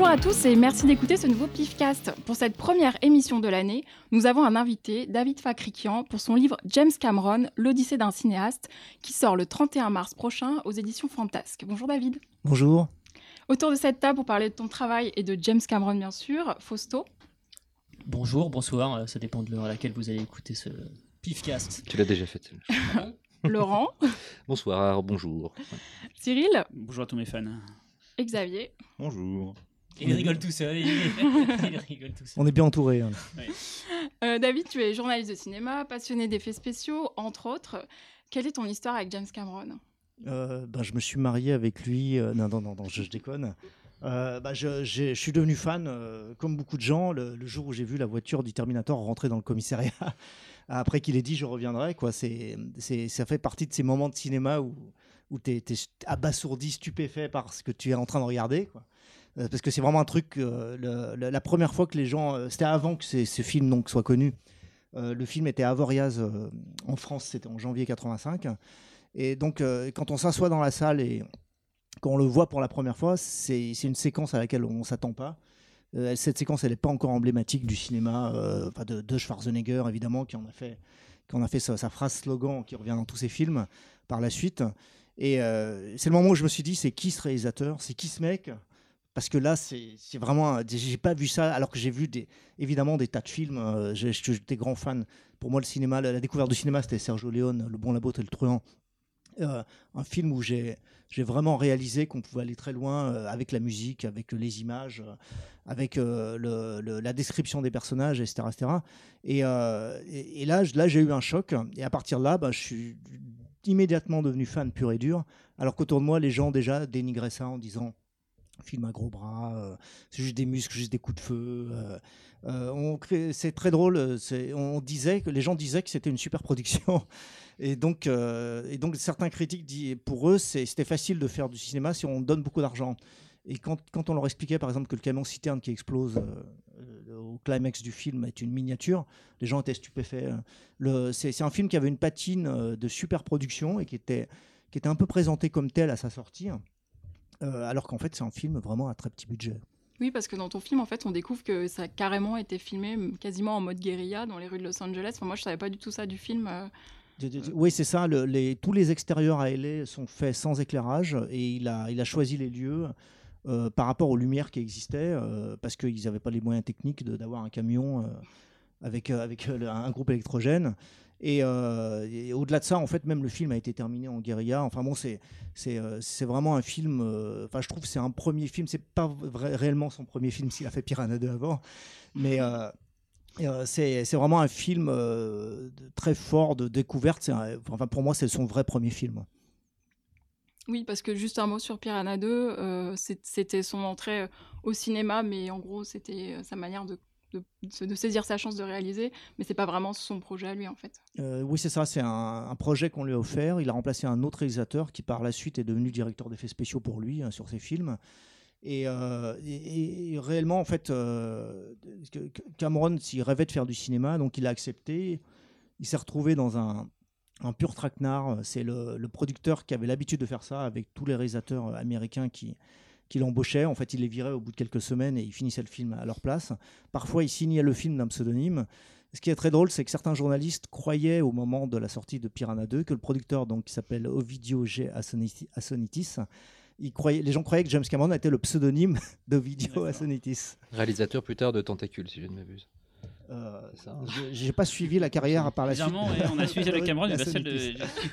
Bonjour à tous et merci d'écouter ce nouveau Pifcast. Pour cette première émission de l'année, nous avons un invité, David Fakrikian, pour son livre James Cameron, l'Odyssée d'un cinéaste, qui sort le 31 mars prochain aux éditions Fantasque. Bonjour David. Bonjour. Autour de cette table pour parler de ton travail et de James Cameron bien sûr, Fausto. Bonjour, bonsoir, ça dépend de l'heure à laquelle vous allez écouter ce Pifcast. Tu l'as déjà fait. Laurent. Bonsoir, bonjour. Cyril. Bonjour à tous mes fans. Et Xavier. Bonjour. Il rigole tout seul. On est bien entouré. Hein. Oui. David, tu es journaliste de cinéma, passionné d'effets spéciaux, entre autres. Quelle est ton histoire avec James Cameron ? Je me suis marié avec lui. Non, je déconne. Je suis devenu fan, comme beaucoup de gens, le jour où j'ai vu la voiture du Terminator rentrer dans le commissariat. Après qu'il ait dit je reviendrai, quoi. Ça fait partie de ces moments de cinéma où tu es abasourdi, stupéfait par ce que tu es en train de regarder, quoi. Parce que c'est vraiment un truc, la première fois que les gens... c'était avant que ce film donc, soit connu. Le film était à Avoriaz en France, c'était en janvier 85. Et donc, quand on s'assoit dans la salle et quand on le voit pour la première fois, c'est une séquence à laquelle on ne s'attend pas. Cette séquence, elle n'est pas encore emblématique du cinéma, de Schwarzenegger, évidemment, qui en a fait sa phrase slogan qui revient dans tous ses films par la suite. Et c'est le moment où je me suis dit, c'est qui ce réalisateur ? C'est qui ce mec ? Parce que là, c'est vraiment... J'ai pas vu ça, alors que j'ai vu évidemment des tas de films. J'étais grand fan. Pour moi, le cinéma, la découverte du cinéma, c'était Sergio Leone, Le Bon, la Beauté et le Truand. Un film où j'ai vraiment réalisé qu'on pouvait aller très loin avec la musique, avec les images, avec la description des personnages, etc. etc. Et là, j'ai eu un choc. Et à partir de là, je suis immédiatement devenu fan pur et dur, alors qu'autour de moi, les gens déjà dénigraient ça en disant film à gros bras, c'est juste des muscles, juste des coups de feu. C'est très drôle. Les gens disaient que c'était une super production. Et donc certains critiques disent, pour eux, c'était facile de faire du cinéma si on donne beaucoup d'argent. Et quand on leur expliquait, par exemple, que le camion citerne qui explose au climax du film est une miniature, les gens étaient stupéfaits. C'est un film qui avait une patine de super production et qui était un peu présenté comme tel à sa sortie. Alors qu'en fait, c'est un film vraiment à très petit budget. Oui, parce que dans ton film, en fait, on découvre que ça a carrément été filmé quasiment en mode guérilla dans les rues de Los Angeles. Enfin, moi, je ne savais pas du tout ça du film. Oui, c'est ça. Tous les extérieurs à LA sont faits sans éclairage et il a choisi les lieux par rapport aux lumières qui existaient parce qu'ils n'avaient pas les moyens techniques d'avoir un camion avec un groupe électrogène. Et au-delà de ça, en fait, même le film a été terminé en guérilla. Enfin bon, c'est vraiment un film. Je trouve que c'est un premier film. C'est pas réellement son premier film s'il a fait Piranha 2 avant, mais c'est vraiment un film très fort de découverte. Pour moi, c'est son vrai premier film. Oui, parce que juste un mot sur Piranha 2, c'était son entrée au cinéma, mais en gros, c'était sa manière de saisir sa chance de réaliser, mais c'est pas vraiment son projet à lui en fait. Oui, c'est ça, c'est un projet qu'on lui a offert. Il a remplacé un autre réalisateur qui par la suite est devenu directeur d'effets spéciaux pour lui sur ses films. Et réellement, en fait, Cameron, s'il rêvait de faire du cinéma, donc il a accepté. Il s'est retrouvé dans un pur traquenard. C'est le producteur qui avait l'habitude de faire ça avec tous les réalisateurs américains qui l'embauchait. En fait, il les virait au bout de quelques semaines et il finissait le film à leur place. Parfois, il signait le film d'un pseudonyme. Ce qui est très drôle, c'est que certains journalistes croyaient au moment de la sortie de Piranha 2 que le producteur, donc, qui s'appelle Ovidio G. Assonitis, les gens croyaient que James Cameron était le pseudonyme d'Ovidio Assonitis. Réalisateur plus tard de Tentacule, si je ne m'abuse. J'ai pas suivi la carrière par la suite. On a suivi celle de Cameron, mais pas celle de...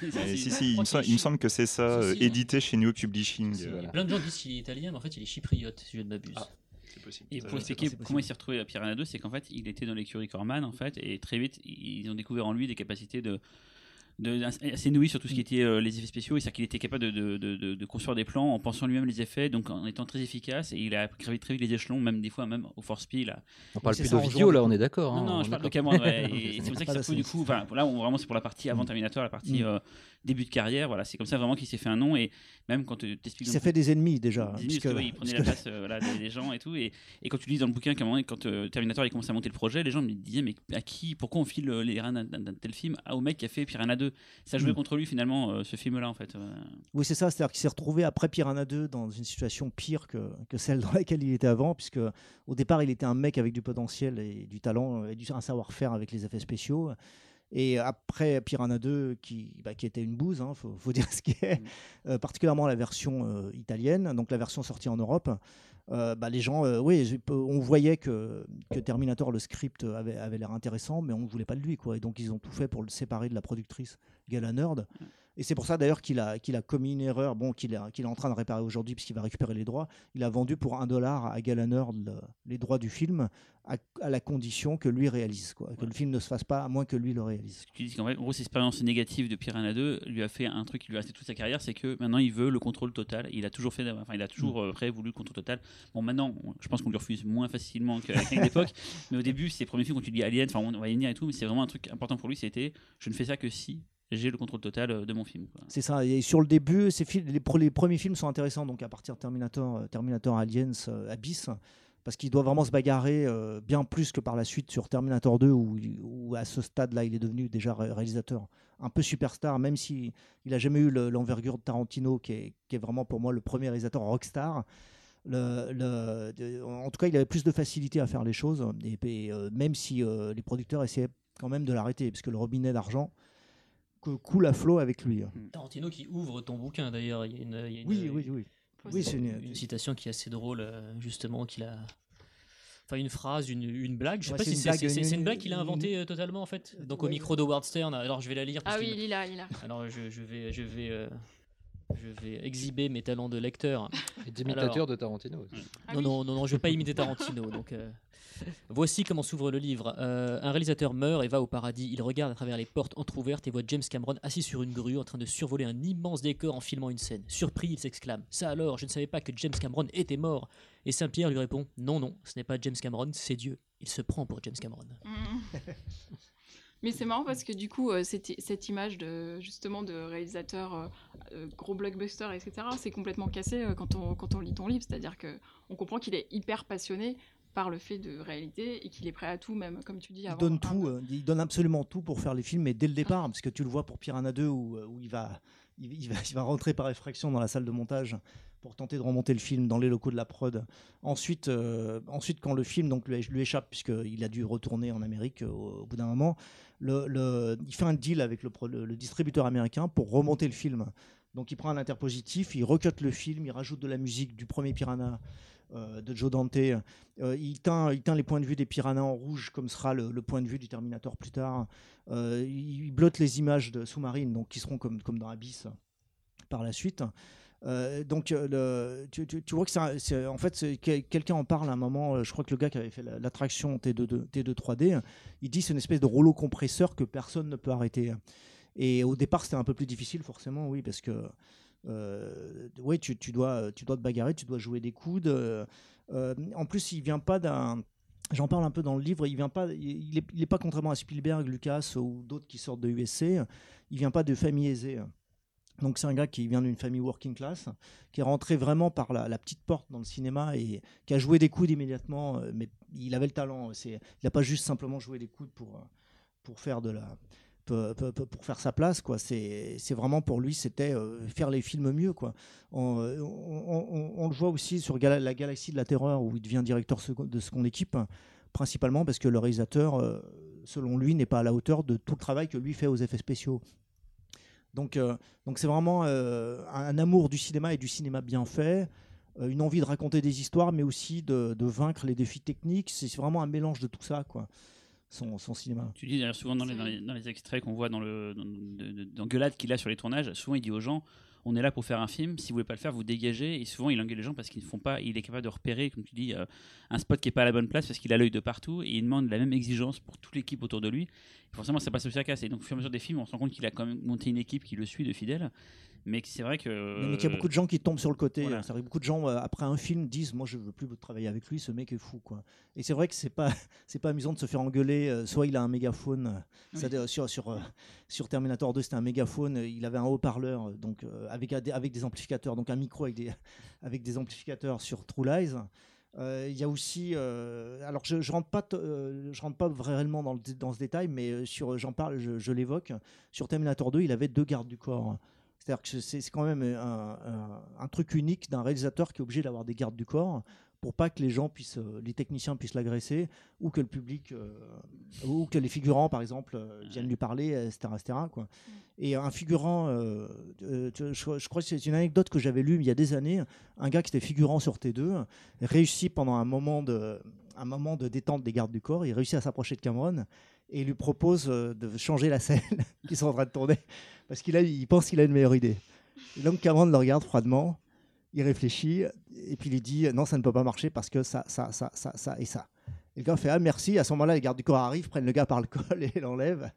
il me semble que c'est ça, édité chez New Publishing. Voilà. Plein de gens disent qu'il est italien, mais en fait il est chypriote, si je ne m'abuse. C'est possible. Et pour expliquer comment il s'est retrouvé à Piranha 2, c'est qu'en fait il était dans l'écurie Corman en fait, et très vite ils ont découvert en lui des capacités assez noué sur tout ce qui était les effets spéciaux, c'est-à-dire qu'il était capable de construire des plans en pensant lui-même les effets, donc en étant très efficace, et il a gravi très vite les échelons, même des fois même au force P. On parle plus d'Ovidio là, on est d'accord. Non, je parle de Cameron, ouais, et c'est comme ça qu'il s'est retrouvé du coup. Enfin, là, vraiment, c'est pour la partie avant Terminator, la partie début de carrière. Voilà, c'est comme ça vraiment qu'il s'est fait un nom, et même quand tu t'expliques. Il s'est fait des ennemis déjà. Il prenait la place des gens et tout, et quand tu lis dans le bouquin qu'à un moment, quand Terminator il commence à monter le projet, les gens me disaient mais à qui, pourquoi on file les reins d'un tel film au mec qui a fait Piranha 2. 2. Ça jouait contre lui finalement, ce film-là en fait. Oui, c'est ça, c'est-à-dire qu'il s'est retrouvé après Piranha 2 dans une situation pire que celle dans laquelle il était avant, puisque au départ il était un mec avec du potentiel et du talent et un savoir-faire avec les effets spéciaux. Et après Piranha 2, qui était une bouse, faut dire ce qui est, particulièrement la version italienne, donc la version sortie en Europe, les gens, on voyait que Terminator, le script avait l'air intéressant, mais on ne voulait pas de lui, quoi. Et donc ils ont tout fait pour le séparer de la productrice Gala Nerd. Et c'est pour ça d'ailleurs qu'il a commis une erreur, qu'il est en train de réparer aujourd'hui puisqu'il va récupérer les droits. Il a vendu pour $1 à Gala Nerd les droits du film à la condition que lui réalise, quoi. Que le film ne se fasse pas à moins que lui le réalise. Ce que tu dis, c'est qu'en fait, en gros, cette expérience négative de Piranha 2 lui a fait un truc qui lui a resté toute sa carrière, c'est que maintenant il veut le contrôle total. Il a toujours voulu le contrôle total. Bon, maintenant, je pense qu'on lui refuse moins facilement qu'à l'époque, mais au début, ses premiers films, quand tu dis Alien, on va y venir et tout, mais c'est vraiment un truc important pour lui, c'était je ne fais ça que si j'ai le contrôle total de mon film, quoi. C'est ça, et sur le début, les premiers films sont intéressants, donc à partir de Terminator Aliens, Abyss, parce qu'il doit vraiment se bagarrer bien plus que par la suite sur Terminator 2, où à ce stade-là, il est devenu déjà réalisateur un peu superstar, même s'il n'a jamais eu l'envergure de Tarantino, qui est vraiment pour moi le premier réalisateur rockstar. En tout cas, il avait plus de facilité à faire les choses, et même si les producteurs essayaient quand même de l'arrêter, parce que le robinet d'argent coule à flot avec lui. Tarantino qui ouvre ton bouquin d'ailleurs, il y a une Oui, c'est une citation qui est assez drôle, justement, qu'il a... Enfin, une phrase, une blague. Je sais pas si c'est une blague qu'il a inventée totalement, en fait. Donc, au micro d'Howard Stern. Alors, je vais la lire. Ah oui, il est là. Alors, je vais exhiber mes talents de lecteur. Et d'imitateur de Tarantino. Non, je vais pas imiter Tarantino. Donc, voici comment s'ouvre le livre. Un réalisateur meurt et va au paradis. Il regarde à travers les portes entrouvertes et voit James Cameron assis sur une grue en train de survoler un immense décor en filmant une scène. Surpris, il s'exclame « Ça alors, je ne savais pas que James Cameron était mort !» Et Saint-Pierre lui répond « Non, ce n'est pas James Cameron, c'est Dieu. Il se prend pour James Cameron. » Mais c'est marrant parce que du coup, cette image justement de réalisateur gros blockbuster, etc., c'est complètement cassé quand on lit ton livre. C'est-à-dire qu'on comprend qu'il est hyper passionné par le fait de réalité et qu'il est prêt à tout, même comme tu dis. Il donne absolument tout pour faire les films, mais dès le départ, parce que tu le vois pour Piranha 2 où il va rentrer par effraction dans la salle de montage pour tenter de remonter le film dans les locaux de la prod. Ensuite, quand le film donc lui échappe, puisqu'il a dû retourner en Amérique au bout d'un moment, il fait un deal avec le distributeur américain pour remonter le film. Donc il prend un interpositif, il recute le film, il rajoute de la musique du premier Piranha de Joe Dante. Il teint les points de vue des piranhas en rouge, comme sera le point de vue du Terminator plus tard. Il blotte les images de sous-marines, donc qui seront comme dans Abyss par la suite. Donc tu vois que en fait quelqu'un en parle à un moment. Je crois que le gars qui avait fait l'attraction T2 3D, il dit c'est une espèce de rouleau compresseur que personne ne peut arrêter. Et au départ c'était un peu plus difficile forcément, oui, parce que tu dois te bagarrer, tu dois jouer des coudes. En plus, il vient pas d'un. J'en parle un peu dans le livre. Il est pas, contrairement à Spielberg, Lucas ou d'autres qui sortent de USC. Il vient pas de famille aisée. Donc c'est un gars qui vient d'une famille working class, qui est rentré vraiment par la petite porte dans le cinéma et qui a joué des coudes immédiatement. Mais il avait le talent. Il n'a pas juste simplement joué des coudes pour faire de la. Pour faire sa place, quoi. C'est vraiment pour lui, c'était faire les films mieux, quoi. On le voit aussi sur la Galaxie de la Terreur où il devient directeur de son équipe, principalement parce que le réalisateur, selon lui, n'est pas à la hauteur de tout le travail que lui fait aux effets spéciaux. Donc c'est vraiment un amour du cinéma et du cinéma bien fait, une envie de raconter des histoires, mais aussi de vaincre les défis techniques. C'est vraiment un mélange de tout ça, quoi. Son cinéma. Tu dis d'ailleurs souvent dans les extraits qu'on voit dans Gueulade qu'il a sur les tournages, souvent il dit aux gens on est là pour faire un film, si vous voulez pas le faire vous dégagez, et souvent il engueule les gens parce qu'ils ne font pas, il est capable de repérer, comme tu dis, un spot qui est pas à la bonne place parce qu'il a l'œil de partout et il demande la même exigence pour toute l'équipe autour de lui, et forcément ça passe aussi à casse, et donc au fur et à mesure des films on se rend compte qu'il a quand même monté une équipe qui le suit de fidèles, mais c'est vrai que... Mais qu'il y a beaucoup de gens qui tombent sur le côté. Voilà. C'est vrai que beaucoup de gens, après un film, disent « Moi, je ne veux plus travailler avec lui, ce mec est fou. » quoi. Et c'est vrai que c'est pas amusant de se faire engueuler. Soit il a un mégaphone. Oui. Sur Terminator 2, c'était un mégaphone. Il avait un haut-parleur avec des amplificateurs. Donc un micro avec des amplificateurs sur True Lies. Il y a aussi, alors je rentre pas réellement dans ce détail, mais j'en parle, je l'évoque. Sur Terminator 2, il avait 2 gardes du corps. C'est-à-dire que c'est quand même un truc unique d'un réalisateur qui est obligé d'avoir des gardes du corps pour pas que les techniciens puissent l'agresser, ou que le public, ou que les figurants, par exemple, viennent lui parler, etc. quoi. Et un figurant, je crois que c'est une anecdote que j'avais lue il y a des années, un gars qui était figurant sur T2 réussit pendant un moment de détente des gardes du corps, il réussit à s'approcher de Cameron et il lui propose de changer la scène qu'ils sont en train de tourner, parce il pense qu'il a une meilleure idée. Et donc Cameron le regarde froidement, il réfléchit, et puis il dit non, ça ne peut pas marcher parce que ça et ça. Et le gars fait ah merci. À ce moment-là, les gardes du corps arrivent, prennent le gars par le col et l'enlèvent.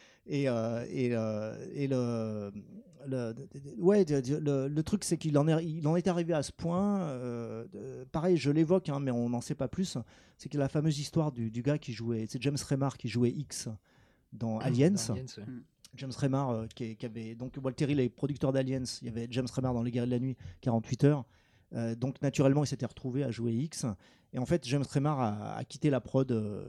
Le truc, c'est qu'il en est arrivé à ce point. Pareil, je l'évoque, mais on n'en sait pas plus. C'est que la fameuse histoire du gars qui jouait, c'est James Remar qui jouait X dans Aliens. James Remar, qui avait donc Walter Hill est producteur d'Aliens. Il y avait James Remar dans Les Guerriers de la Nuit, 48 heures. Donc naturellement, il s'était retrouvé à jouer X. Et en fait, James Remar a quitté la prod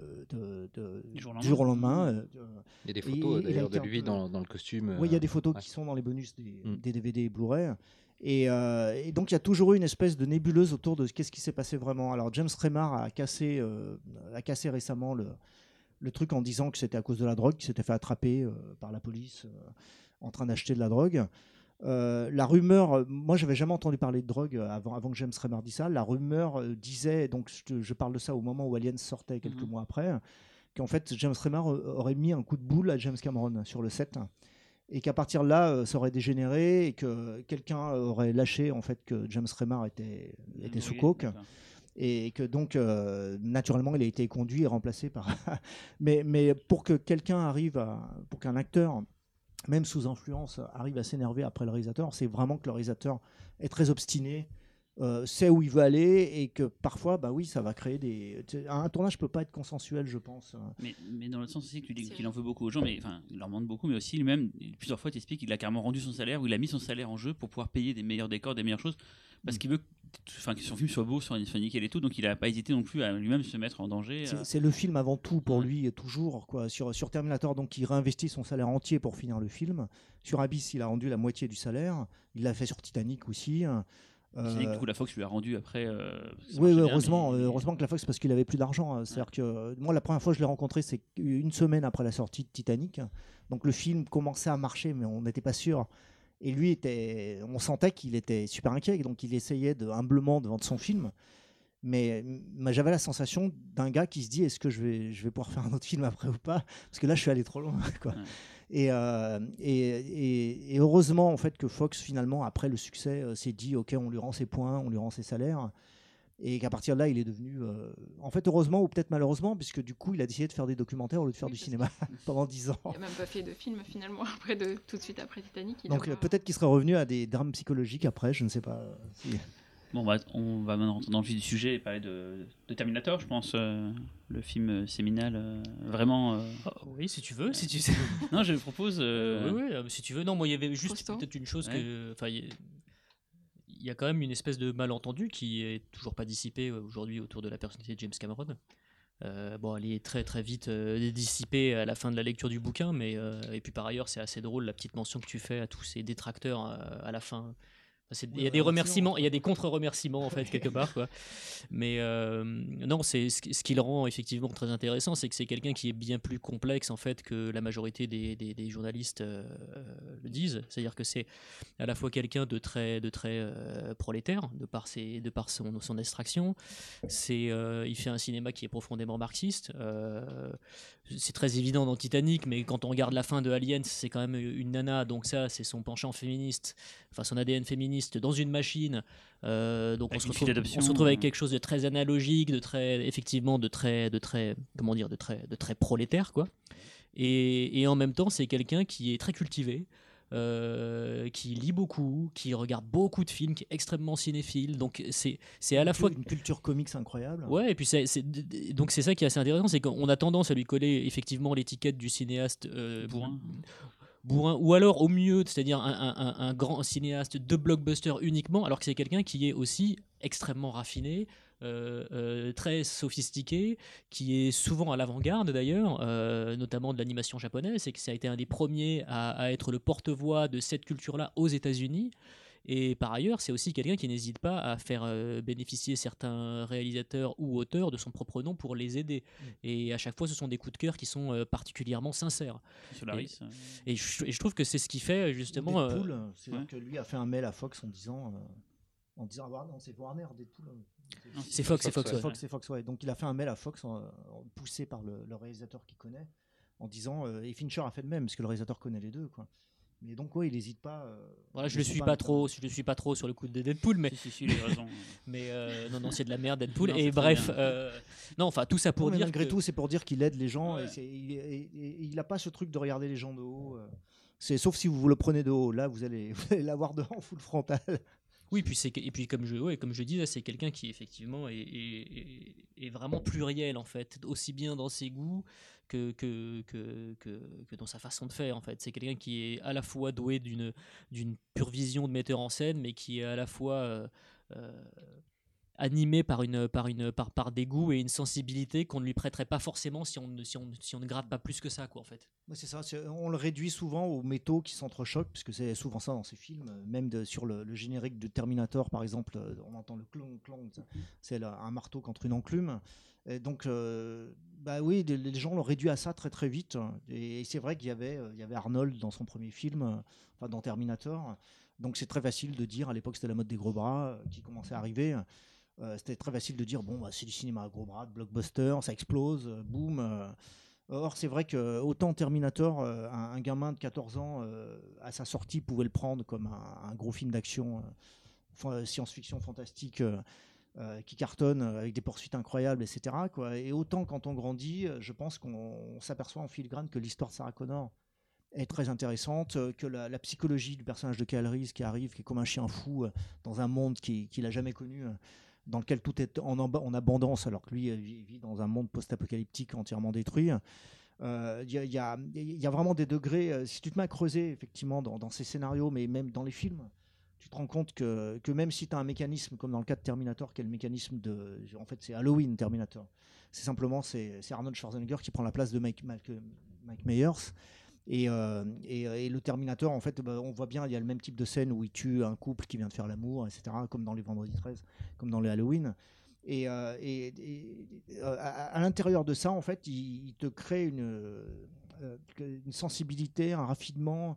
du jour au lendemain. Il y a des photos d'ailleurs de lui dans le costume. Oui, il y a des photos qui sont dans les bonus des DVD et Blu-ray. Et donc, il y a toujours eu une espèce de nébuleuse autour de qu'est-ce qui s'est passé vraiment. Alors, James Remar a cassé récemment le truc en disant que c'était à cause de la drogue, qu'il s'était fait attraper par la police en train d'acheter de la drogue. La rumeur, moi j'avais jamais entendu parler de drogue avant que James Remar dise ça. La rumeur disait, donc je parle de ça au moment où Aliens sortait quelques mois après, qu'en fait James Remar aurait mis un coup de boule à James Cameron sur le set, et qu'à partir de là ça aurait dégénéré et que quelqu'un aurait lâché en fait que James Remar était sous coke. Et que donc naturellement il a été conduit et remplacé par mais pour que pour qu'un acteur même sous influence arrive à s'énerver après le réalisateur, c'est vraiment que le réalisateur est très obstiné, sait où il veut aller, et que parfois ça va créer un tournage peut pas être consensuel, je pense. Mais dans le sens aussi que tu dis qu'il en veut beaucoup aux gens, mais enfin il leur demande beaucoup, mais aussi lui-même plusieurs fois t'explique qu'il a carrément rendu son salaire, ou il a mis son salaire en jeu pour pouvoir payer des meilleurs décors, des meilleures choses, parce qu'il veut que son film soit beau, soit nickel et tout, donc il n'a pas hésité non plus à lui-même se mettre en danger. C'est le film avant tout pour lui, toujours quoi. Sur Terminator, donc il réinvestit son salaire entier pour finir le film. Sur Abyss, il a rendu la moitié du salaire. Il l'a fait sur Titanic aussi. Titanic, du coup, la Fox lui a rendu après. Oui, heureusement que la Fox, parce qu'il avait plus d'argent. C'est-à-dire que moi, la première fois que je l'ai rencontré, c'est une semaine après la sortie de Titanic. Donc le film commençait à marcher, mais on n'était pas sûr. Et lui, on sentait qu'il était super inquiet, donc il essayait humblement de vendre son film. Mais j'avais la sensation d'un gars qui se dit est-ce que je vais pouvoir faire un autre film après ou pas, parce que là je suis allé trop loin, quoi. Et heureusement en fait que Fox finalement après le succès s'est dit ok, on lui rend ses points, on lui rend ses salaires, et qu'à partir de là il est devenu en fait heureusement ou peut-être malheureusement, puisque du coup il a décidé de faire des documentaires au lieu de faire du cinéma pendant 10 ans. Il n'a même pas fait de film finalement tout de suite après Titanic. Donc peut-être qu'il serait revenu à des drames psychologiques après, je ne sais pas si... Bon, on va maintenant rentrer dans le vif du sujet et parler de Terminator, je pense, le film séminal, vraiment. Oui, si tu veux, si tu. Non, je propose. Oui, si tu veux. Non, moi, il y avait juste peut-être une chose que, enfin, il y a quand même une espèce de malentendu qui est toujours pas dissipé aujourd'hui autour de la personnalité de James Cameron. Bon, elle est très très vite dissipée à la fin de la lecture du bouquin, mais et puis par ailleurs, c'est assez drôle la petite mention que tu fais à tous ces détracteurs à la fin. Il y a des remerciements, il y a des contre-remerciements en fait quelque part, quoi. Mais non, c'est ce qui le rend effectivement très intéressant, c'est que c'est quelqu'un qui est bien plus complexe en fait que la majorité des journalistes le disent. C'est-à-dire que c'est à la fois quelqu'un de très prolétaire de par son extraction. Il fait un cinéma qui est profondément marxiste. C'est très évident dans Titanic, mais quand on regarde la fin de Aliens, c'est quand même une nana, donc ça c'est son penchant féministe, enfin son ADN féministe dans une machine, donc on se retrouve avec quelque chose de très analogique, de très prolétaire, quoi. Et en même temps c'est quelqu'un qui est très cultivé, qui lit beaucoup, qui regarde beaucoup de films, qui est extrêmement cinéphile, donc c'est à la fois une culture comics incroyable. Ouais, et puis donc c'est ça qui est assez intéressant, c'est qu'on a tendance à lui coller effectivement l'étiquette du cinéaste bourrin, ou alors au mieux, c'est-à-dire un grand cinéaste de blockbuster uniquement, alors que c'est quelqu'un qui est aussi extrêmement raffiné, très sophistiqué, qui est souvent à l'avant-garde d'ailleurs, notamment de l'animation japonaise, et que ça a été un des premiers à être le porte-voix de cette culture-là aux États-Unis. Et par ailleurs, c'est aussi quelqu'un qui n'hésite pas à faire bénéficier certains réalisateurs ou auteurs de son propre nom pour les aider. Et à chaque fois, ce sont des coups de cœur qui sont particulièrement sincères. Solaris. Et je trouve que c'est ce qui fait justement. Deadpool, c'est-à-dire que lui a fait un mail à Fox en disant ah non, c'est Warner, Deadpool. C'est Fox, C'est Fox, ouais. Donc il a fait un mail à Fox poussé par le réalisateur qu'il connaît en disant et Fincher a fait de même parce que le réalisateur connaît les deux, quoi. Mais donc il n'hésite pas. Voilà, je le suis pas trop sur le coup de Deadpool, mais Si, il a raison. mais non, c'est de la merde Deadpool. Non, et bref, non, enfin tout ça pour dire. Malgré tout, c'est pour dire qu'il aide les gens. Ouais. Et il n'a pas ce truc de regarder les gens de haut. Sauf si vous le prenez de haut. Là, vous allez l'avoir devant full frontal. Oui, et puis comme je dis, c'est quelqu'un qui effectivement est vraiment pluriel en fait, aussi bien dans ses goûts que dans sa façon de faire en fait. C'est quelqu'un qui est à la fois doué d'une pure vision de metteur en scène, mais qui est à la fois animé par des goûts et une sensibilité qu'on ne lui prêterait pas forcément si on ne gratte pas plus que ça, quoi, en fait. C'est ça, on le réduit souvent aux métaux qui s'entrechoquent, puisque c'est souvent ça dans ces films, même sur le générique de Terminator, par exemple, on entend le clong clong, c'est un marteau contre une enclume. Et donc, oui, les gens l'ont réduit à ça très très vite. Et c'est vrai qu'il y avait Arnold dans son premier film, dans Terminator. Donc c'est très facile de dire, à l'époque c'était la mode des gros bras qui commençait à arriver. C'était très facile de dire c'est du cinéma à gros bras, de blockbuster, ça explose, boum. Or c'est vrai que autant Terminator, un gamin de 14 ans à sa sortie pouvait le prendre comme un gros film d'action, science-fiction fantastique qui cartonne avec des poursuites incroyables, etc. quoi. Et autant quand on grandit, je pense qu'on s'aperçoit en filigrane que l'histoire de Sarah Connor est très intéressante, que la psychologie du personnage de Kyle Reese qui arrive, qui est comme un chien fou dans un monde qu'il n'a jamais connu, dans lequel tout est en abondance, alors que lui vit dans un monde post-apocalyptique entièrement détruit. Il y a vraiment des degrés, si tu te mets à creuser effectivement dans ces scénarios, mais même dans les films, tu te rends compte que même si tu as un mécanisme, comme dans le cas de Terminator, qui est le mécanisme en fait c'est Halloween Terminator, c'est simplement c'est Arnold Schwarzenegger qui prend la place de Mike Myers. Et le Terminator, en fait, on voit bien, il y a le même type de scène où il tue un couple qui vient de faire l'amour, etc., comme dans les Vendredi 13, comme dans les Halloween. Et à l'intérieur de ça, en fait, il te crée une sensibilité, un raffinement.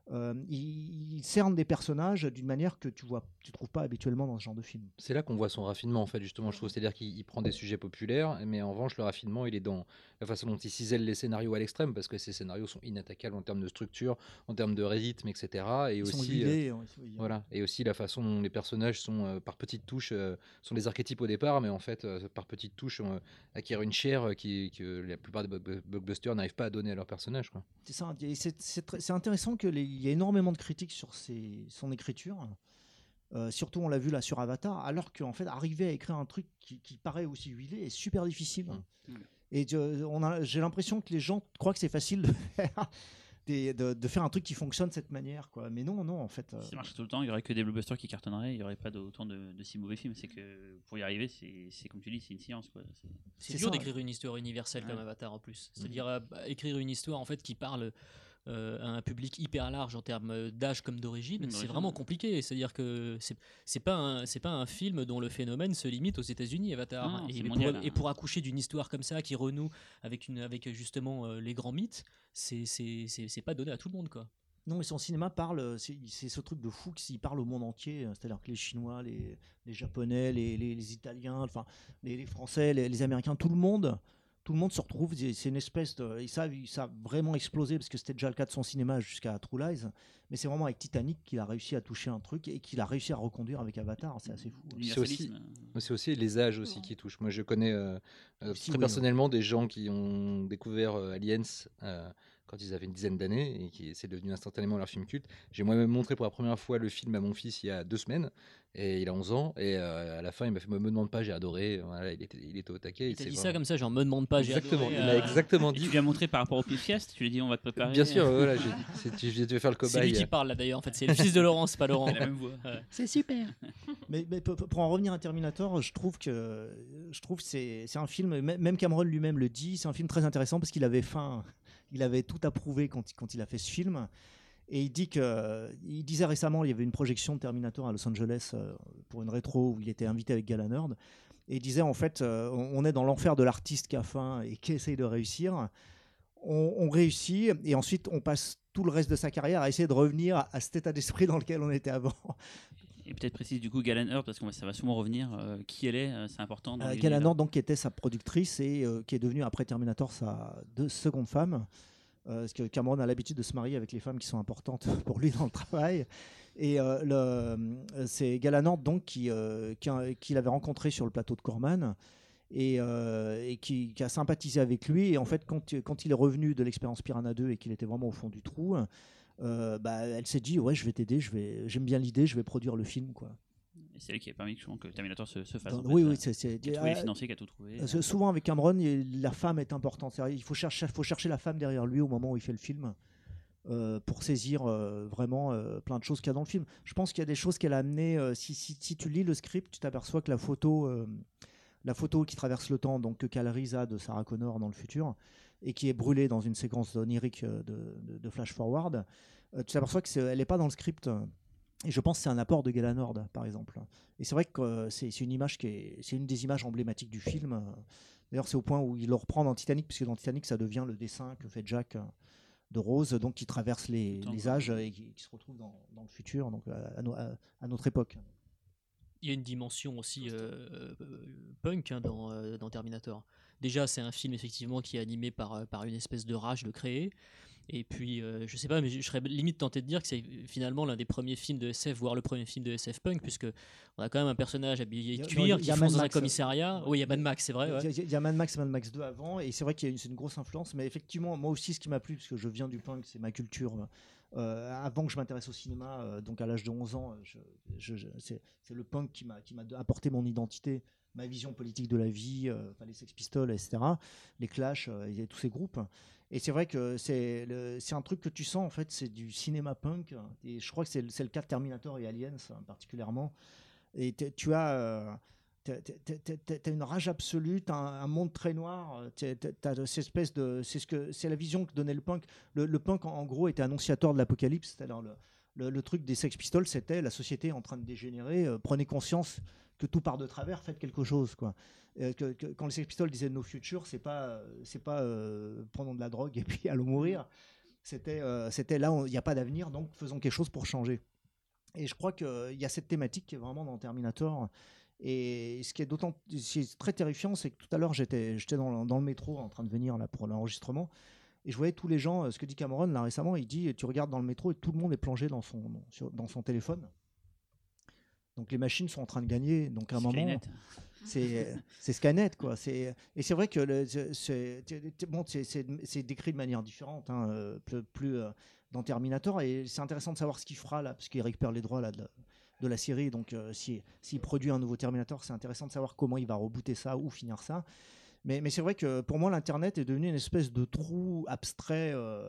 Il cerne des personnages d'une manière que tu trouves pas habituellement dans ce genre de film. C'est là qu'on voit son raffinement, en fait, justement, je trouve. C'est-à-dire qu'il prend des sujets populaires, mais en revanche, le raffinement, il est dans la façon dont il cisèle les scénarios à l'extrême, parce que ces scénarios sont inattaquables en termes de structure, en termes de rythme, etc. Et ils aussi, sont huilés, voilà. Et aussi la façon dont les personnages sont, par petites touches, sont des archétypes au départ, mais en fait, par petites touches, acquièrent une chair que la plupart des blockbusters n'arrivent pas à donner à leurs personnages, quoi. C'est ça. C'est intéressant qu'il y ait énormément de critiques sur son écriture. Surtout, on l'a vu là sur Avatar, alors qu'en fait, arriver à écrire un truc qui paraît aussi huilé est super difficile. Et j'ai l'impression que les gens croient que c'est facile de faire un truc qui fonctionne de cette manière, quoi. Mais non, en fait. Si ça marchait tout le temps, il n'y aurait que des blockbusters qui cartonneraient, il n'y aurait pas autant de si mauvais films. C'est que pour y arriver, c'est comme tu dis, c'est une science, quoi. C'est dur d'écrire une histoire universelle comme Avatar en plus. C'est-à-dire écrire une histoire en fait qui parle à un public hyper large en termes d'âge comme d'origine, c'est vraiment compliqué. C'est-à-dire que c'est pas un film dont le phénomène se limite aux États-Unis, Avatar. Non, et pour accoucher d'une histoire comme ça qui renoue avec justement les grands mythes, c'est pas donné à tout le monde, quoi. Non, mais son cinéma parle, c'est ce truc de fou qu'il parle au monde entier, c'est-à-dire que les Chinois, les Japonais, les Italiens, enfin les Français, les Américains, tout le monde se retrouve. C'est une espèce de, ça a vraiment explosé parce que c'était déjà le cas de son cinéma jusqu'à True Lies, mais c'est vraiment avec Titanic qu'il a réussi à toucher un truc et qu'il a réussi à reconduire avec Avatar. C'est assez fou. C'est aussi les âges aussi qui touchent. Moi, je connais très personnellement des gens qui ont découvert Aliens quand ils avaient une dizaine d'années et qui c'est devenu instantanément leur film culte. J'ai moi-même montré pour la première fois le film à mon fils il y a 2 semaines et il a 11 ans et à la fin il m'a fait me demande pas, j'ai adoré. Voilà, il était au taquet. Il t'a dit ça comme ça, genre me demande pas, j'ai Exactement, adoré, il m'a exactement Et dit. tu lui as montré par rapport au Pifcast, tu lui as dit on va te préparer. Bien sûr, voilà, je vais faire le C'est lui cobaye. qui parle là d'ailleurs, en fait, c'est le fils de Laurent, c'est pas Laurent. Il a la même voix. C'est super. Mais pour en revenir à Terminator, je trouve que c'est un film, même Cameron lui-même le dit, c'est un film très intéressant parce qu'il avait faim, il avait tout approuvé quand il a fait ce film. Et il disait récemment, il y avait une projection de Terminator à Los Angeles pour une rétro où il était invité avec Gala Nerd. Et il disait en fait, on est dans l'enfer de l'artiste qui a faim et qui essaye de réussir. On réussit et ensuite on passe tout le reste de sa carrière à essayer de revenir à cet état d'esprit dans lequel on était avant. Et peut-être précise du coup Galen Earth parce que ça va souvent revenir. Qui elle est, c'est important. Dans Gala Nord, donc, qui était sa productrice et qui est devenue après Terminator sa seconde femme. Parce que Cameron a l'habitude de se marier avec les femmes qui sont importantes pour lui dans le travail. Et c'est Gala Nord donc qu'il avait rencontré sur le plateau de Corman et qui a sympathisé avec lui. Et en fait, quand il est revenu de l'expérience Piranha 2 et qu'il était vraiment au fond du trou, elle s'est dit ouais, je vais t'aider, j'aime bien l'idée, je vais produire le film, quoi. Et c'est elle qui a permis que Terminator se fasse. Oui, qui a trouvé les financiers, qui a tout trouvé. Souvent avec Cameron, la femme est importante. Il faut chercher la femme derrière lui au moment où il fait le film pour saisir vraiment plein de choses qu'il y a dans le film. Je pense qu'il y a des choses qu'elle a amenées. Si tu lis le script, tu t'aperçois que la photo qui traverse le temps, donc que Cal Reese a de Sarah Connor dans le futur, et qui est brûlée dans une séquence onirique de flash forward, tu t'aperçois qu'elle n'est pas dans le script. Et je pense que c'est un apport de Gala Nord, par exemple. Et c'est vrai que c'est une image c'est une des images emblématiques du film. D'ailleurs, c'est au point où il le reprend dans Titanic, puisque dans Titanic, ça devient le dessin que fait Jack de Rose, donc qui traverse les âges et qui se retrouve dans le futur, donc à notre époque. Il y a une dimension aussi punk dans Terminator. Déjà, c'est un film effectivement qui est animé par une espèce de rage de créer. Et puis, je sais pas, mais je serais limite tenté de dire que c'est finalement l'un des premiers films de SF, voire le premier film de SF punk, puisque on a quand même un personnage habillé de cuir qui fonce dans un commissariat. Oui, il y a Mad Max, c'est vrai. Il y a Mad Max et Mad Max 2 avant, et c'est vrai qu'il y a c'est une grosse influence, mais effectivement, moi aussi, ce qui m'a plu, parce que je viens du punk, c'est ma culture. Avant que je m'intéresse au cinéma, donc à l'âge de 11 ans, c'est le punk qui m'a apporté mon identité, ma vision politique de la vie, les Sex Pistols, etc., les Clash et tous ces groupes. Et c'est vrai que c'est un truc que tu sens, en fait, c'est du cinéma punk. Et je crois que c'est le cas de Terminator et Aliens, particulièrement. Et tu as une rage absolue, tu as un monde très noir, tu as cette espèce de... C'est la vision que donnait le punk. Le punk, en gros, était annonciateur de l'apocalypse. C'est-à-dire le truc des Sex Pistols, c'était la société en train de dégénérer, prenez conscience que tout part de travers, faites quelque chose, quoi. Quand les Sex Pistols disaient no future, c'est pas prenons de la drogue et puis allons mourir. C'était là, il n'y a pas d'avenir, donc faisons quelque chose pour changer. Et je crois qu'il y a cette thématique qui est vraiment dans Terminator. Et ce qui est très terrifiant, c'est que tout à l'heure, j'étais dans le métro en train de venir là, pour l'enregistrement. Et je voyais tous les gens, ce que dit Cameron là récemment, il dit tu regardes dans le métro et tout le monde est plongé dans son téléphone. Donc les machines sont en train de gagner. Donc à un moment, c'est Skynet, quoi. Et c'est vrai que c'est décrit de manière différente, hein, plus dans Terminator. Et c'est intéressant de savoir ce qu'il fera là, parce qu'il récupère les droits là de la série. Donc s'il produit un nouveau Terminator, c'est intéressant de savoir comment il va rebooter ça ou finir ça. Mais c'est vrai que pour moi, l'Internet est devenu une espèce de trou abstrait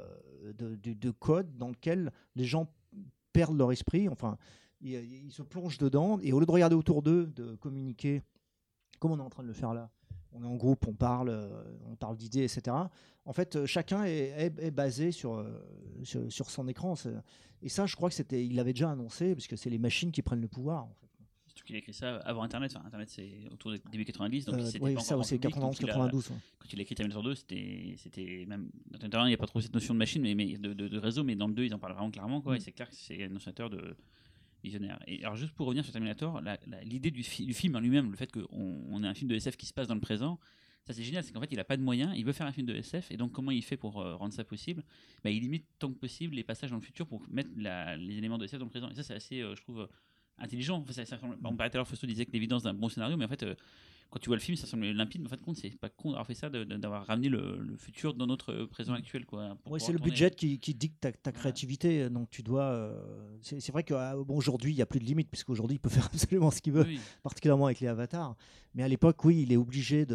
de code dans lequel les gens perdent leur esprit. Enfin, ils se plongent dedans et au lieu de regarder autour d'eux, de communiquer, comme on est en train de le faire là, on est en groupe, on parle d'idées, etc. En fait, chacun est basé sur son écran. Et ça, je crois que il l'avait déjà annoncé, parce que c'est les machines qui prennent le pouvoir, en fait. Surtout qu'il a écrit ça avant Internet. Enfin, Internet, c'est autour des début 90. Donc c'était oui, pas ça encore aussi, 91-92. Quand il a écrit Terminator 2, c'était même. Dans Terminator 1, il n'y a pas trop cette notion de machine, mais de réseau. Mais dans le 2, ils en parlent vraiment clairement, quoi. Et c'est clair que c'est un annonciateur de visionnaire. Et alors, juste pour revenir sur Terminator, l'idée du film en lui-même, le fait qu'on ait un film de SF qui se passe dans le présent, ça c'est génial. C'est qu'en fait, il n'a pas de moyens, il veut faire un film de SF, et donc comment il fait pour rendre ça possible? Il limite tant que possible les passages dans le futur pour mettre les éléments de SF dans le présent. Et ça, c'est assez, je trouve, intelligent. On parlait tout à l'heure, Fausto disait que l'évidence d'un bon scénario, mais en fait, quand tu vois le film, ça semble limpide, mais en fait, compte, c'est pas con d'avoir fait ça, d'avoir ramené le futur dans notre présent actuel. Quoi, Ouais, c'est le budget qui dicte ta créativité, donc tu dois. C'est vrai qu'aujourd'hui, il n'y a plus de limite, puisqu'aujourd'hui, il peut faire absolument ce qu'il veut, Oui. particulièrement avec les avatars. Mais à l'époque, oui, il est obligé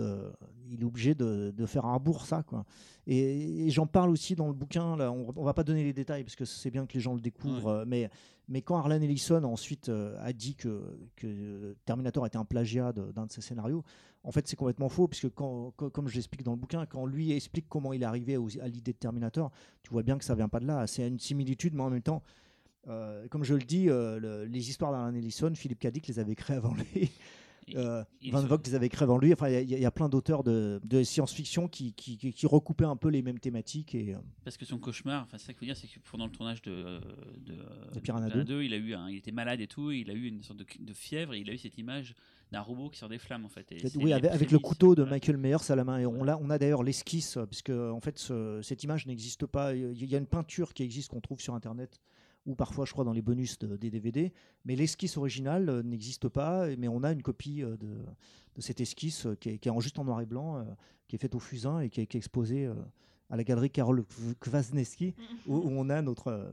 de faire un bourg, ça. Quoi. Et j'en parle aussi dans le bouquin, là, on ne va pas donner les détails, parce que c'est bien que les gens le découvrent, mais quand Harlan Ellison ensuite a dit que Terminator était un plagiat d'un de ses scénarios, en fait, c'est complètement faux, puisque comme je l'explique dans le bouquin, quand lui explique comment il est arrivé à l'idée de Terminator, tu vois bien que ça vient pas de là. C'est une similitude, mais en même temps, comme je le dis, les histoires d'Harlan Ellison, Philippe K. Dick les avait créées avant lui. Van Vogt les avait créées avant lui. Enfin, il y a plein d'auteurs de science-fiction qui recoupaient un peu les mêmes thématiques. Parce que son cauchemar, c'est ça qu'il faut dire, c'est que pendant le tournage de Piranha Piranha 2, il était malade et tout, et il a eu une sorte de fièvre, et il a eu cette image d'un robot qui sort des flammes en fait. Oui, avec le couteau de Michael Myers à la main. Et on a d'ailleurs l'esquisse, puisque en fait cette image n'existe pas. Il y a une peinture qui existe qu'on trouve sur Internet, ou parfois je crois dans les bonus des DVD, mais l'esquisse originale n'existe pas. Mais on a une copie de cette esquisse qui est juste en noir et blanc, qui est faite au fusain et qui est exposée à la galerie Karol Kwasniewski, où on a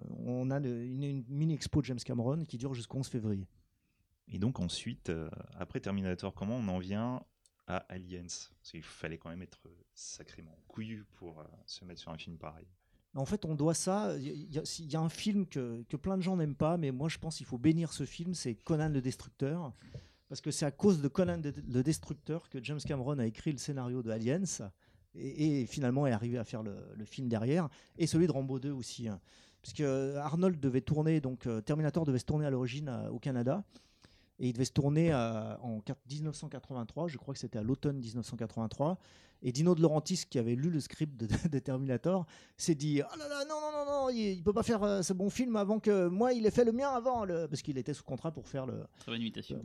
une mini expo de James Cameron qui dure jusqu'au 11 février. Et donc ensuite, après Terminator, comment on en vient à Aliens? Parce qu'il fallait quand même être sacrément couillu pour se mettre sur un film pareil. En fait, on doit ça. Il y a un film que plein de gens n'aiment pas, mais moi je pense qu'il faut bénir ce film, c'est Conan le Destructeur. Parce que c'est à cause de Conan le Destructeur que James Cameron a écrit le scénario de Aliens et finalement est arrivé à faire le film derrière, et celui de Rambo 2 aussi. Puisque Arnold devait tourner, donc Terminator devait se tourner à l'origine au Canada. Et il devait se tourner en 1983, je crois que c'était à l'automne 1983. Et Dino De Laurentiis, qui avait lu le script de Terminator, s'est dit « Oh là là, non, il ne peut pas faire ce bon film avant que moi, il ait fait le mien avant. » Parce qu'il était sous contrat pour faire le... Très bonne imitation.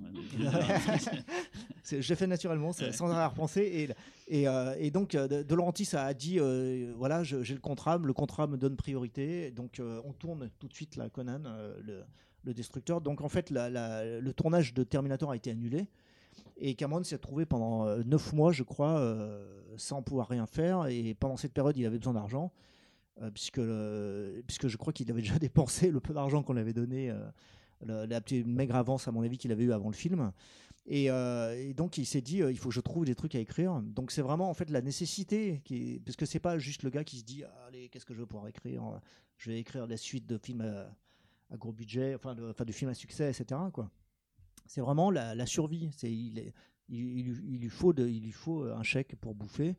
J'ai fait naturellement, sans arrière-pensée. Et donc, De Laurentiis a dit voilà, j'ai le contrat me donne priorité. Donc, on tourne tout de suite la Conan, le Destructeur. Donc en fait, le tournage de Terminator a été annulé et Cameron s'est retrouvé pendant 9 mois, je crois, sans pouvoir rien faire. Et pendant cette période, il avait besoin d'argent, puisque je crois qu'il avait déjà dépensé le peu d'argent qu'on lui avait donné, la petite maigre avance, à mon avis, qu'il avait eu avant le film. Et donc il s'est dit il faut que je trouve des trucs à écrire. Donc c'est vraiment en fait la nécessité parce que c'est pas juste le gars qui se dit allez, qu'est-ce que je vais pouvoir écrire, je vais écrire la suite de films à gros budget, de films à succès, etc. Quoi. C'est vraiment la survie. Il lui faut un chèque pour bouffer.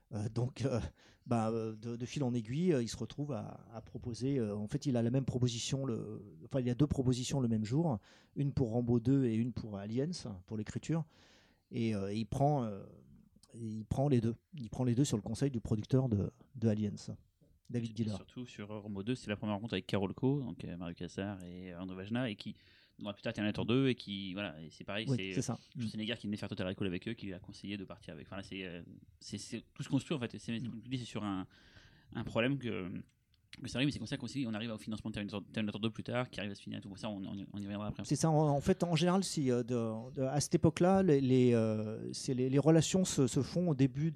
De fil en aiguille, il se retrouve à proposer. En fait, il a la même proposition. Il y a 2 propositions le même jour, une pour Rambo 2 et une pour Aliens, pour l'écriture. Et il prend les deux. Il prend les deux sur le conseil du producteur de Aliens. David Giller. Surtout sur Rambo 2, c'est la première rencontre avec Carol Co, donc Mario Cassar et André Vajna, et qui plus tard Terminator 2, et qui voilà, et c'est pareil, oui, c'est ça. Schwarzenegger qui venait faire Total Recall avec eux, qui lui a conseillé de partir avec. Enfin, c'est tout se construit en fait. C'est sur un problème que ça arrive, mais c'est comme ça qu'on arrive au financement de Terminator 2 plus tard, qui arrive à se finir et tout ça. On y reviendra après. C'est ça. En fait, en général, à cette époque-là, les relations se font au début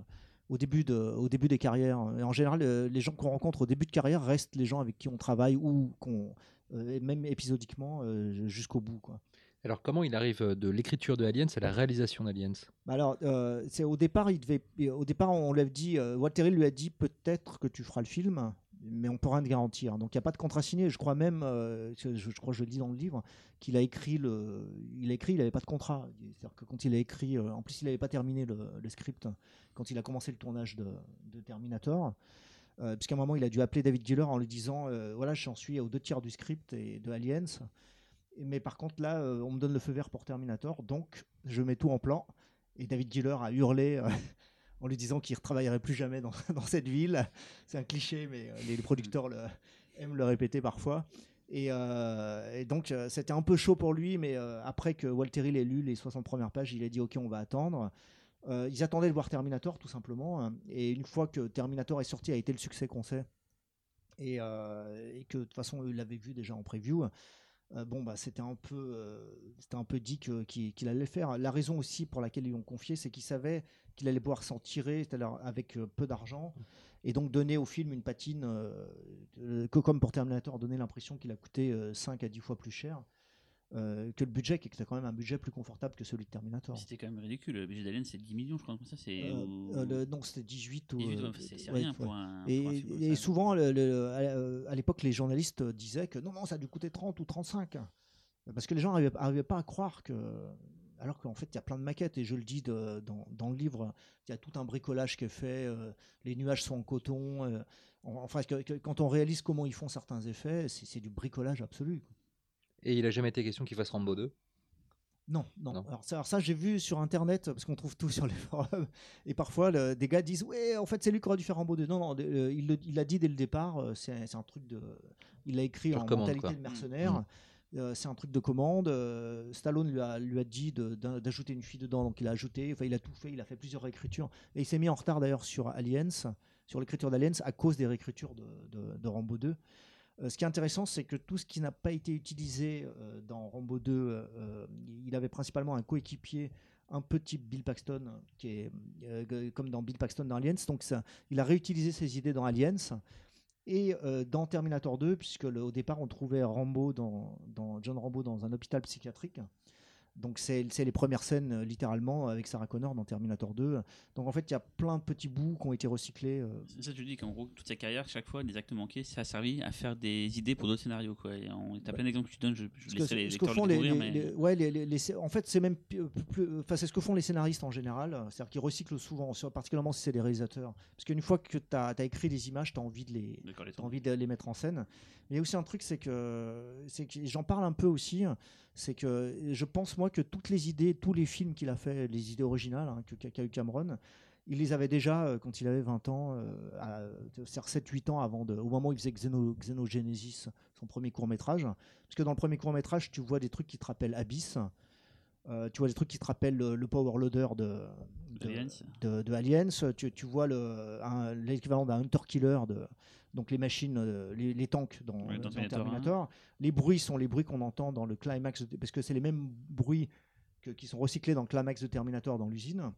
des carrières. Et en général, les gens qu'on rencontre au début de carrière restent les gens avec qui on travaille ou même épisodiquement jusqu'au bout, quoi. Alors, comment il arrive de l'écriture de Aliens à la réalisation d'Aliens? Alors, c'est au départ, on lui a dit, Walter Hill lui a dit peut-être que tu feras le film, mais on peut rien te garantir. Donc, il n'y a pas de contrat signé. Je crois même, je crois que je le dis dans le livre, qu'il a écrit, il n'avait pas de contrat. C'est-à-dire que quand il a écrit, en plus, il n'avait pas terminé le script quand il a commencé le tournage de Terminator. Puisqu'à un moment, il a dû appeler David Giller en lui disant voilà, j'en suis aux 2/3 du script et de Aliens. Mais par contre, là, on me donne le feu vert pour Terminator, donc je mets tout en plan. Et David Giller a hurlé en lui disant qu'il ne retravaillerait plus jamais dans cette ville. C'est un cliché, mais les producteurs aiment le répéter parfois. Et donc, c'était un peu chaud pour lui, mais après que Walter Hill ait lu les 60 premières pages, il a dit « Ok, on va attendre ». Ils attendaient de voir Terminator, tout simplement. Et une fois que Terminator est sorti, a été le succès qu'on sait, et que de toute façon, ils l'avaient vu déjà en preview, c'était un peu dit qu'il allait le faire. La raison aussi pour laquelle ils l'ont confié, c'est qu'il savait qu'il allait pouvoir s'en tirer, c'est-à-dire avec peu d'argent, et donc donner au film une patine que, comme pour Terminator, donner l'impression qu'il a coûté 5 à 10 fois plus cher que le budget, qui était quand même un budget plus confortable que celui de Terminator. C'était quand même ridicule. Le budget d'Alien, c'est 10 millions, je crois. Ça, c'est. Non, c'était 18 ou. 18, c'est rien pour un. Pour un film comme Et ça. souvent, à l'époque, les journalistes disaient que non, ça a dû coûter 30 ou 35. Parce que les gens n'arrivaient pas à croire que. Alors qu'en fait, il y a plein de maquettes, et je le dis dans le livre, il y a tout un bricolage qui est fait, les nuages sont en coton. Enfin, quand on réalise comment ils font certains effets, c'est du bricolage absolu. Et il a jamais été question qu'il fasse Rambo 2. Non. Non. Alors ça, j'ai vu sur Internet, parce qu'on trouve tout sur les forums, et parfois des gars disent ouais, en fait c'est lui qui aurait dû faire Rambo 2. Non, il l'a dit dès le départ, c'est un truc de... Il l'a écrit en mentalité de mercenaire, c'est un truc de commande. Stallone lui a dit d'ajouter une fille dedans, donc il a ajouté, enfin il a tout fait, il a fait plusieurs réécritures, et il s'est mis en retard d'ailleurs sur l'écriture d'Aliens, à cause des réécritures de Rambo 2. Ce qui est intéressant, c'est que tout ce qui n'a pas été utilisé dans Rambo 2, il avait principalement un coéquipier un peu type Bill Paxton, qui est comme dans Bill Paxton dans Aliens. Donc il a réutilisé ses idées dans Aliens et dans Terminator 2, puisque au départ on trouvait John Rambo dans un hôpital psychiatrique. Donc c'est les premières scènes littéralement avec Sarah Connor dans Terminator 2. Donc en fait il y a plein de petits bouts qui ont été recyclés. C'est ça, tu dis qu'en gros toute sa carrière, chaque fois, les actes manqués, ça a servi à faire des idées pour d'autres scénarios, quoi. Et t'as plein d'exemples que tu donnes, je laisserai les lecteurs le découvrir, en fait c'est même c'est ce que font les scénaristes en général, c'est-à-dire qu'ils recyclent souvent, particulièrement si c'est des réalisateurs, parce qu'une fois que tu as écrit des images, tu as envie de les mettre en scène. Mais il y a aussi un truc, c'est que j'en parle un peu aussi, c'est que je pense moi que toutes les idées, tous les films qu'il a fait, les idées originales qu'a eu Cameron, il les avait déjà quand il avait 20 ans, c'est-à-dire 7-8 ans au moment où il faisait Xenogenesis, son premier court-métrage. Parce que dans le premier court-métrage, tu vois des trucs qui te rappellent Abyss, tu vois des trucs qui te rappellent le Power Loader de Aliens, tu vois l'équivalent d'un Hunter Killer, donc les machines, les tanks dans Terminator. Les bruits sont les bruits qu'on entend dans le climax, parce que c'est les mêmes bruits qui sont recyclés dans le climax de Terminator dans l'usine.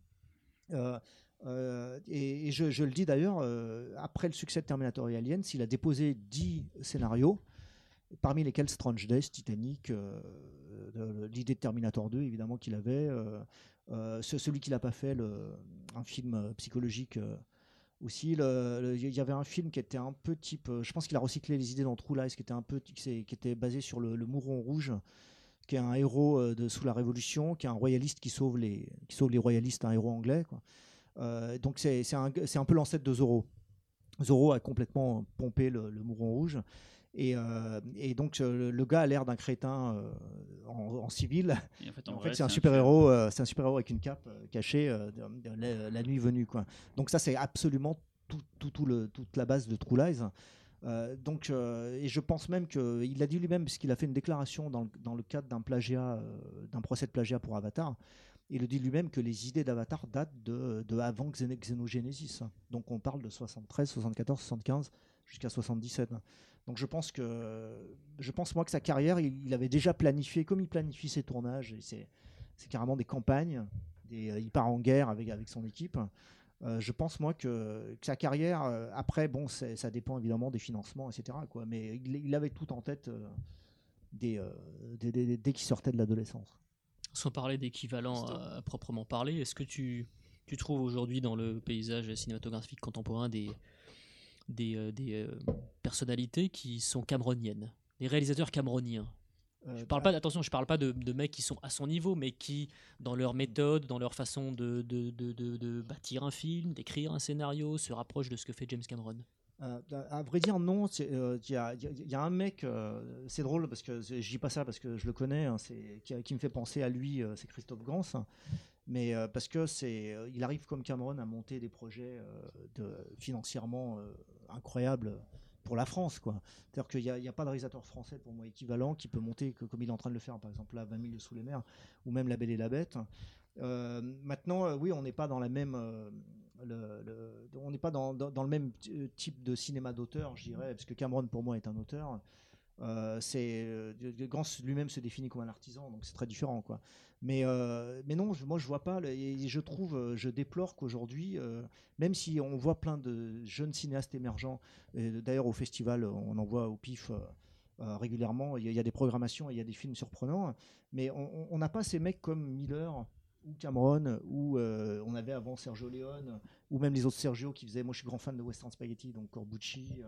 Et je le dis d'ailleurs, après le succès de Terminator et Aliens, il a déposé 10 scénarios, parmi lesquels Strange Days, Titanic, l'idée de Terminator 2 évidemment qu'il avait, celui qu'il n'a pas fait, un film psychologique aussi. Il y avait un film qui était un peu type, je pense qu'il a recyclé les idées dans True Lies, qui était basé sur le Mouron Rouge, qui est un héros sous la Révolution, qui est un royaliste qui sauve les royalistes, un héros anglais, quoi. Donc c'est un peu l'ancêtre de Zorro. Zorro a complètement pompé le Mouron Rouge. Et donc le gars a l'air d'un crétin en civil. En fait c'est un super-héros, avec une cape cachée la nuit venue, quoi. Donc ça c'est absolument toute la base de True Lies. Et je pense même qu'il l'a dit lui-même, puisqu'il a fait une déclaration dans le cadre d'un procès de plagiat pour Avatar. Il le dit lui-même que les idées d'Avatar datent de avant Xenogenesis. Donc on parle de 73, 74, 75 jusqu'à 77. Donc je pense moi que sa carrière, il avait déjà planifié, comme il planifie ses tournages, et c'est carrément des campagnes, il part en guerre avec son équipe. Je pense moi que sa carrière, après, bon, ça dépend évidemment des financements, etc., quoi, mais il avait tout en tête dès qu'il sortait de l'adolescence. Sans parler d'équivalent à proprement parler, est-ce que tu trouves aujourd'hui dans le paysage cinématographique contemporain des personnalités qui sont cameroniennes, des réalisateurs cameroniens? Je parle pas de mecs qui sont à son niveau, mais qui, dans leur méthode, dans leur façon de bâtir un film, d'écrire un scénario, se rapprochent de ce que fait James Cameron. À vrai dire, non. Il y a un mec, c'est drôle parce que je dis pas ça parce que je le connais, qui me fait penser à lui, c'est Christophe Gans. Mais parce que il arrive comme Cameron à monter des projets financièrement incroyables pour la France, quoi. C'est-à-dire qu'il n'y a pas de réalisateur français pour moi équivalent qui peut monter comme il est en train de le faire, par exemple là, 20 000 sous les mers, ou même La Belle et la Bête. Maintenant, oui, on n'est pas dans la même, on n'est pas dans le même type de cinéma d'auteur, je dirais, parce que Cameron pour moi est un auteur. Gans lui-même se définit comme un artisan, donc c'est très différent, quoi. Mais non, moi je vois pas, et je déplore qu'aujourd'hui, même si on voit plein de jeunes cinéastes émergents, et d'ailleurs au festival, on en voit au pif régulièrement, il y a des programmations, il y a des films surprenants, mais on n'a pas ces mecs comme Miller ou Cameron, ou on avait avant Sergio Leone, ou même les autres Sergio qui faisaient. Moi, je suis grand fan de Western Spaghetti, donc Corbucci.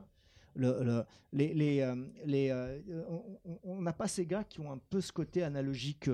On n'a pas ces gars qui ont un peu ce côté analogique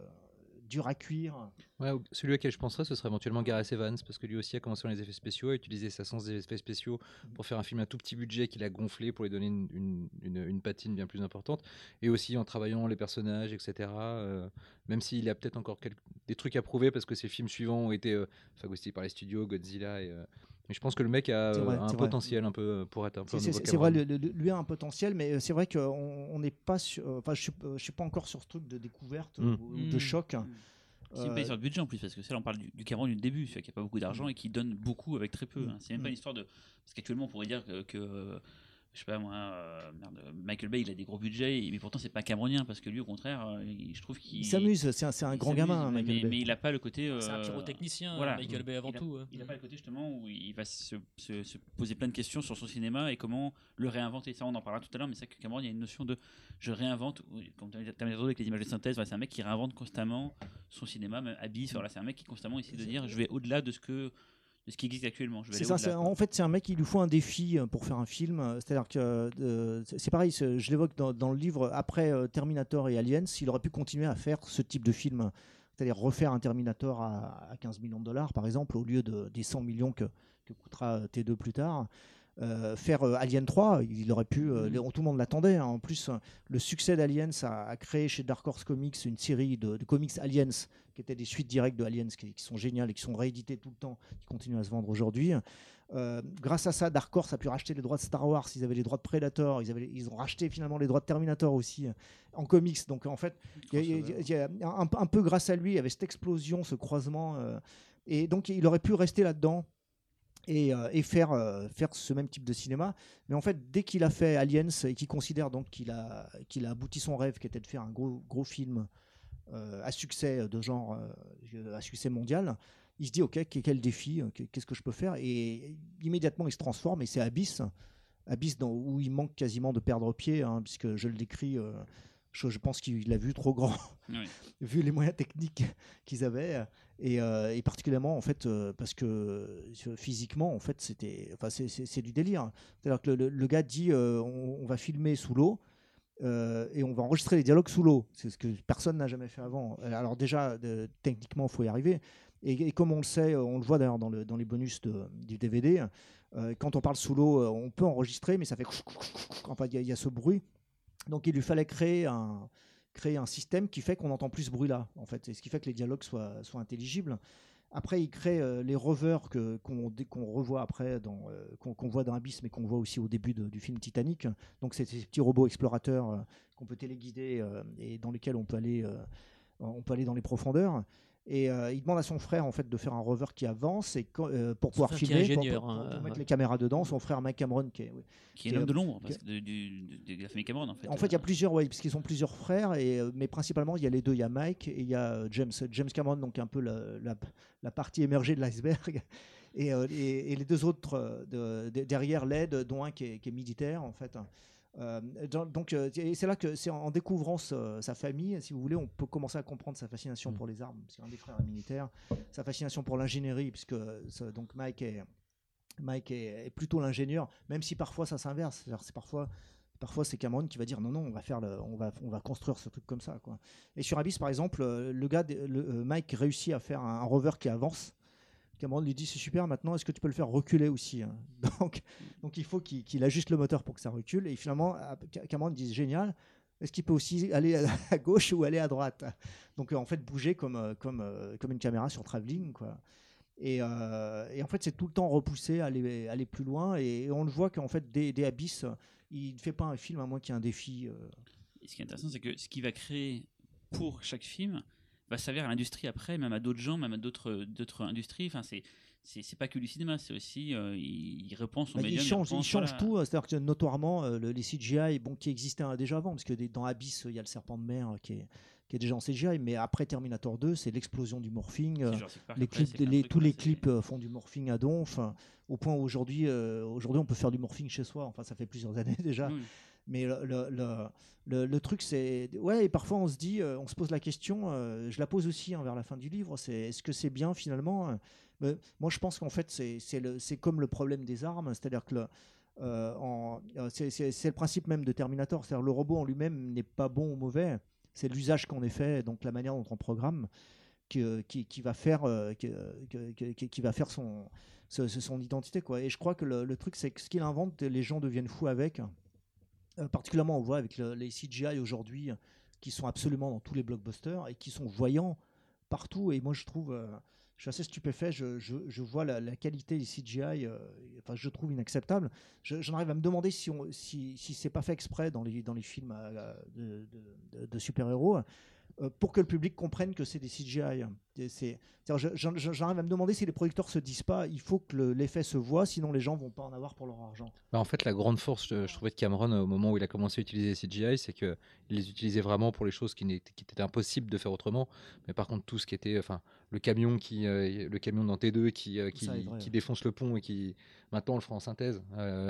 dur à cuire. Ouais, celui auquel je penserais, ce serait éventuellement Gareth Evans, parce que lui aussi a commencé dans les effets spéciaux, a utilisé sa sens des effets spéciaux pour faire un film à tout petit budget qu'il a gonflé pour lui donner une patine bien plus importante, et aussi en travaillant les personnages, etc. Même s'il a peut-être encore des trucs à prouver, parce que ses films suivants ont été phagocytés par les studios, Godzilla, mais je pense que le mec a un potentiel un peu pour être un peu un nouveau C'est vrai, Cameron. lui a un potentiel, mais c'est vrai qu'on n'est pas sur. Enfin, je suis pas encore sur ce truc de découverte ou de choc. C'est une histoire de budget en plus, parce que ça, là, on parle du Cameron du début, celui qui n'a pas beaucoup d'argent et qui donne beaucoup avec très peu. Hein. C'est même pas une histoire de. Parce qu'actuellement, on pourrait dire que je sais pas moi, Michael Bay, il a des gros budgets, mais pourtant, c'est pas cameronien, parce que lui, au contraire, je trouve qu'il. Il s'amuse, c'est un grand gamin, Michael Bay. Mais il n'a pas le côté. C'est un pyrotechnicien, voilà. Michael Bay avant tout. Il n'a pas le côté justement où il va se poser plein de questions sur son cinéma et comment le réinventer. Ça, on en parlera tout à l'heure, mais c'est que Cameron, il y a une notion de je réinvente, comme Terminator avec les images de synthèse. Voilà, c'est un mec qui réinvente constamment son cinéma, même Abyss. Voilà, c'est un mec qui constamment essaie de dire je vais au-delà de ce qui existe actuellement. C'est ça. En fait, c'est un mec, il lui faut un défi pour faire un film. C'est-à-dire que c'est pareil, je l'évoque dans le livre. Après Terminator et Aliens, il aurait pu continuer à faire ce type de film. C'est-à-dire refaire un Terminator à 15 millions de dollars, par exemple, au lieu des 100 millions que coûtera T2 plus tard. Faire Alien 3, il aurait pu. Tout le monde l'attendait. Hein. En plus, le succès d'Aliens a créé chez Dark Horse Comics une série de comics Aliens, qui étaient des suites directes de Aliens, qui sont géniales et qui sont rééditées tout le temps, qui continuent à se vendre aujourd'hui. Grâce à ça, Dark Horse a pu racheter les droits de Star Wars, ils avaient les droits de Predator, ils ont racheté finalement les droits de Terminator aussi en comics. Donc en fait, il y a un peu grâce à lui, il y avait cette explosion, ce croisement. Et donc il aurait pu rester là-dedans. Et faire ce même type de cinéma. Mais en fait, dès qu'il a fait Aliens et qu'il considère donc qu'il a abouti son rêve, qui était de faire un gros film à succès de genre, à succès mondial, il se dit ok, quel défi, qu'est-ce que je peux faire? Et immédiatement, il se transforme et c'est Abyss où il manque quasiment de perdre pied, hein, puisque je le décris. Je pense qu'il l'a vu trop grand, Oui. vu les moyens techniques qu'ils avaient, et particulièrement en fait parce que physiquement en fait c'est du délire. C'est-à-dire que le gars dit on va filmer sous l'eau et on va enregistrer les dialogues sous l'eau. C'est ce que personne n'a jamais fait avant. Alors déjà techniquement il faut y arriver. Et comme on le sait, on le voit d'ailleurs dans les bonus du DVD, quand on parle sous l'eau, on peut enregistrer, mais ça fait enfin il y a ce bruit. Donc il lui fallait créer un système qui fait qu'on n'entend plus ce bruit-là, en fait, et ce qui fait que les dialogues soient intelligibles. Après, il crée les rovers qu'on revoit après, qu'on voit dans Abyss, mais qu'on voit aussi au début du film Titanic. Donc c'est ces petits robots explorateurs qu'on peut téléguider et dans lesquels on peut aller dans les profondeurs. Et il demande à son frère en fait de faire un rover qui avance et pour pouvoir filmer, pour mettre les caméras dedans. Son frère Mike Cameron qui est l'homme de l'ombre parce que de la famille Cameron en fait. En fait, il y a plusieurs, parce qu'ils sont plusieurs frères, mais principalement il y a les deux, il y a Mike et il y a James Cameron, donc un peu la partie émergée de l'iceberg. Et les deux autres derrière l'aide, dont un qui est militaire en fait. Donc c'est là que c'est en découvrant sa famille, si vous voulez, on peut commencer à comprendre sa fascination pour les armes, parce qu'un des frères est militaire, sa fascination pour l'ingénierie, puisque donc Mike est plutôt l'ingénieur, même si parfois ça s'inverse. C'est parfois c'est Cameron qui va dire non, on va construire ce truc comme ça, quoi. Et sur Abyss par exemple, Mike réussit à faire un rover qui avance. Cameron lui dit c'est super, maintenant est-ce que tu peux le faire reculer aussi, hein? Donc il faut qu'il ajuste le moteur pour que ça recule, et finalement Cameron dit génial, est-ce qu'il peut aussi aller à gauche ou aller à droite? Donc en fait bouger comme une caméra sur travelling, quoi. Et en fait c'est tout le temps repoussé à aller plus loin, et on le voit qu'en fait des Abyss, il ne fait pas un film à moins qu'il y ait un défi. Et ce qui est intéressant, c'est que ce qu'il va créer pour chaque film va servir à l'industrie après, même à d'autres gens, même à d'autres industries. Enfin, c'est pas que du cinéma, c'est aussi il reprend son Bah, médium. il change voilà. tout, c'est-à-dire que notoirement les CGI qui existaient déjà avant, parce que dans Abyss il y a le serpent de mer qui est déjà en CGI, mais après Terminator 2 c'est l'explosion du morphing, C'est Jurassic Park, les après, clips, c'est plein de trucs, tous voilà, les clips font du morphing à donf, au point où aujourd'hui on peut faire du morphing chez soi, enfin ça fait plusieurs années déjà. Oui. Mais le truc, c'est. Ouais, et parfois on se dit, on se pose la question, je la pose aussi vers la fin du livre, c'est est-ce que c'est bien finalement moi je pense qu'en fait, c'est comme le problème des armes, c'est-à-dire que c'est le principe même de Terminator, c'est-à-dire le robot en lui-même n'est pas bon ou mauvais, c'est l'usage qu'on en fait, donc la manière dont on programme, qui va faire, qui va faire son identité, quoi. Et je crois que le truc, c'est que ce qu'il invente, les gens deviennent fous avec. Particulièrement, on voit avec les CGI aujourd'hui qui sont absolument dans tous les blockbusters et qui sont voyants partout. Et moi, je trouve, je suis assez stupéfait. Je vois la qualité des CGI, enfin, je trouve inacceptable. J'en arrive à me demander si c'est pas fait exprès dans les films de super-héros. Pour que le public comprenne que c'est des CGI. J'arrive à me demander si les producteurs se disent pas il faut que l'effet se voit, sinon les gens vont pas en avoir pour leur argent. Bah, en fait, la grande force, je trouvais de Cameron au moment où il a commencé à utiliser les CGI, c'est qu'il les utilisait vraiment pour les choses qui étaient impossibles de faire autrement. Mais par contre, tout ce qui était, enfin, le camion dans T2 qui défonce le pont et qui maintenant on le fera en synthèse.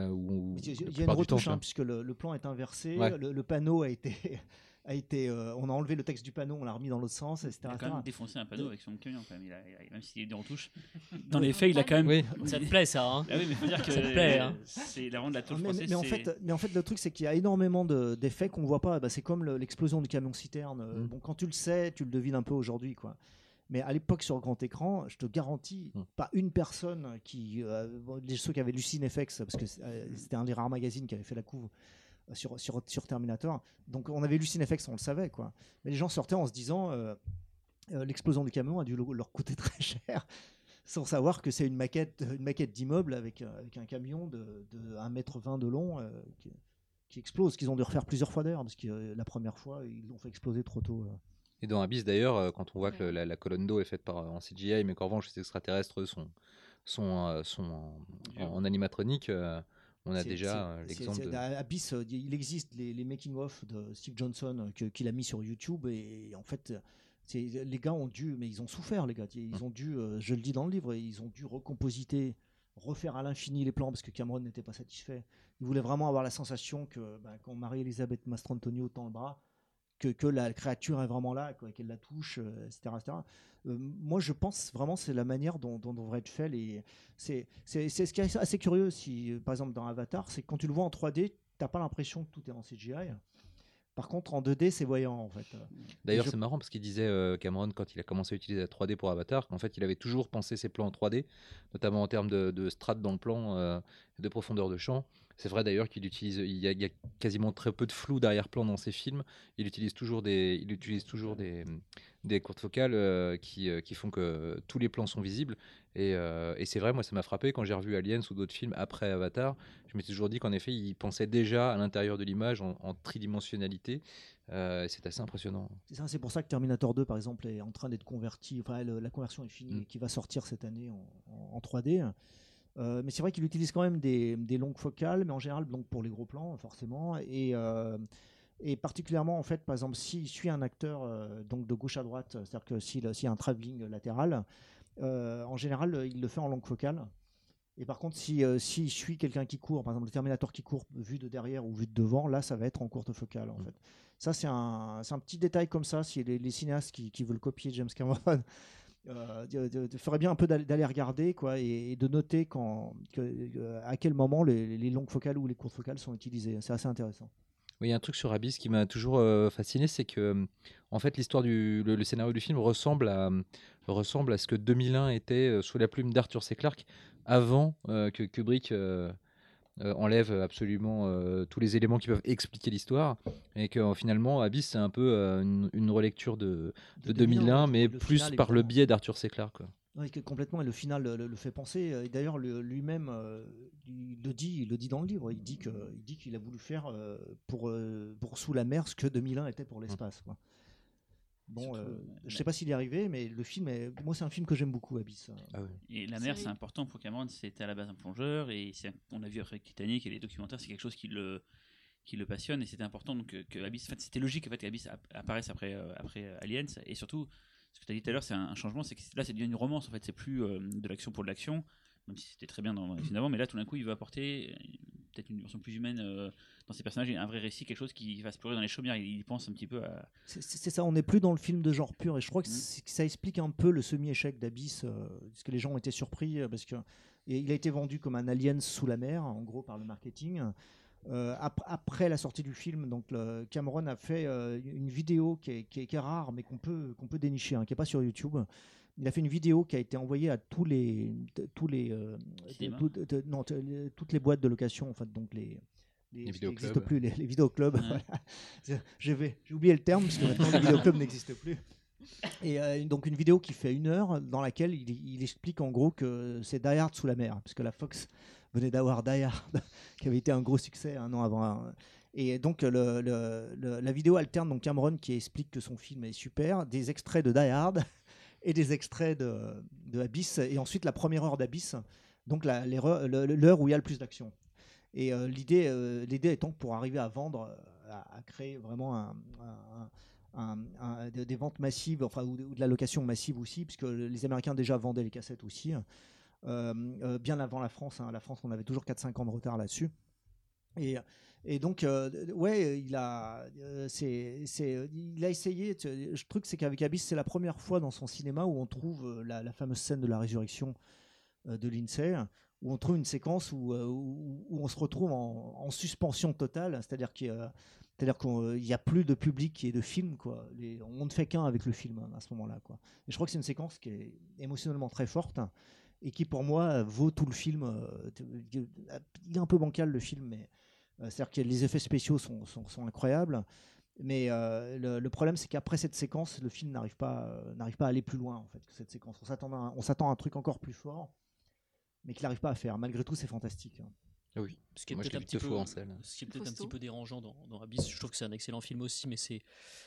Il y a une retouche, puisque le plan est inversé, ouais. le panneau a été on a enlevé le texte du panneau, on l'a remis dans l'autre sens, etc. Il a quand même défoncé un panneau avec son camion, quand même. Même s'il y a eu des retouches. Dans les faits, il a quand même. Oui. Ça te plaît, ça, hein? Ah oui, mais faut dire que ça te plaît, hein. C'est la vente de la touche. Mais en fait, le truc, c'est qu'il y a énormément d'effets qu'on voit pas. C'est comme l'explosion du camion citerne. Bon, quand tu le sais, tu le devines un peu aujourd'hui, quoi. Mais à l'époque, sur grand écran, je te garantis, pas une personne ceux qui avaient lu CineFX, parce que c'était un des rares magazines qui avait fait la couve sur Terminator. Donc on avait lu CineFX, on le savait, quoi. Mais les gens sortaient en se disant l'explosion du camion a dû leur coûter très cher, sans savoir que c'est une maquette d'immeuble avec un camion de 1,20 m de long qui explose, qu'ils ont dû refaire plusieurs fois d'ailleurs, parce que la première fois, ils l'ont fait exploser trop tôt. Et dans Abyss d'ailleurs, quand on voit que la colonne d'eau est faite en CGI, mais qu'en revanche les extraterrestres sont en animatronique, on a déjà l'exemple de... Abyss, il existe les making-of de Steve Johnson qu'il a mis sur YouTube, et en fait, les gars ont dû, mais ils ont souffert, les gars. Ils ont dû, je le dis dans le livre, ils ont dû recompositer, refaire à l'infini les plans parce que Cameron n'était pas satisfait. Il voulait vraiment avoir la sensation que quand Marie-Elisabeth Mastrantonio tend le bras, que la créature est vraiment là, qu'elle la touche, etc. Moi, je pense vraiment c'est la manière dont devrait être fait. C'est ce qui est assez curieux, par exemple, dans Avatar, c'est que quand tu le vois en 3D, tu n'as pas l'impression que tout est en CGI. Par contre, en 2D, c'est voyant, en fait. D'ailleurs, c'est marrant parce qu'il disait, Cameron, quand il a commencé à utiliser la 3D pour Avatar, qu'en fait, il avait toujours pensé ses plans en 3D, notamment en termes de strates dans le plan, de profondeur de champ. C'est vrai d'ailleurs qu'il utilise, il y a quasiment très peu de flou d'arrière-plan dans ses films. Il utilise toujours des courtes focales qui font que tous les plans sont visibles. Et c'est vrai, moi ça m'a frappé quand j'ai revu Aliens ou d'autres films après Avatar. Je m'étais toujours dit qu'en effet, il pensait déjà à l'intérieur de l'image en tridimensionnalité. C'est assez impressionnant. C'est pour ça que Terminator 2, par exemple, est en train d'être converti. Enfin, la conversion est finie, qui va sortir cette année en 3D. Mais c'est vrai qu'il utilise quand même des longues focales, mais en général donc pour les gros plans forcément, et particulièrement en fait, par exemple, s'il suit un acteur donc de gauche à droite, c'est-à-dire que s'il y a un travelling latéral, en général il le fait en longue focale. Et par contre, s'il suit quelqu'un qui court, par exemple le Terminator qui court vu de derrière ou vu de devant, là ça va être en courte focale en fait. Ça c'est un petit détail comme ça, si les cinéastes qui veulent copier James Cameron ferait bien un peu d'aller regarder, quoi, et de noter à quel moment les longues focales ou les courtes focales sont utilisées. C'est assez intéressant. Oui, il y a un truc sur Abyss qui m'a toujours fasciné, c'est que en fait l'histoire le scénario du film ressemble à ce que 2001 était sous la plume d'Arthur C. Clarke avant que Kubrick enlève absolument tous les éléments qui peuvent expliquer l'histoire, et que finalement Abyss c'est un peu une relecture de 2001, mais plus par le biais d'Arthur C. Clarke, quoi. Oui, complètement, et le final le fait penser. Et d'ailleurs, lui-même, il le dit dans le livre. Il dit qu'il a voulu faire pour Sous la mer ce que 2001 était pour l'espace, quoi. Bon, Surtout, je sais pas s'il y est arrivé, mais le film, moi, c'est un film que j'aime beaucoup, Abyss. Et la C'est mer, vrai. c'est important pour Cameron. C'était à la base un plongeur, et on l'a vu après Titanic et les documentaires, c'est quelque chose qui le passionne, et c'était important donc que Abyss, en fait, c'était logique en fait, qu'Abyss apparaisse après Aliens, et surtout, ce que tu as dit tout à l'heure, c'est un changement, c'est que là, c'est devenu une romance en fait, c'est plus de l'action pour de l'action, même si c'était très bien dans les films d'avant, mais là, tout d'un coup, il veut apporter peut-être une dimension plus humaine dans ses personnages, et un vrai récit, quelque chose qui va se plonger dans les chaumières. Il pense un petit peu à. C'est ça, on n'est plus dans le film de genre pur, et je crois que Mm. ça explique un peu le semi-échec d'Abyss, parce que les gens ont été surpris, parce que il a été vendu comme un alien sous la mer, en gros, par le marketing. Après la sortie du film, donc Cameron a fait une vidéo qui est rare, mais qu'on peut dénicher, qui n'est pas sur YouTube. Il a fait une vidéo qui a été envoyée à toutes les Cinéma. toutes les boîtes de location, en fait, donc les ce qui vidéoclubs. n'existe plus, les vidéoclubs. Ouais. Voilà. J'ai oublié le terme parce que maintenant les vidéoclubs n'existent plus. Et donc une vidéo qui fait 1 heure dans laquelle il explique en gros que c'est Die Hard sous la mer, parce que la Fox venait d'avoir Die Hard qui avait été un gros succès un an avant. Et donc la vidéo alterne donc Cameron qui explique que son film est super, des extraits de Die Hard et des extraits de Abyss, et ensuite la première heure d'Abyss, donc l'heure où il y a le plus d'action. Et l'idée étant que pour arriver à vendre, à créer vraiment des ventes massives, enfin, ou de la location massive aussi, puisque les Américains déjà vendaient les cassettes aussi, bien avant la France. La France, on avait toujours 4-5 ans de retard là-dessus. Et donc, ouais, il a essayé. Le truc, c'est qu'avec Abyss, c'est la première fois dans son cinéma où on trouve la fameuse scène de la résurrection de Lindsay, où on trouve une séquence où on se retrouve en suspension totale, c'est-à-dire qu'il n'y a plus de public et de film, quoi. On ne fait qu'un avec le film à ce moment-là, quoi. Et je crois que c'est une séquence qui est émotionnellement très forte et qui, pour moi, vaut tout le film. Il est un peu bancal, le film, mais c'est-à-dire que les effets spéciaux sont incroyables. Mais le problème, c'est qu'après cette séquence, le film n'arrive pas à aller plus loin, en fait, que cette séquence. On s'attend à un truc encore plus fort, mais qu'il n'arrive pas à faire. Malgré tout, c'est fantastique. Oui. Ce qui est Moi, je peut-être l'ai un vu 2 petit fois peu, en salle. ce qui est peut-être un Costaud. petit peu dérangeant dans Abyss. Je trouve que c'est un excellent film aussi, mais c'est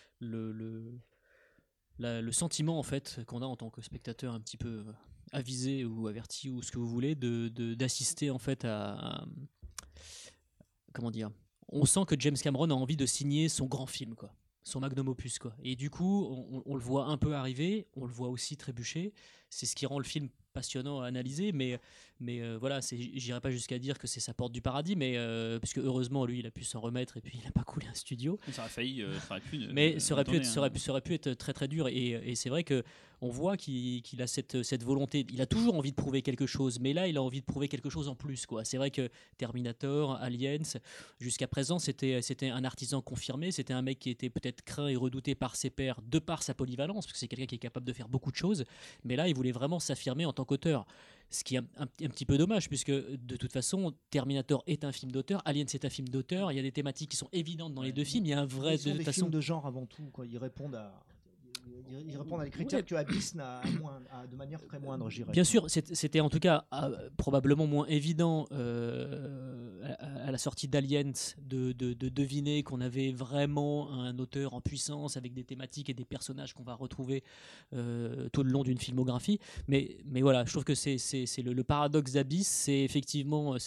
le sentiment en fait qu'on a en tant que spectateur un petit peu avisé ou averti ou ce que vous voulez d'assister en fait à comment dire. On sent que James Cameron a envie de signer son grand film, quoi, son magnum opus, quoi. Et du coup, on le voit un peu arriver, on le voit aussi trébucher. C'est ce qui rend le film passionnant à analyser, mais voilà, j'irai pas jusqu'à dire que c'est sa porte du paradis, mais puisque heureusement lui il a pu s'en remettre et puis il a pas coulé un studio. Ça aurait failli, ça aurait pu. Mais ça aurait pu tourner, être, ça aurait pu être très très dur, et c'est vrai que on voit qu'il a cette volonté. Il a toujours envie de prouver quelque chose, mais là il a envie de prouver quelque chose en plus, quoi. C'est vrai que Terminator, Aliens, jusqu'à présent c'était un artisan confirmé, c'était un mec qui était peut-être craint et redouté par ses pairs de par sa polyvalence, parce que c'est quelqu'un qui est capable de faire beaucoup de choses, mais là il voulait vraiment s'affirmer en tant qu'auteur. Ce qui est un petit peu dommage, puisque de toute façon, Terminator est un film d'auteur, Alien c'est un film d'auteur, il y a des thématiques qui sont évidentes dans les deux films, il y a un vrai... Ils sont de des toute films façon, de genre avant tout, quoi. Ils répondent à des critères Ouais. que Abyss n'a de manière très moindre, je dirais. bien sûr, c'était en tout cas probablement moins évident à la sortie d'Aliens de deviner qu'on avait vraiment un auteur en puissance avec des thématiques et des personnages qu'on va retrouver tout le long d'une filmographie. Mais voilà, je trouve que c'est le paradoxe d'Abyss, c'est effectivement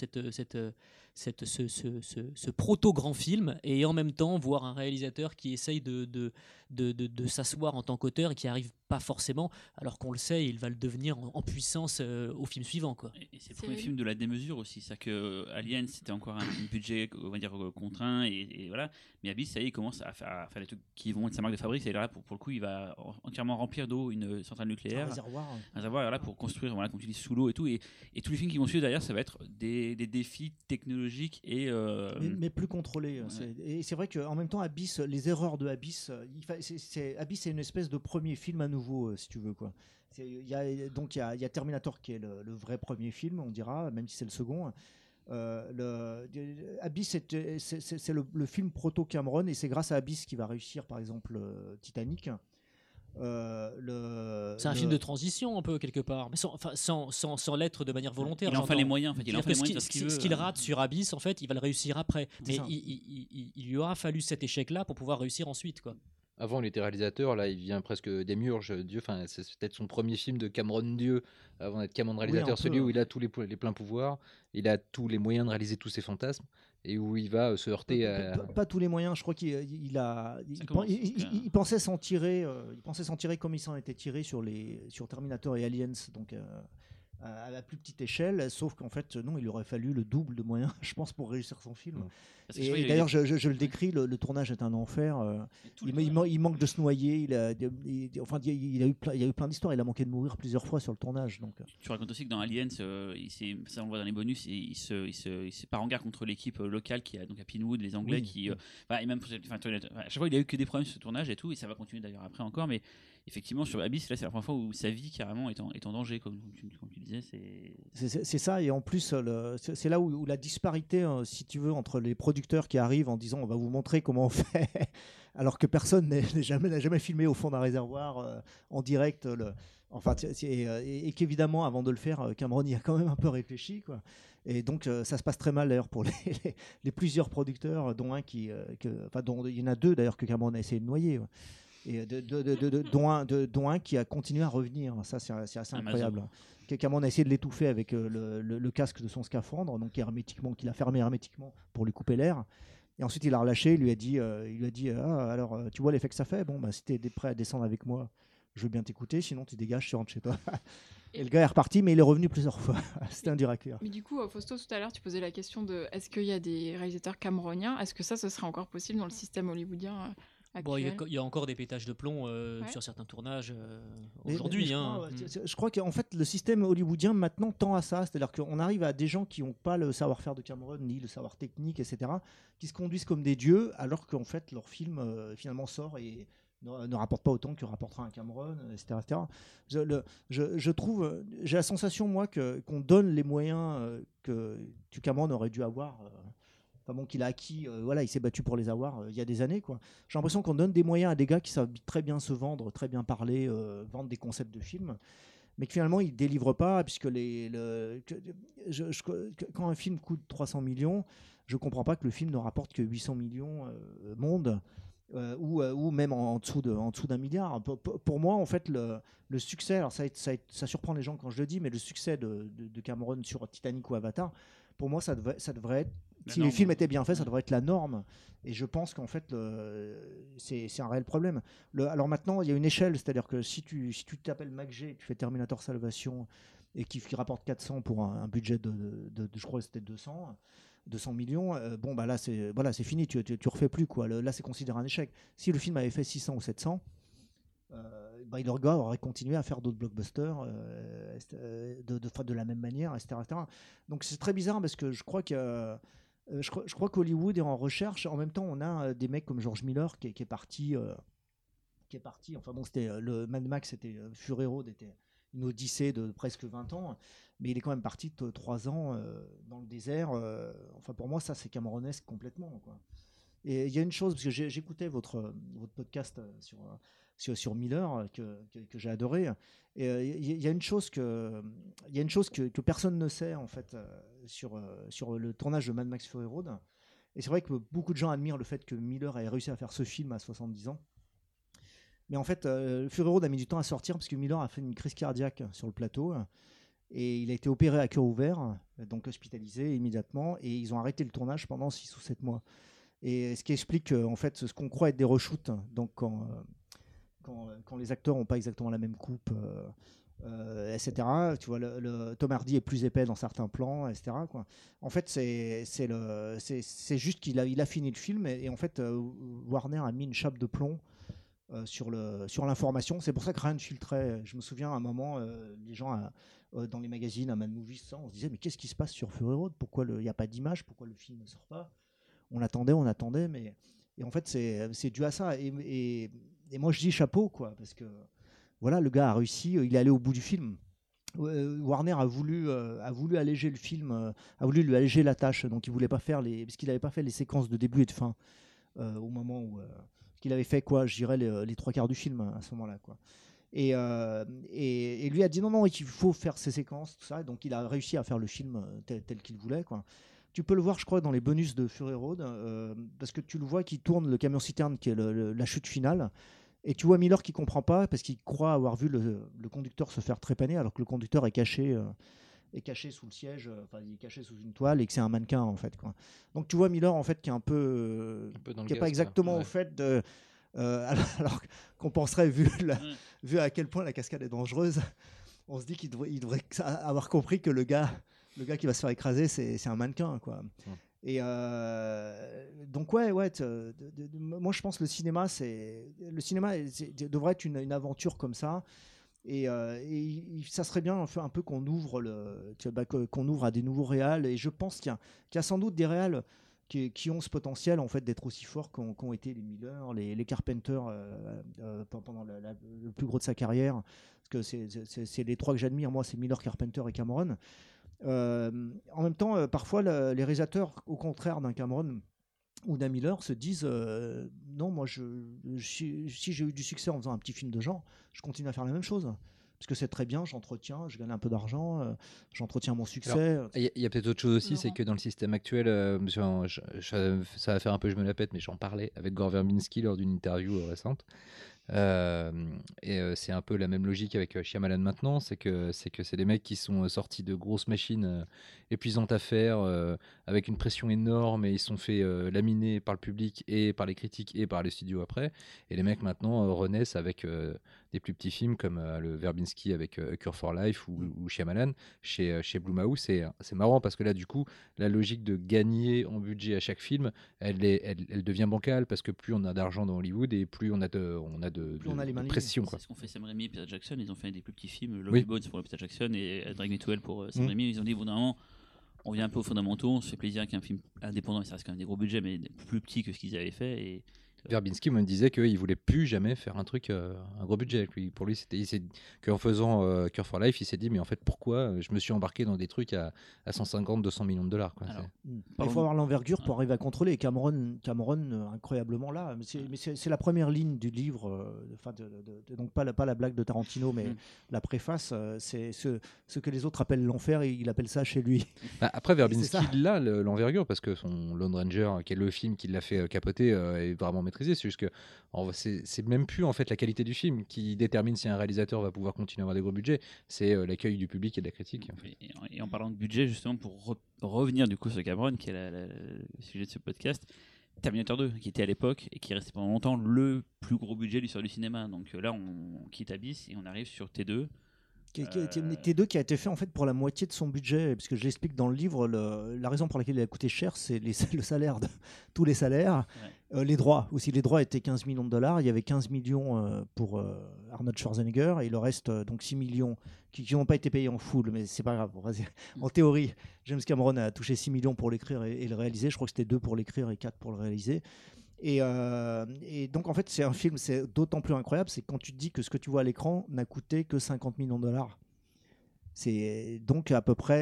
ce proto-grand film, et en même temps voir un réalisateur qui essaye de s'asseoir en tant qu'auteur et qui arrive pas forcément, alors qu'on le sait, il va le devenir en puissance au film suivant, quoi. Et c'est le premier film de la démesure aussi. C'est que Alien, c'était encore un budget, on va dire, contraint, et voilà. Mais Abyss, ça y est, il commence à faire des trucs qui vont être sa marque de fabrique. Et là, pour le coup, il va entièrement remplir d'eau une centrale Un nucléaire. réservoir. Un réservoir, là, pour construire, voilà, comme tu dis, sous l'eau et tout. Et tous les films qui vont suivre derrière, ça va être des défis technologiques et. Mais plus contrôlé. Ouais. Et c'est vrai qu'en même temps, Abyss, les erreurs de Abyss, Abyss, c'est une espèce de premier film à nouveau, si tu veux, quoi. Il y a Terminator qui est le vrai premier film, on dira, même si c'est le second. Abyss, c'est le film proto-Cameron, et c'est grâce à Abyss qu'il va réussir, par exemple, Titanic. C'est un film de transition un peu quelque part, mais sans l'être de manière volontaire. Il en fait j'entends. les moyens, en fait. Il en fait les C'est-à-dire moyens que de faire ce qu'il veut. ce qu'il rate sur Abyss, en fait, il va le réussir après. C'est Mais ça. il lui aura fallu cet échec-là pour pouvoir réussir ensuite, quoi. Avant, il était réalisateur, là, il vient presque démiurge Dieu. Enfin, c'est peut-être son premier film de Cameron Dieu, avant d'être Cameron réalisateur, celui où il a tous les pleins pouvoirs, il a tous les moyens de réaliser tous ses fantasmes, et où il va se heurter à... Pas tous les moyens, je crois qu'il pensait s'en tirer, comme il s'en était tiré sur Terminator et Aliens, donc à la plus petite échelle, sauf qu'en fait, non, il aurait fallu le double de moyens, je pense, pour réussir son film. Et d'ailleurs, je le décris, le tournage est un enfer. Il manque de se noyer. Il a eu plein d'histoires. Il a manqué de mourir plusieurs fois sur le tournage. Donc. Tu racontes aussi que dans Aliens, ça on le voit dans les bonus, il se part en guerre contre l'équipe locale qui a donc à Pinewood, les Anglais qui. Et même, à chaque fois, il a eu que des problèmes sur ce tournage et tout, et ça va continuer d'ailleurs après encore. Mais effectivement, sur Abyss, là, c'est la première fois où sa vie carrément est en danger, comme tu disais. C'est ça, et en plus, c'est là où la disparité, si tu veux, entre les producteurs qui arrivent en disant on va vous montrer comment on fait, alors que personne n'a jamais filmé au fond d'un réservoir en direct. Et qu'évidemment, avant de le faire, Cameron y a quand même un peu réfléchi, quoi. Et donc, ça se passe très mal d'ailleurs pour les plusieurs producteurs, dont un dont il y en a deux d'ailleurs que Cameron a essayé de noyer. Ouais. Et dont un qui a continué à revenir. Ça, c'est assez incroyable. Cameron a essayé de l'étouffer avec le casque de son scaphandre, donc qu'il a fermé hermétiquement pour lui couper l'air. Et ensuite, il l'a relâché. Il lui a dit alors, tu vois l'effet que ça fait. Bon, si tu es prêt à descendre avec moi, je veux bien t'écouter. Sinon, tu dégages, tu rentres chez toi. Et le gars est reparti, mais il est revenu plusieurs fois. C'était un directeur. Mais du coup, Fausto, tout à l'heure, tu posais la question de est-ce qu'il y a des réalisateurs cameroniens ? Est-ce que ça, ce serait encore possible dans le système hollywoodien Bon, il y a encore des pétages de plomb sur certains tournages aujourd'hui. Je crois qu'en fait, le système hollywoodien maintenant tend à ça. C'est-à-dire qu'on arrive à des gens qui n'ont pas le savoir-faire de Cameron, ni le savoir technique, etc., qui se conduisent comme des dieux, alors qu'en fait, leur film finalement sort et ne rapporte pas autant que rapportera un Cameron, etc. Je trouve, j'ai la sensation, moi, qu'on donne les moyens que Cameron aurait dû avoir. Qu'il a acquis, il s'est battu pour les avoir il y a des années, quoi. J'ai l'impression qu'on donne des moyens à des gars qui savent très bien se vendre, très bien parler, vendre des concepts de films, mais que finalement ils ne délivrent pas, puisque quand un film coûte 300 millions, je ne comprends pas que le film ne rapporte que 800 millions monde, ou même en dessous d'un milliard. Pour moi, en fait, le succès, alors ça surprend les gens quand je le dis, mais le succès de Cameron sur Titanic ou Avatar, pour moi, ça devrait être, si les films étaient bien faits, ça devrait être la norme. Et je pense qu'en fait, c'est un réel problème. Alors maintenant, il y a une échelle, c'est-à-dire que si tu t'appelles McG, tu fais Terminator Salvation, et qui rapporte 400 pour un budget de je crois que c'était 200 millions, là, c'est fini, tu refais plus, quoi. Là, c'est considéré un échec. Si le film avait fait 600 ou 700, le gars aurait continué à faire d'autres blockbusters de la même manière, etc. Donc c'est très bizarre parce que je crois qu'Hollywood est en recherche. En même temps, on a des mecs comme George Miller qui est parti. Enfin bon, c'était le Mad Max, c'était Fury Road, était une odyssée de presque 20 ans, mais il est quand même parti de 3 ans dans le désert. Enfin pour moi, ça c'est cameronesque complètement, quoi. Et il y a une chose, parce que j'écoutais votre podcast sur Miller que j'ai adoré. Et il y a une chose que personne ne sait en fait sur le tournage de Mad Max Fury Road. Et c'est vrai que beaucoup de gens admirent le fait que Miller ait réussi à faire ce film à 70 ans. Mais en fait, Fury Road a mis du temps à sortir parce que Miller a fait une crise cardiaque sur le plateau. Et il a été opéré à cœur ouvert, donc hospitalisé immédiatement. Et ils ont arrêté le tournage pendant 6 ou 7 mois. Et ce qui explique en fait ce qu'on croit être des reshoots, donc quand les acteurs n'ont pas exactement la même coupe, etc. Tu vois, Tom Hardy est plus épais dans certains plans, etc. Quoi. En fait, c'est juste qu'il a fini le film et en fait Warner a mis une chape de plomb sur l'information. C'est pour ça que rien ne filtrait. Je me souviens à un moment, les gens dans les magazines, à Mad Movies, on se disait mais qu'est-ce qui se passe sur Fury Road ? Pourquoi il n'y a pas d'image ? Pourquoi le film ne sort pas ? On attendait, mais et en fait c'est dû à ça. Et moi je dis chapeau, quoi, parce que voilà, le gars a réussi, il est allé au bout du film. Warner a voulu alléger le film, a voulu lui alléger la tâche, donc il voulait pas faire parce qu'il n'avait pas fait les séquences de début et de fin au moment où qu'il avait fait, quoi, je dirais les 3/4 du film à ce moment-là, quoi. Et lui a dit non, il faut faire ces séquences, tout ça, donc il a réussi à faire le film tel qu'il voulait, quoi. Tu peux le voir, je crois, dans les bonus de Fury Road, parce que tu le vois qui tourne le camion citerne qui est la chute finale. Et tu vois Miller qui comprend pas parce qu'il croit avoir vu le conducteur se faire trépaner alors que le conducteur est caché sous le siège, il est caché sous une toile et que c'est un mannequin en fait, quoi. Donc tu vois Miller en fait qui est un peu dans le qui est gaz, pas exactement quoi. au fait de alors qu'on penserait vu à quel point la cascade est dangereuse, on se dit qu'il devrait avoir compris que le gars qui va se faire écraser c'est un mannequin, quoi. Et donc ouais, moi je pense que le cinéma devrait être une aventure comme ça. Et ça serait bien un peu qu'on ouvre qu'on ouvre à des nouveaux réals. Et je pense qu'il y a sans doute des réals qui ont ce potentiel en fait d'être aussi forts qu'ont été les Miller, les Carpenter pendant le plus gros de sa carrière. Parce que c'est les trois que j'admire. Moi, c'est Miller, Carpenter et Cameron. En même temps, parfois les réalisateurs, au contraire d'un Cameron ou d'un Miller, se disent non, moi si j'ai eu du succès en faisant un petit film de genre, je continue à faire la même chose parce que c'est très bien, j'entretiens, je gagne un peu d'argent, j'entretiens mon succès. Il y a peut-être autre chose aussi, c'est que dans le système actuel, ça va faire un peu je me la pète, mais j'en parlais avec Gore Verbinski lors d'une interview récente. C'est un peu la même logique avec Shyamalan maintenant, c'est que c'est des mecs qui sont sortis de grosses machines épuisantes à faire, avec une pression énorme, et ils sont fait laminer par le public et par les critiques et par les studios après. Et les mecs maintenant renaissent avec des plus petits films comme le Verbinski avec A Cure for Life ou Shyamalan chez Blumhouse. C'est marrant parce que là du coup la logique de gagner en budget à chaque film, elle devient bancale, parce que plus on a d'argent dans Hollywood et plus on a de pression, quoi. C'est ce qu'ont fait Sam Raimi et Peter Jackson. Ils ont fait des plus petits films, Lovely Bones pour Peter Jackson et Drag Me to Hell pour Sam Raimi. Ils ont dit, bon, normalement, on vient un peu aux fondamentaux, on se fait plaisir avec un film indépendant, ça reste quand même des gros budgets, mais plus petits que ce qu'ils avaient fait. Et Verbinski me disait qu'il voulait plus jamais faire un truc un gros budget avec lui. Pour lui, qu'en faisant Cure for Life, il s'est dit, mais en fait, pourquoi je me suis embarqué dans des trucs à 150-200 millions de dollars, quoi. Alors, il faut avoir l'envergure pour arriver à contrôler. Et Cameron incroyablement là. Mais c'est la première ligne du livre, donc pas la blague de Tarantino, mais la préface, c'est ce que les autres appellent l'enfer, et il appelle ça chez lui. Après, Verbinski, il a l'envergure, parce que son Lone Ranger, qui est le film qui l'a fait capoter, est vraiment maîtrisé. C'est juste que c'est même plus en fait la qualité du film qui détermine si un réalisateur va pouvoir continuer à avoir des gros budgets, c'est l'accueil du public et de la critique, en fait. Et en parlant de budget, justement, pour revenir du coup sur Cameron, qui est le sujet de ce podcast, Terminator 2, qui était à l'époque et qui restait pendant longtemps le plus gros budget de l'histoire du cinéma. Donc là, on quitte Abyss et on arrive sur T2. T2 qui a été fait en fait pour la moitié de son budget, parce que je l'explique dans le livre, la raison pour laquelle il a coûté cher, c'est le salaire tous les salaires, les droits aussi. Les droits étaient 15 millions de dollars, il y avait 15 millions pour Arnold Schwarzenegger, et le reste, donc 6 millions qui n'ont pas été payés en full, mais c'est pas grave. En théorie, James Cameron a touché 6 millions pour l'écrire et le réaliser. Je crois que c'était 2 pour l'écrire et 4 pour le réaliser. Et donc en fait c'est un film, c'est d'autant plus incroyable, c'est quand tu te dis que ce que tu vois à l'écran n'a coûté que 50 millions de dollars. C'est donc à peu près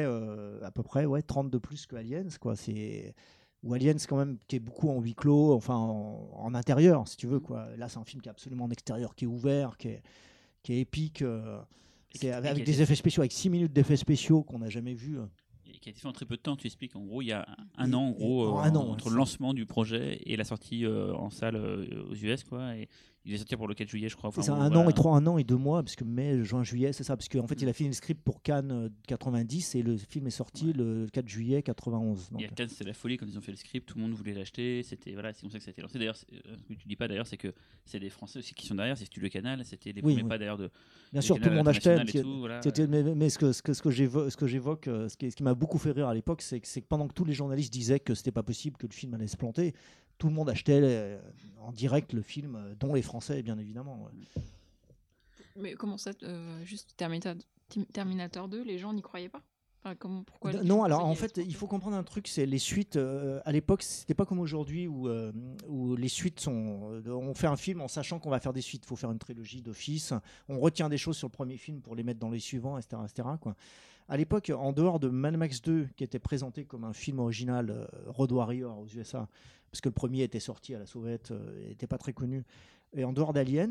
30 de plus que Aliens, quoi. Ou Aliens quand même qui est beaucoup en huis clos, enfin en intérieur si tu veux, quoi. Là c'est un film qui est absolument en extérieur, qui est ouvert, qui est épique, avec des effets spéciaux, avec 6 minutes d'effets spéciaux qu'on n'a jamais vus. Qui a été fait en très peu de temps. Tu expliques en gros il y a un an entre le lancement du projet et la sortie en salle aux US, quoi. Et il est sorti pour le 4 juillet, je crois. C'est un an et 2 mois, parce que mai, juin, juillet, c'est ça, parce qu'en fait il a fini le script pour Cannes 90 et le film est sorti le 4 juillet 91. Donc. Et à Cannes c'était la folie quand ils ont fait le script, tout le monde voulait l'acheter. C'était c'est comme ça que ça a été lancé. D'ailleurs, ce que tu dis pas d'ailleurs, c'est que c'est des Français aussi qui sont derrière. C'est Studio Canal, c'était les premiers pas d'ailleurs de. Bien sûr, tout le monde achetait. Mais ce que j'évoque, ce qui m'a beaucoup fait rire à l'époque, c'est que pendant que tous les journalistes disaient que c'était pas possible que le film allait se planter, tout le monde achetait en direct le film, dont les Français, bien évidemment. Ouais. Mais comment ça, juste Terminator 2, les gens n'y croyaient pas? Pourquoi non, alors en fait, il faut comprendre un truc, c'est les suites. À l'époque, c'était pas comme aujourd'hui où les suites sont. On fait un film en sachant qu'on va faire des suites. Il faut faire une trilogie d'office. On retient des choses sur le premier film pour les mettre dans les suivants, etc., quoi. À l'époque, en dehors de Mad Max 2, qui était présenté comme un film original, Road Warrior aux USA, parce que le premier était sorti à la sauvette, n'était pas très connu, et en dehors d'Aliens,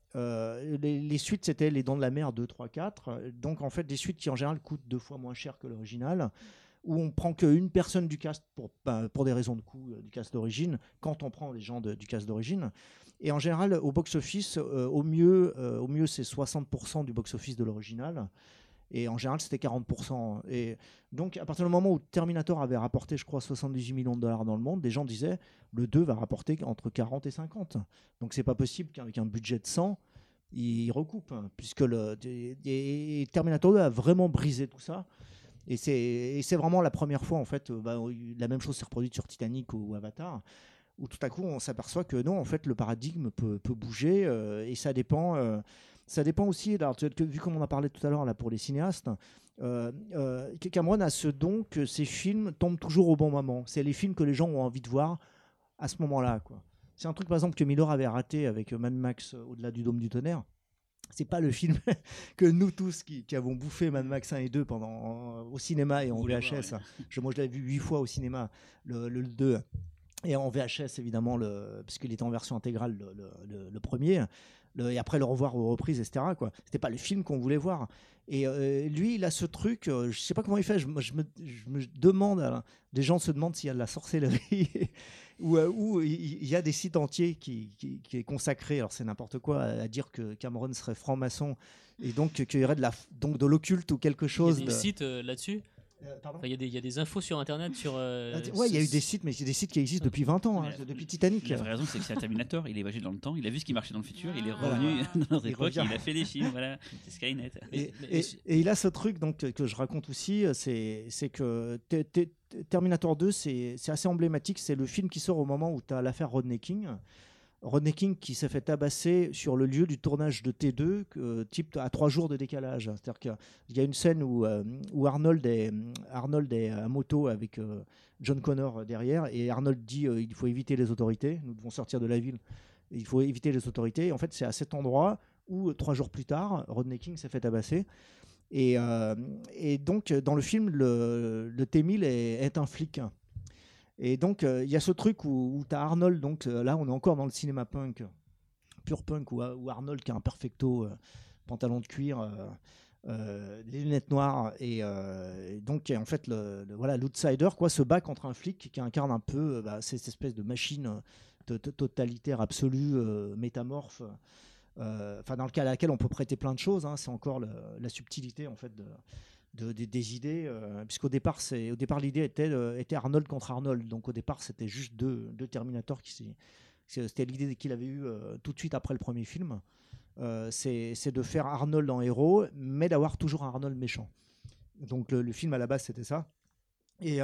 les suites, c'était Les Dents de la Mer 2, 3, 4. Donc, en fait, des suites qui, en général, coûtent 2 fois moins cher que l'original. où on prend qu'une personne du cast pour des raisons de coût du cast d'origine, quand on prend les gens du cast d'origine. Et en général, au box-office, au mieux c'est 60% du box-office de l'original. Et en général, c'était 40%. Et donc, à partir du moment où Terminator avait rapporté, je crois, 78 millions de dollars dans le monde, des gens disaient le 2 va rapporter entre 40 et 50. Donc, c'est pas possible qu'avec un budget de 100, il recoupe. Puisque et Terminator 2 a vraiment brisé tout ça. Et c'est vraiment la première fois, en fait, la même chose s'est reproduite sur Titanic ou Avatar, où tout à coup, on s'aperçoit que non, en fait, le paradigme peut bouger et ça dépend. Ça dépend aussi, alors, vu comme on a parlé tout à l'heure là, pour les cinéastes, Cameron a ce don que ses films tombent toujours au bon moment. C'est les films que les gens ont envie de voir à ce moment-là, quoi. C'est un truc, par exemple, que Miller avait raté avec Mad Max Au-delà du Dôme du Tonnerre. C'est pas le film que nous tous qui avons bouffé Mad Max 1 et 2 au cinéma et en VHS. Moi, je l'avais vu 8 fois au cinéma, le 2. Et en VHS, évidemment, puisqu'il était en version intégrale, le premier. Et après le revoir aux reprises, etc. C'était pas le film qu'on voulait voir. Et lui, il a ce truc, je sais pas comment il fait, je me demande, des gens se demandent s'il y a de la sorcellerie, ou il y a des sites entiers qui est consacré, alors c'est n'importe quoi, à dire que Cameron serait franc-maçon, et donc qu'il y aurait de l'occulte ou quelque chose. Il y a des sites là-dessus. Il y a des infos sur Internet sur. Il y a eu des sites, mais c'est des sites qui existent depuis 20 ans, depuis Titanic. La vraie raison, c'est que c'est un Terminator, il est voyagé dans le temps, il a vu ce qui marchait dans le futur, il est revenu dans notre époque, il a fait des films, voilà, c'est Skynet. Et il a ce truc donc, que je raconte aussi, c'est que Terminator 2, c'est assez emblématique, c'est le film qui sort au moment où tu as l'affaire Rodney King. Rodney King qui s'est fait tabasser sur le lieu du tournage de T2, type à 3 jours de décalage. C'est-à-dire qu'il y a une scène où Arnold est à moto avec John Connor derrière, et Arnold dit il faut éviter les autorités, nous devons sortir de la ville, il faut éviter les autorités. Et en fait, c'est à cet endroit où 3 jours plus tard, Rodney King s'est fait tabasser. Et donc, dans le film, le T-1000 est un flic. Et donc, il y a ce truc où tu as Arnold, donc là, on est encore dans le cinéma punk, pur punk, où Arnold qui a un perfecto, pantalon de cuir, les lunettes noires, et donc, en fait, l'outsider, se bat contre un flic qui incarne un peu cette espèce de machine totalitaire absolue, métamorphe, dans le cas à laquelle on peut prêter plein de choses, hein, c'est encore la subtilité, en fait, des idées, puisqu'au départ, l'idée était Arnold contre Arnold. Donc au départ, c'était juste deux Terminators c'était l'idée qu'il avait eue tout de suite après le premier film. C'est de faire Arnold en héros, mais d'avoir toujours un Arnold méchant. Donc le film à la base, c'était ça. Et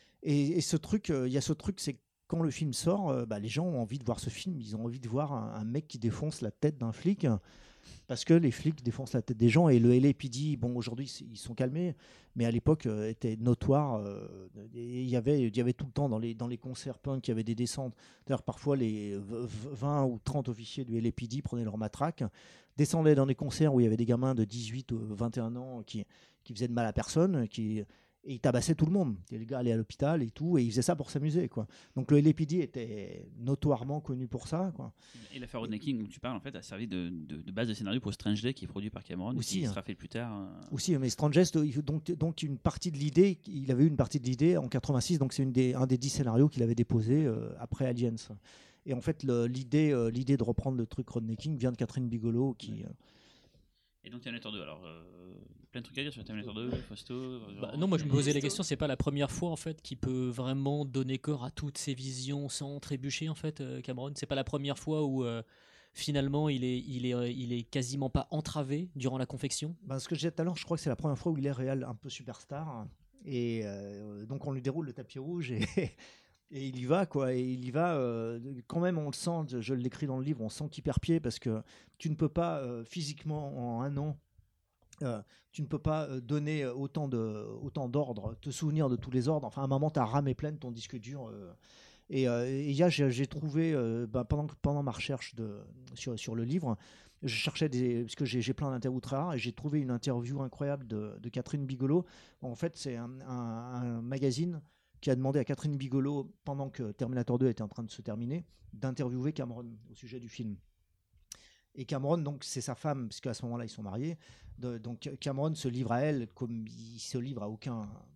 ce truc, il y a ce truc, c'est que quand le film sort, les gens ont envie de voir ce film. Ils ont envie de voir un mec qui défonce la tête d'un flic. Parce que les flics défoncent la tête des gens, et le LAPD, bon, aujourd'hui ils sont calmés, mais à l'époque était notoire. Il y avait tout le temps dans les concerts punk, il y avait des descentes. D'ailleurs, parfois les 20 ou 30 officiers du LAPD prenaient leur matraque, descendaient dans des concerts où il y avait des gamins de 18 ou 21 ans qui faisaient de mal à personne, et ils tabassaient tout le monde. Et les gars allaient à l'hôpital et tout, et ils faisaient ça pour s'amuser, quoi. Donc le LAPD était notoirement connu pour ça, quoi. Et l'affaire Rodney King, dont tu parles, en fait, a servi de base de scénario pour Strange Day, qui est produit par Cameron, aussi, qui sera fait plus tard. Aussi, mais Strange Day, donc une partie de l'idée, il avait eu une partie de l'idée en 86, donc c'est un des 10 scénarios qu'il avait déposé après Aliens. Et en fait, l'idée de reprendre le truc Rodney King vient de Catherine Bigelow, qui... Et donc Terminator 2, alors plein de trucs à dire sur Terminator 2, Fausto. Non, moi je me posais la question, c'est pas la première fois en fait qu'il peut vraiment donner corps à toutes ses visions sans trébucher en fait, Cameron. C'est pas la première fois où finalement il est quasiment pas entravé durant la confection. Ce que je disais tout à l'heure, je crois que c'est la première fois où il est réel un peu superstar, et donc on lui déroule le tapis rouge et il y va, quoi. Et il y va, quand même, on le sent, je l'écris dans le livre, on sent qu'il perd pied, parce que tu ne peux pas, physiquement, en un an, tu ne peux pas donner autant d'ordres, te souvenir de tous les ordres. Enfin, à un moment, ta RAM est pleine, ton disque dur. Et j'ai trouvé, pendant ma recherche sur le livre, je cherchais parce que j'ai plein d'interviews très rares, et j'ai trouvé une interview incroyable de Catherine Bigelow. En fait, c'est un magazine qui a demandé à Catherine Bigelow, pendant que Terminator 2 était en train de se terminer, d'interviewer Cameron au sujet du film. Et Cameron, donc, c'est sa femme, parce qu'à ce moment-là, ils sont mariés. Donc Cameron se livre à elle comme il se livre à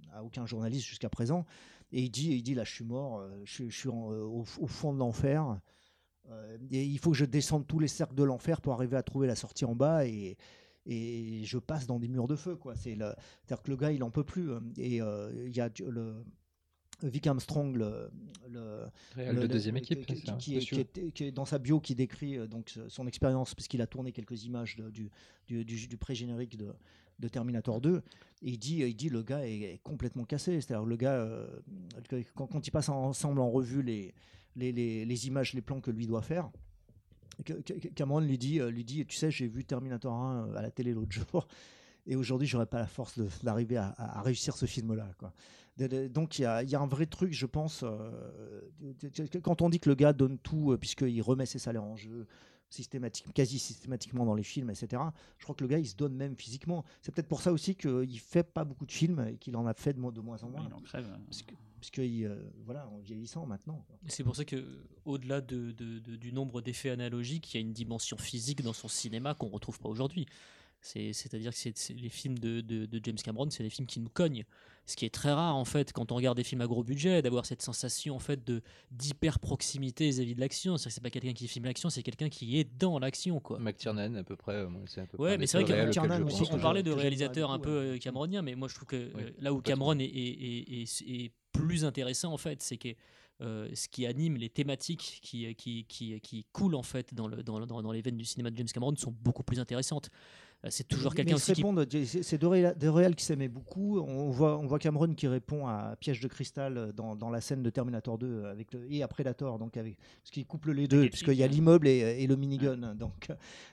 à aucun journaliste jusqu'à présent. Et il dit là, je suis mort, je suis au fond de l'enfer. Et il faut que je descende tous les cercles de l'enfer pour arriver à trouver la sortie en bas. Et je passe dans des murs de feu, quoi. C'est-à-dire que le gars, il en peut plus. Et il y a Vic Armstrong, le deuxième équipe, qui est dans sa bio, qui décrit donc son expérience, puisqu'il a tourné quelques images du pré-générique de Terminator 2. Et il dit le gars est complètement cassé. C'est-à-dire le gars, quand il passe ensemble en revue les images, les plans que lui doit faire, Cameron lui dit, tu sais, j'ai vu Terminator 1 à la télé l'autre jour, et aujourd'hui, j'aurais pas la force d'arriver à réussir ce film-là, quoi. Donc, il y a un vrai truc, je pense, quand on dit que le gars donne tout, puisqu'il remet ses salaires en jeu, quasi systématiquement dans les films, etc. Je crois que le gars, il se donne même physiquement. C'est peut-être pour ça aussi qu'il fait pas beaucoup de films et qu'il en a fait de moins en moins. Il en crève. Parce que voilà, en vieillissant maintenant. C'est pour ça que, au-delà du nombre d'effets analogiques, il y a une dimension physique dans son cinéma qu'on retrouve pas aujourd'hui. C'est-à-dire que les films de James Cameron, c'est des films qui nous cognent. Ce qui est très rare, en fait, quand on regarde des films à gros budget, d'avoir cette sensation, en fait, d'hyper proximité vis-à-vis de l'action. C'est-à-dire que c'est pas quelqu'un qui filme l'action, c'est quelqu'un qui est dans l'action, quoi. McTiernan, à peu près. C'est un peu ouais, mais c'est vrai que McTiernan aussi, on parlait de réalisateurs un peu cameroniens, mais moi je trouve que là où Cameron est plus intéressant, en fait, c'est que ce qui anime les thématiques qui coulent, en fait, dans les veines du cinéma de James Cameron sont beaucoup plus intéressantes. C'est toujours quelqu'un aussi c'est deux réals qui s'aimaient beaucoup. On voit Cameron qui répond à Piège de cristal dans la scène de Terminator 2 et à Predator, donc parce qu'il couple les deux, puisqu'il y a l'immeuble et le minigun. Donc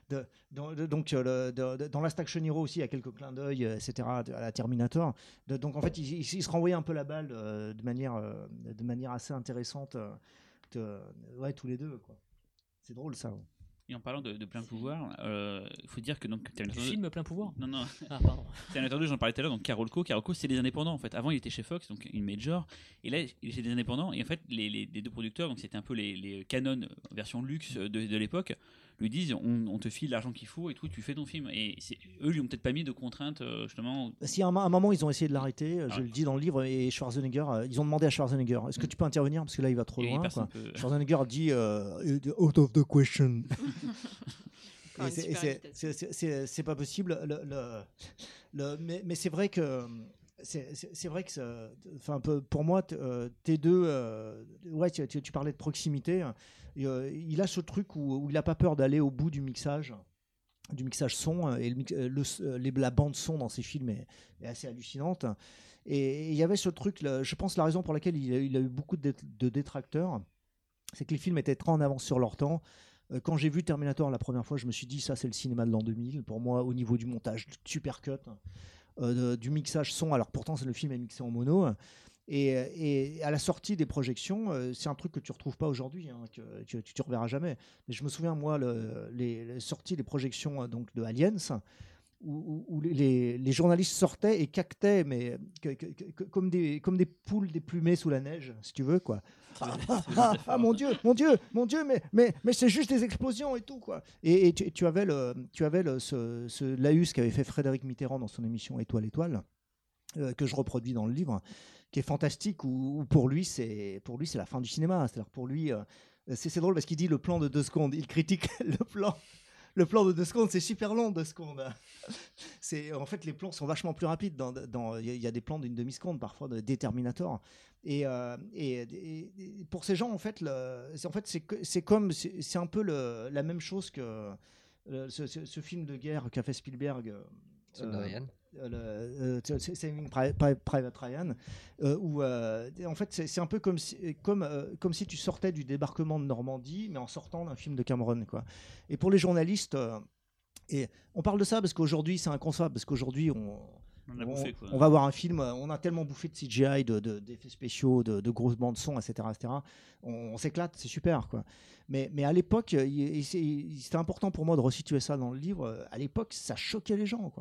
dans Last Action Hero aussi, il y a quelques clins d'œil, etc. à la Terminator. Donc en fait, il se renvoyait un peu la balle de manière assez intéressante, tous les deux, quoi. C'est drôle, ça. Ouais. Et en parlant de plein pouvoir, il faut dire que donc Terminator 2... film plein pouvoir. Non. Ah pardon. Terminator 2, j'en parlais tout à l'heure. Donc Carolco, c'est des indépendants en fait. Avant, il était chez Fox, donc une major, et là, il est chez des indépendants. Et en fait, les deux producteurs, donc c'était un peu les Canon version luxe de l'époque, lui disent on te file l'argent qu'il faut et tout, tu fais ton film. Et eux lui ont peut-être pas mis de contraintes justement. Si à un moment ils ont essayé de l'arrêter, je le dis dans le livre, et Schwarzenegger, ils ont demandé à Schwarzenegger, est-ce que tu peux intervenir parce que là il va trop loin, quoi. Schwarzenegger dit out of the question. C'est pas possible. Mais c'est vrai que pour moi, T2, tu parlais de proximité. Il a ce truc où il n'a pas peur d'aller au bout du mixage son, et la bande son dans ses films est assez hallucinante. Et il y avait ce truc, je pense la raison pour laquelle il a eu beaucoup de détracteurs, c'est que les films étaient très en avance sur leur temps. Quand j'ai vu Terminator la première fois, je me suis dit ça c'est le cinéma de l'an 2000 pour moi, au niveau du montage super cut, du mixage son, alors pourtant le film est mixé en mono, et à la sortie des projections, c'est un truc que tu retrouves pas aujourd'hui, hein, que tu reverras jamais. Mais je me souviens, moi, les sorties des projections donc de Aliens, où les journalistes sortaient et cactaient, mais comme des poules déplumées sous la neige, si tu veux, quoi. Mon Dieu, mais c'est juste des explosions et tout, quoi. Et tu avais ce laïus qu'avait fait Frédéric Mitterrand dans son émission Étoile, que je reproduis dans le livre, qui est fantastique, où pour lui c'est la fin du cinéma. C'est-à-dire pour lui, c'est drôle parce qu'il dit le plan de 2 secondes. Il critique le plan de 2 secondes, c'est super long, 2 secondes. En fait, les plans sont vachement plus rapides. Il y a des plans d'une demi-seconde parfois des Terminator. Et pour ces gens, en fait, c'est un peu la même chose que ce film de guerre qu'a fait Spielberg. Saving Private Ryan, où en fait c'est un peu comme si tu sortais du débarquement de Normandie, mais en sortant d'un film de Cameron, quoi. Et pour les journalistes, et on parle de ça parce qu'aujourd'hui c'est inconcevable, parce qu'aujourd'hui on va voir un film, on a tellement bouffé de CGI, d'effets spéciaux, de grosses bandes son, etc. On s'éclate, c'est super, quoi. Mais à l'époque, c'était important pour moi de resituer ça dans le livre. À l'époque, ça choquait les gens, quoi.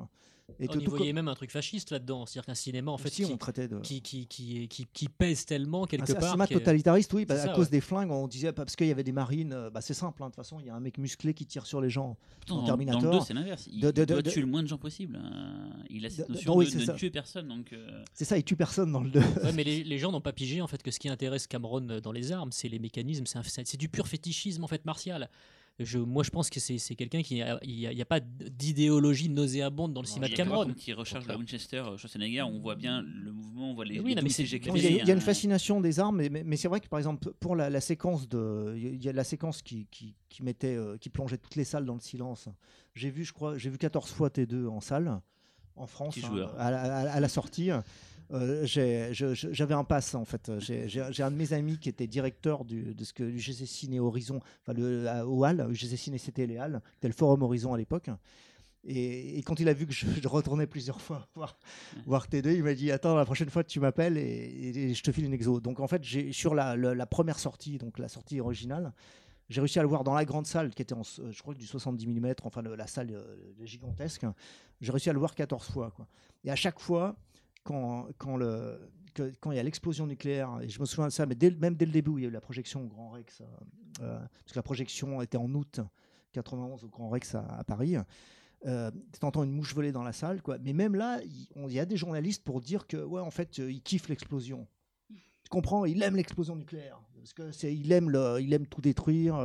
Et On y voyait même un truc fasciste là-dedans, c'est-à-dire qu'un cinéma en fait si on traitait de qui pèse tellement quelque un part. cinéma totalitariste, oui, C'est à ça, cause ouais. des flingues, on disait parce qu'il y avait des marines, c'est simple, hein, de toute façon, il y a un mec musclé qui tire sur les gens. Pourtant, Dans dans Terminator. le 2, c'est l'inverse. Il doit tuer le moins de gens possible. Il a cette notion oui, de c'est ne ça. tuer personne. Donc, C'est ça, il tue personne dans le 2. Ouais, mais les gens n'ont pas pigé en fait que ce qui intéresse Cameron dans les armes, c'est les mécanismes, c'est du pur fétichisme en fait martial. Moi, je pense que c'est quelqu'un qui il y a pas d'idéologie nauséabonde dans le cinéma de Cameron. Quand il recharge la Winchester Schwarzenegger, on voit bien le mouvement, on voit les. Oui, non, mais c'est- j'ai Il y a une fascination des armes, mais c'est vrai que par exemple pour la séquence il y a la séquence qui plongeait toutes les salles dans le silence. J'ai vu 14 fois T2 en salle en France, à la sortie. J'avais un pass en fait. J'ai un de mes amis qui était directeur de ce que l'UGC Ciné Horizon, enfin au Hall, UGC Ciné c'était les Halles, c'était le Forum Horizon à l'époque. Et quand il a vu que je retournais plusieurs fois voir T2, il m'a dit attends, la prochaine fois tu m'appelles et je te file une exo. Donc en fait sur la première sortie, donc la sortie originale, j'ai réussi à le voir dans la grande salle qui était je crois que du 70 mm, enfin la salle gigantesque. J'ai réussi à le voir 14 fois quoi. Et à chaque fois quand il y a l'explosion nucléaire, et je me souviens de ça, mais même dès le début où il y a eu la projection au Grand Rex, parce que la projection était en août 91 au Grand Rex à Paris, tu entends une mouche voler dans la salle, quoi. Mais même là, il y a des journalistes pour dire que, ouais, en fait, il kiffe l'explosion. Tu comprends? Il aime l'explosion nucléaire, parce que il aime tout détruire.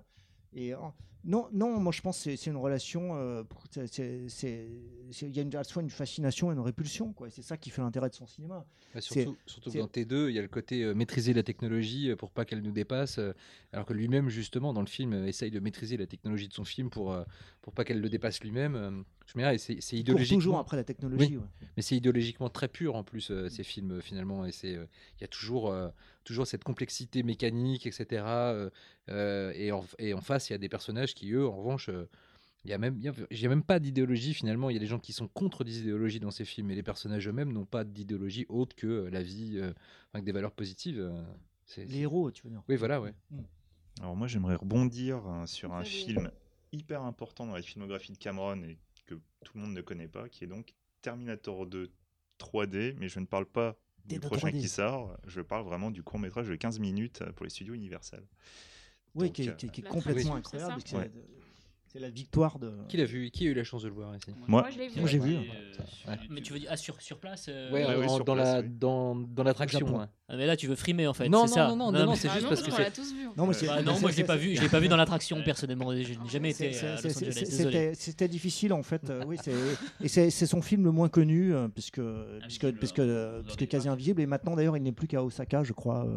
Non, moi je pense que c'est une relation. Il y a à la fois une fascination et une répulsion, quoi. C'est ça qui fait l'intérêt de son cinéma. Surtout que dans T2, il y a le côté maîtriser la technologie pour pas qu'elle nous dépasse, alors que lui-même, justement, dans le film, essaye de maîtriser la technologie de son film pour pas qu'elle le dépasse lui-même. C'est Il court idéologiquement. toujours après la technologie. Oui. Ouais. Mais c'est idéologiquement très pur en plus, ces films, finalement. Et il y a toujours cette complexité mécanique, etc. Et en face, il y a des personnages qui, eux, en revanche. Il y a même pas d'idéologie finalement. Il y a des gens qui sont contre des idéologies dans ces films, et les personnages eux-mêmes n'ont pas d'idéologie autre que la vie, avec des valeurs positives. Les héros, tu veux dire. Oui, voilà, ouais. Alors moi, j'aimerais rebondir sur un film hyper important dans la filmographie de Cameron et que tout le monde ne connaît pas, qui est donc Terminator 2 3D, mais je ne parle pas du prochain 3D. qui sort, je parle vraiment du court-métrage de 15 minutes pour les studios Universal. Oui, Donc, qui est La complètement traduction, incroyable. c'est ça C'est la victoire de. Qui l'a vu? Qui a eu la chance de le voir ici? Moi, je l'ai vu. Moi, j'ai vu. Mais tu veux dire sur place Ouais, ouais, sur dans place, oui. dans l'attraction. Au Japon. Ouais. Ah, mais là tu veux frimer en fait. Non, c'est ça. non, c'est juste parce que on c'est. l'a tous vu. Non, mais Moi je l'ai pas vu. Je l'ai pas vu dans l'attraction personnellement. Je n'ai jamais été à Los Angeles. Désolé. C'était difficile en fait. Oui, c'est son film le moins connu puisque quasi invisible. Et maintenant d'ailleurs il n'est plus qu'à Osaka, je crois.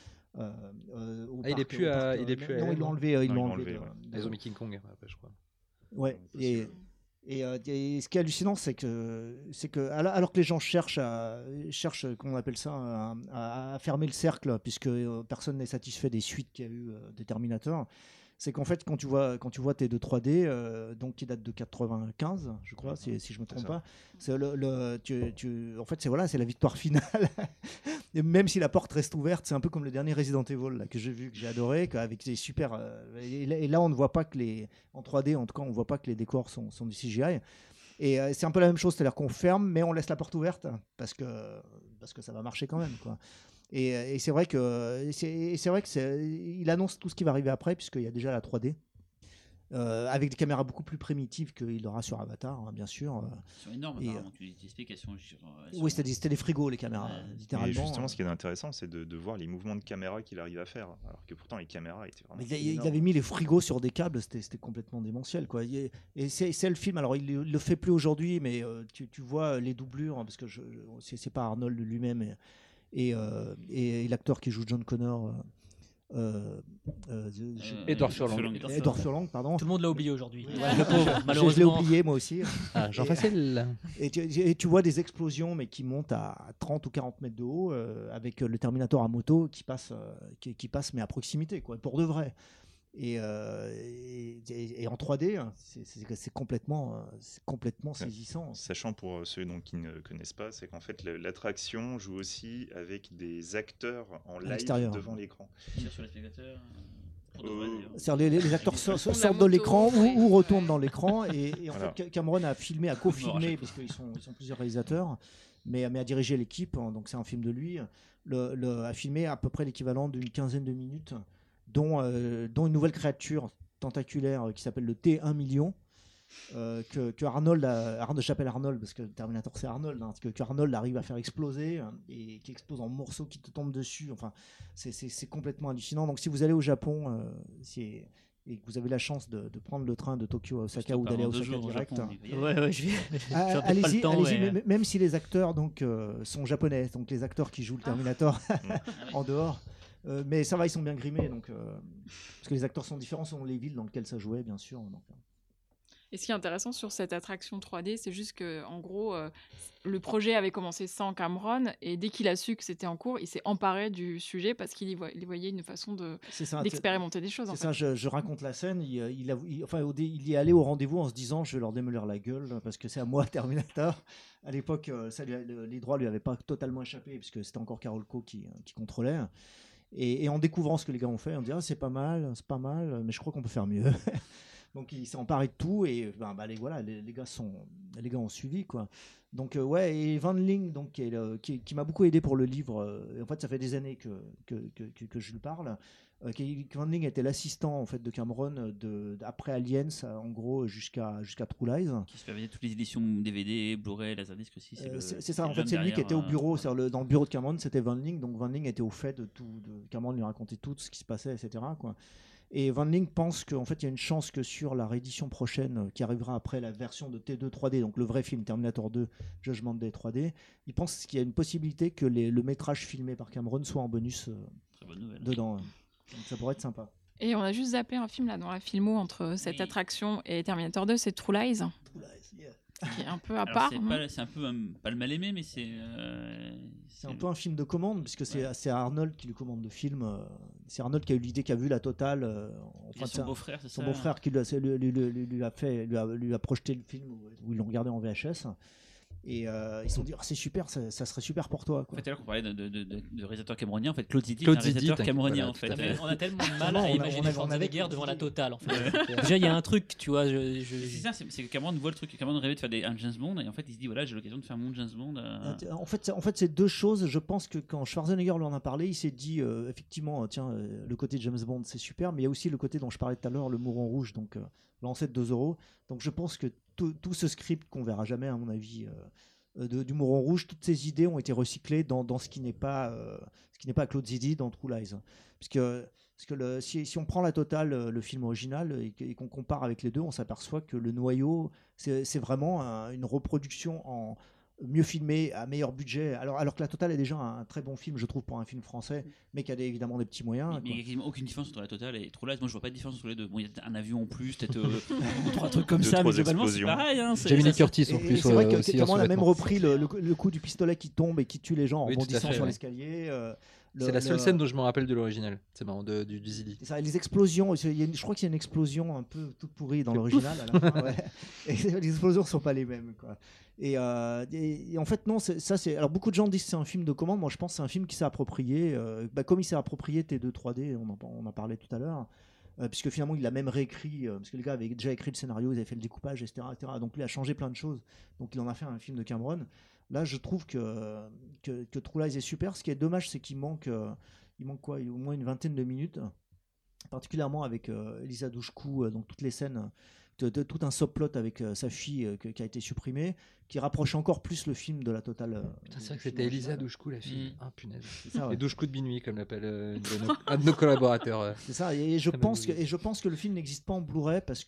Il est plus à Non, ils l'ont enlevé. Ils l'ont enlevé. Ils ont mis King Kong après, je crois. Ouais. Et ce qui est hallucinant, c'est que alors que les gens cherchent, comment on appelle ça, à fermer le cercle, puisque personne n'est satisfait des suites qu'il y a eu de Terminator, c'est qu'en fait, quand tu vois tes 2 3D, donc qui datent de 95, je crois, si je me trompe pas, c'est en fait, c'est la victoire finale. Et même si la porte reste ouverte, c'est un peu comme le dernier Resident Evil là, que j'ai vu, que j'ai adoré, avec des super. Et là, on ne voit pas que en 3D, en tout cas, on voit pas que les décors sont du CGI. Et c'est un peu la même chose, c'est-à-dire qu'on ferme, mais on laisse la porte ouverte parce que ça va marcher quand même, quoi. Et c'est vrai il annonce tout ce qui va arriver après, puisqu'il y a déjà la 3D. Avec des caméras beaucoup plus primitives qu'il aura sur Avatar, hein, bien sûr. Elles sont énormes, apparemment. Tu expliques qu'elles sont. Oui, c'était des frigos, les caméras, littéralement. Et justement, ce qui est intéressant, c'est de voir les mouvements de caméra qu'il arrive à faire, alors que pourtant les caméras étaient vraiment. Mais il avait mis les frigos sur des câbles, c'était complètement démentiel, quoi. Et c'est le film, alors il le fait plus aujourd'hui, mais tu vois les doublures, hein, parce que c'est pas Arnold lui-même, et l'acteur qui joue John Connor. Edward Furlong. Edward Furlong, pardon. Tout le monde l'a oublié aujourd'hui. Ouais. Le pauvre, Je l'ai malheureusement. oublié moi aussi. Jean Facel. Et tu vois des explosions, mais qui montent à 30 ou 40 mètres de haut, avec le Terminator à moto qui passe, mais à proximité, quoi, pour de vrai. Et en 3D, c'est complètement saisissant. Sachant pour ceux qui ne connaissent pas, c'est qu'en fait l'attraction joue aussi avec des acteurs en live l'extérieur. devant l'écran. Sur les spectateurs. C'est-à-dire les acteurs font de la sortent de moto, l'écran ouais. ou retournent dans l'écran. Et en Voilà. fait, Cameron a filmé, a co-filmé, chaque parce qu'ils sont plusieurs réalisateurs, mais a dirigé l'équipe, hein, donc c'est un film de lui. A filmé à peu près l'équivalent d'une quinzaine de minutes, dont une nouvelle créature tentaculaire qui s'appelle le T1 million. Que Arnold j'appelle Arnold parce que Terminator c'est Arnold, hein, que Arnold arrive à faire exploser et qui explose en morceaux qui te tombent dessus. Enfin, c'est complètement hallucinant. Donc si vous allez au Japon et que vous avez la chance de prendre le train de Tokyo à Osaka ou d'aller à Osaka direct, Ouais, je vais. J'aurais peut-être pas allez-y, le temps, mais- même si les acteurs donc sont japonais, donc les acteurs qui jouent le Terminator en dehors. Mais ça va, ils sont bien grimés, donc parce que les acteurs sont différents selon les villes dans lesquelles ça jouait, bien sûr. Donc, Et ce qui est intéressant sur cette attraction 3D, c'est juste que, en gros, le projet avait commencé sans Cameron, et dès qu'il a su que c'était en cours, il s'est emparé du sujet parce qu'il y voyait une façon c'est ça. d'expérimenter des choses. C'est En ça, fait. je raconte la scène. Il y est allé au rendez-vous en se disant je vais leur démolir la gueule parce que c'est à moi Terminator. À l'époque, les droits lui avaient pas totalement échappé puisque c'était encore Carol Co qui contrôlait. Et en découvrant ce que les gars ont fait, on dit c'est pas mal, mais je crois qu'on peut faire mieux. Donc il s'est emparé de tout et les gars ont suivi quoi. Donc ouais, et Van Ling donc qui m'a beaucoup aidé pour le livre. En fait ça fait des années que je lui parle. Van Ling était l'assistant en fait de Cameron après Aliens en gros jusqu'à True Lies. Qui supervisait toutes les éditions DVD, Blu-ray, Laserdisc aussi. C'est ça, en fait, c'est lui qui était au bureau, dans le bureau de Cameron, c'était Van Ling, donc Van Ling était au fait de tout, Cameron lui racontait tout ce qui se passait, etc. quoi. Et Van Ling pense qu'en fait, il y a une chance que sur la réédition prochaine, qui arrivera après la version de T2 3D, donc le vrai film Terminator 2, Judgment Day 3D, il pense qu'il y a une possibilité que le métrage filmé par Cameron soit en bonus Très bonne nouvelle. dedans. Donc ça pourrait être sympa. Et on a juste zappé un film là dans la filmo entre cette attraction et Terminator 2, c'est True Lies, True Lies, yeah. qui est un peu à Alors, part. c'est un peu pas le mal aimé, mais c'est. C'est un peu un film de commande, puisque c'est Arnold qui lui commande le film. C'est Arnold qui a eu l'idée, qui a vu la totale. Et son beau-frère, c'est ça. Son beau-frère qui lui a projeté le film où ils l'ont regardé en VHS. Et ils se sont dit, c'est super, ça serait super pour toi. Quoi. En fait, alors qu'on parlait de réalisateur cameronien, en fait, Claude Zidi, Claude c'est un réalisateur Zidi, camerounien, en voilà, fait. On a tellement de mal Non, à on imaginer avait Schwarzenegger devant la Zidi. totale. En fait. Déjà, il y a un truc, tu vois. C'est ça, c'est que Cameron voit le truc. Cameron rêvait de faire un James Bond, et en fait, il se dit, voilà, j'ai l'occasion de faire mon James Bond. En fait, c'est deux choses. Je pense que quand Schwarzenegger lui en a parlé, il s'est dit, effectivement, tiens, le côté James Bond, c'est super, mais il y a aussi le côté dont je parlais tout à l'heure, le Mouron Rouge, donc l'ancêtre de Zorro. Donc je pense que tout ce script qu'on verra jamais, à mon avis, du Mouron Rouge, toutes ces idées ont été recyclées dans ce qui n'est pas Claude Zidi dans True Lies. Parce que si on prend la totale, le film original, et qu'on compare avec les deux, on s'aperçoit que le noyau, c'est vraiment une reproduction en mieux filmé, à meilleur budget. Alors que la totale est déjà un très bon film, je trouve, pour un film français, mais qui a évidemment des petits moyens. Mais il n'y a quasiment aucune différence entre la totale et True Lies. Moi, je vois pas de différence entre les deux. Bon, il y a un avion en plus, peut-être trois trucs comme ça, mais globalement, c'est pareil. Hein, Jamie Lee Curtis en plus. C'est vrai que aussi, Cameron en a même sous-vêtements. repris le coup du pistolet qui tombe et qui tue les gens en Oui, tout à bondissant fait, sur ouais. l'escalier. C'est la seule scène dont je me rappelle de l'original. C'est marrant, du Zidi. C'est ça, les explosions, je crois qu'il y a une explosion un peu toute pourrie dans l'original. À la fin, ouais. Et les explosions ne sont pas les mêmes. Quoi. Et en fait, non, alors beaucoup de gens disent que c'est un film de commande. Moi, je pense que c'est un film qui s'est approprié. Comme il s'est approprié T2 3D, on en parlait tout à l'heure. Puisque finalement, il a même réécrit. Parce que les gars avaient déjà écrit le scénario, ils avaient fait le découpage, etc., etc. Donc, lui a changé plein de choses. Donc, il en a fait un film de Cameron. Là, je trouve que True Lies est super. Ce qui est dommage, c'est qu'il manque quoi, au moins une vingtaine de minutes, particulièrement avec Elisa Douchkou, donc toutes les scènes, tout un subplot avec sa fille qui a été supprimé, qui rapproche encore plus le film de la totale. Putain, c'est vrai que c'était Elisa Douchkou, la fille. Ah, punaise. C'est ça, ouais. Et Douchkou de minuit, comme l'appelle un de nos collaborateurs. C'est ça, et je pense que le film n'existe pas en Blu-ray parce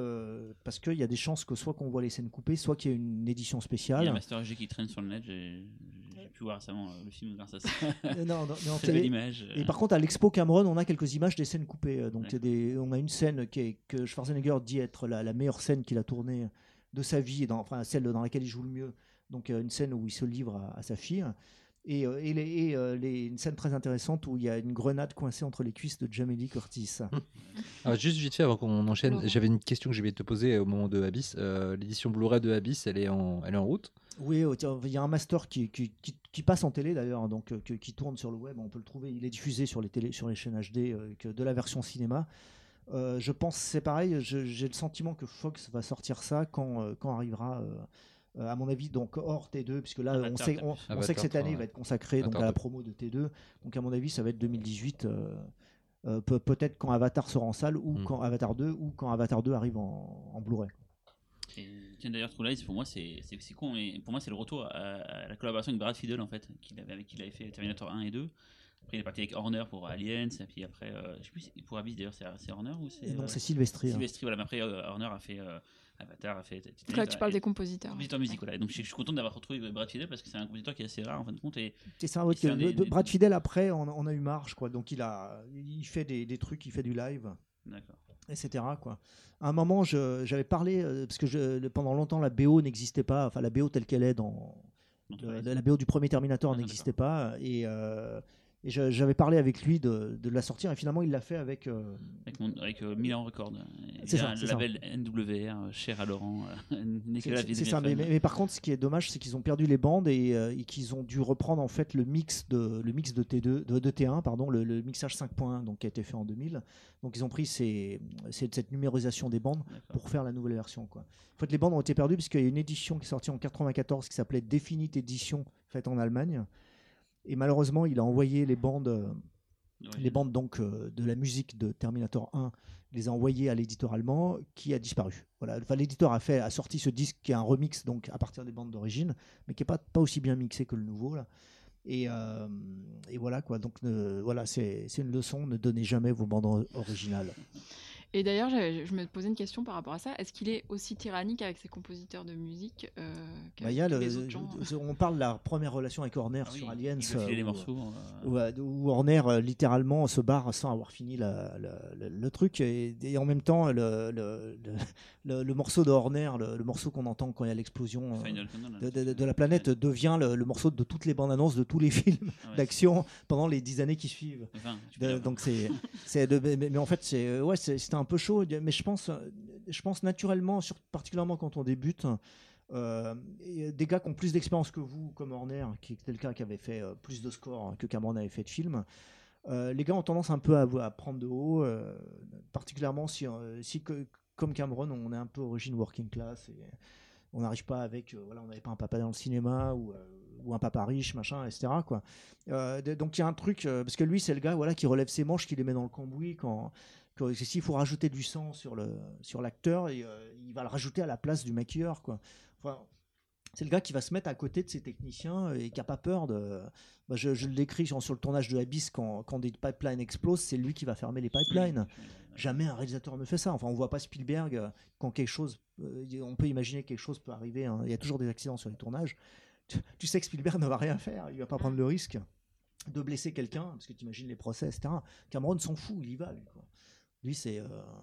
qu'il y a des chances que soit qu'on voit les scènes coupées, soit qu'il y ait une édition Il y a spéciale. un Master G qui traîne sur le net. J'ai pu voir récemment le film grâce à ça. Non, C'est belle image. Et par contre, à l'Expo Cameron, on a quelques images des scènes coupées. Donc, Ouais. on a une scène que Schwarzenegger dit être la meilleure scène qu'il a tournée de sa vie, enfin celle dans laquelle il joue le mieux. Donc, une scène où il se livre à sa fille. Une scène très intéressante où il y a une grenade coincée entre les cuisses de Jamie Lee Curtis. Alors, juste vite fait avant qu'on enchaîne, Laurent. j'avais une question que je vais te poser au moment de Abyss. L'édition Blu-ray de Abyss, elle est en route. Oui, tiens, il y a un master qui passe en télé d'ailleurs, donc qui tourne sur le web. On peut le trouver. Il est diffusé sur les chaînes HD de la version cinéma. Je pense c'est pareil. J'ai le sentiment que Fox va sortir ça quand arrivera. À mon avis, donc hors T2, puisque là, on sait que cette année va être consacrée donc, à la promo de T2. Donc, à mon avis, ça va être 2018. Peut-être quand Avatar sera en salle, ou quand Avatar 2, ou quand Avatar 2 arrive en Blu-ray. Et, tiens, d'ailleurs, True Lies, pour moi, c'est con, mais pour moi, c'est le retour à la collaboration avec Brad Fiedel, en fait, avec qui il avait fait Terminator 1 et 2. Après, il est parti avec Horner pour Aliens, et puis après, je sais plus, pour Abyss d'ailleurs, c'est Horner ou c'est. Non, c'est Silvestri. Silvestri, voilà, mais après, Horner a fait Avatar, a fait. Là, tu parles des compositeurs. Compositeur musique, voilà. Et donc, je suis content d'avoir retrouvé Brad Fiedel parce que c'est un compositeur qui est assez rare, en fin de compte. Et c'est ça, Brad Fiedel, après, on a eu marge, quoi. Donc, il fait des trucs, il fait du live. D'accord. Etc. Quoi. À un moment, j'avais parlé, parce que pendant longtemps, la BO n'existait pas, enfin la BO telle qu'elle est la BO du premier Terminator n'existait pas, et j'avais parlé avec lui de la sortir, et finalement il l'a fait avec Milan Records. C'est ça, le label NWR, cher à Laurent. C'est ça, mais par contre, ce qui est dommage, c'est qu'ils ont perdu les bandes et qu'ils ont dû reprendre en fait le mix de T2, de T1, pardon, le mixage 5.1, donc qui a été fait en 2000. Donc ils ont pris cette numérisation des bandes pour faire la nouvelle version, quoi. En fait, les bandes ont été perdues parce qu'il y a une édition qui est sortie en 94 qui s'appelait Definite Edition, faite en Allemagne. Et malheureusement, il a envoyé les bandes donc de la musique de Terminator 1, il les a envoyées à l'éditeur allemand qui a disparu. Voilà. Enfin, l'éditeur a sorti ce disque qui est un remix donc à partir des bandes d'origine, mais qui n'est pas aussi bien mixé que le nouveau là. Et voilà quoi. Donc voilà, c'est une leçon, ne donnez jamais vos bandes originales. Et d'ailleurs, je me posais une question par rapport à ça. Est-ce qu'il est aussi tyrannique avec ses compositeurs de musique qu'avec tous les autres gens On parle de la première relation avec Horner sur Aliens, les morceaux, où Horner littéralement se barre sans avoir fini le truc. Et en même temps, le morceau de Horner, le morceau qu'on entend quand il y a l'explosion de la planète, devient le morceau de toutes les bandes annonces de tous les films d'action pendant les 10 années qui suivent. Donc mais en fait, c'était un peu chaud, mais je pense naturellement, particulièrement quand on débute, des gars qui ont plus d'expérience que vous, comme Horner, qui était le cas qui avait fait plus de scores que Cameron avait fait de films, les gars ont tendance un peu à prendre de haut, particulièrement si comme Cameron, on est un peu origine working class et on n'arrive pas avec, on n'avait pas un papa dans le cinéma ou un papa riche, machin, etc. Quoi. Donc il y a un truc, parce que lui c'est le gars qui relève ses manches, qui les met dans le cambouis s'il faut rajouter du sang sur l'acteur, il va le rajouter à la place du maquilleur, quoi. Enfin, c'est le gars qui va se mettre à côté de ses techniciens et qui n'a pas peur de... je le décris sur le tournage de Abyss, quand des pipelines explosent, c'est lui qui va fermer les pipelines. Jamais un réalisateur ne fait ça. Enfin, on ne voit pas Spielberg quand quelque chose... on peut imaginer que quelque chose peut arriver. Hein. Il y a toujours des accidents sur les tournages. Tu sais que Spielberg ne va rien faire. Il ne va pas prendre le risque de blesser quelqu'un, parce que tu imagines les procès, etc. Cameron s'en fout, il y va, lui, quoi. Lui, c'est...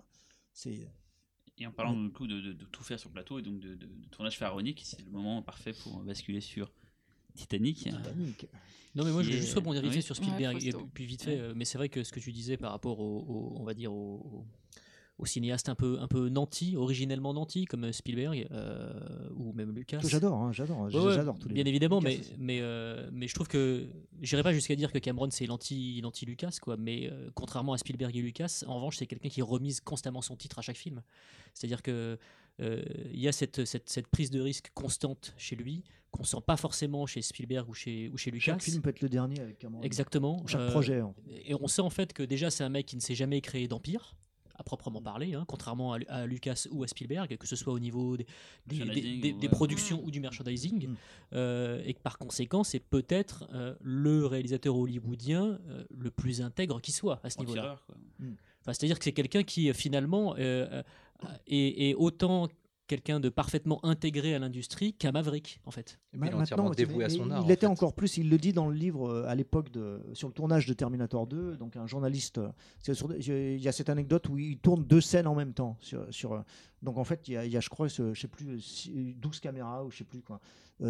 Et en parlant du coup de tout faire sur le plateau et donc de tournage pharaonique, c'est le moment parfait pour basculer sur Titanic. Non, mais moi je vais juste rebondir vite fait sur Spielberg, Ouais, et puis vite fait, mais c'est vrai que ce que tu disais par rapport on va dire aux cinéastes un peu nantis, originellement nantis, comme Spielberg ou même Lucas. Que j'adore tous les bien évidemment, mais je trouve que j'irai pas jusqu'à dire que Cameron c'est l'anti Lucas, quoi, mais contrairement à Spielberg et Lucas, en revanche c'est quelqu'un qui remise constamment son titre à chaque film. C'est-à-dire que il y a cette prise de risque constante chez lui qu'on sent pas forcément chez Spielberg ou chez Lucas. Chaque film peut être le dernier avec Cameron. Exactement. Chaque projet. Et on sait en fait que déjà c'est un mec qui ne s'est jamais créé d'empire, à proprement parler, hein, contrairement à Lucas ou à Spielberg, que ce soit au niveau des productions ou du merchandising, et que par conséquent c'est peut-être le réalisateur hollywoodien le plus intègre qui soit à ce niveau-là. Enfin, c'est-à-dire que c'est quelqu'un qui finalement est autant quelqu'un de parfaitement intégré à l'industrie qu'un Maverick, en fait. Il est entièrement dévoué à son art, il en l'était fait. encore plus. Il le dit dans le livre à l'époque sur le tournage de Terminator 2. Donc un journaliste, il y a cette anecdote où il tourne 2 scènes en même temps. Donc en fait, il y a je crois, je sais plus, 12 caméras ou je sais plus quoi.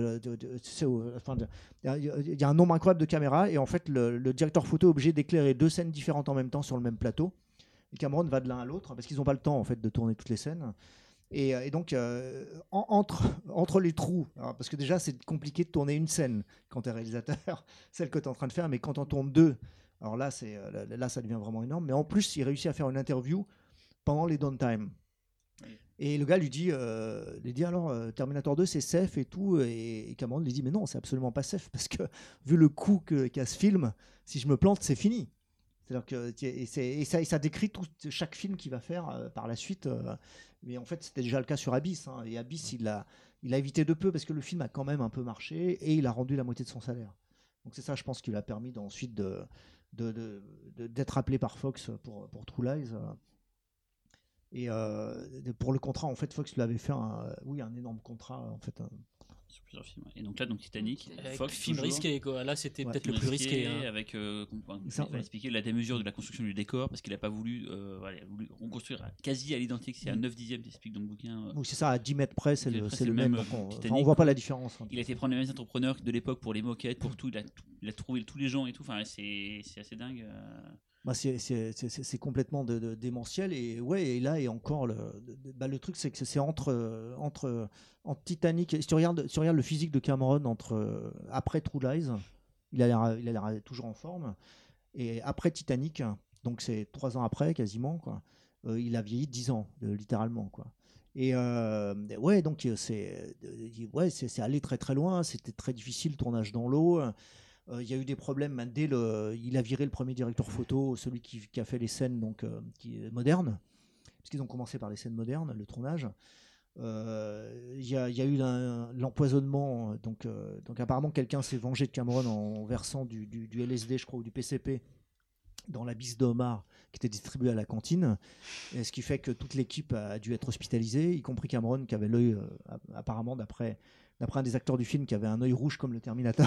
Il y a un nombre incroyable de caméras et en fait le directeur photo est obligé d'éclairer 2 scènes différentes en même temps sur le même plateau. Et Cameron va de l'un à l'autre parce qu'ils n'ont pas le temps en fait de tourner toutes les scènes. Et donc, entre les trous, parce que déjà, c'est compliqué de tourner une scène quand tu es réalisateur, celle que tu es en train de faire, mais quand on tourne 2, alors là, là, ça devient vraiment énorme. Mais en plus, il réussit à faire une interview pendant les downtime. Et le gars lui dit alors, Terminator 2, c'est safe et tout. Et Cameron lui dit, mais non, c'est absolument pas safe, parce que vu le coût qu'a ce film, si je me plante, c'est fini. C'est-à-dire que, et ça décrit chaque film qu'il va faire par la suite. Mais en fait, c'était déjà le cas sur Abyss. Hein, et Abyss, il a évité de peu parce que le film a quand même un peu marché et il a rendu la moitié de son salaire. Donc c'est ça, je pense, qui lui a permis ensuite d'être appelé par Fox pour True Lies. Et pour le contrat, en fait, Fox lui avait fait un énorme contrat, en fait. Sur plusieurs films. Et donc là, Titanic, Avec Fox, film toujours, risqué, quoi. Là, c'était peut-être le film plus risqué. Hein. avec, il va expliquer la démesure de la construction du décor parce qu'il n'a pas voulu, il a voulu reconstruire quasi à l'identique. C'est à 9 dixièmes, explique dans le bouquin. Oui, c'est ça, à 10 mètres près, c'est le même. Donc Titanic, on voit pas la différence. Il a été prendre les mêmes entrepreneurs de l'époque pour les moquettes, pour tout. Il a trouvé tous les gens et tout. Enfin, c'est assez dingue. C'est complètement démentiel et ouais, et là et encore le truc, c'est que c'est entre Titanic. Si tu regardes le physique de Cameron après True Lies, il a l'air toujours en forme, et après Titanic, donc c'est 3 ans après quasiment quoi, il a vieilli 10 ans littéralement quoi. Et ouais, donc c'est allé très très loin, c'était très difficile, tournage dans l'eau. Il y a eu des problèmes il a viré le premier directeur photo, celui qui a fait les scènes qui est moderne, parce qu'ils ont commencé par les scènes modernes, le tournage. Il y a eu l'empoisonnement, donc apparemment quelqu'un s'est vengé de Cameron en versant du LSD, je crois, ou du PCP dans la bise d'Omar qui était distribuée à la cantine, et ce qui fait que toute l'équipe a dû être hospitalisée, y compris Cameron qui avait l'œil, apparemment d'après un des acteurs du film, qui avait un œil rouge comme le Terminator.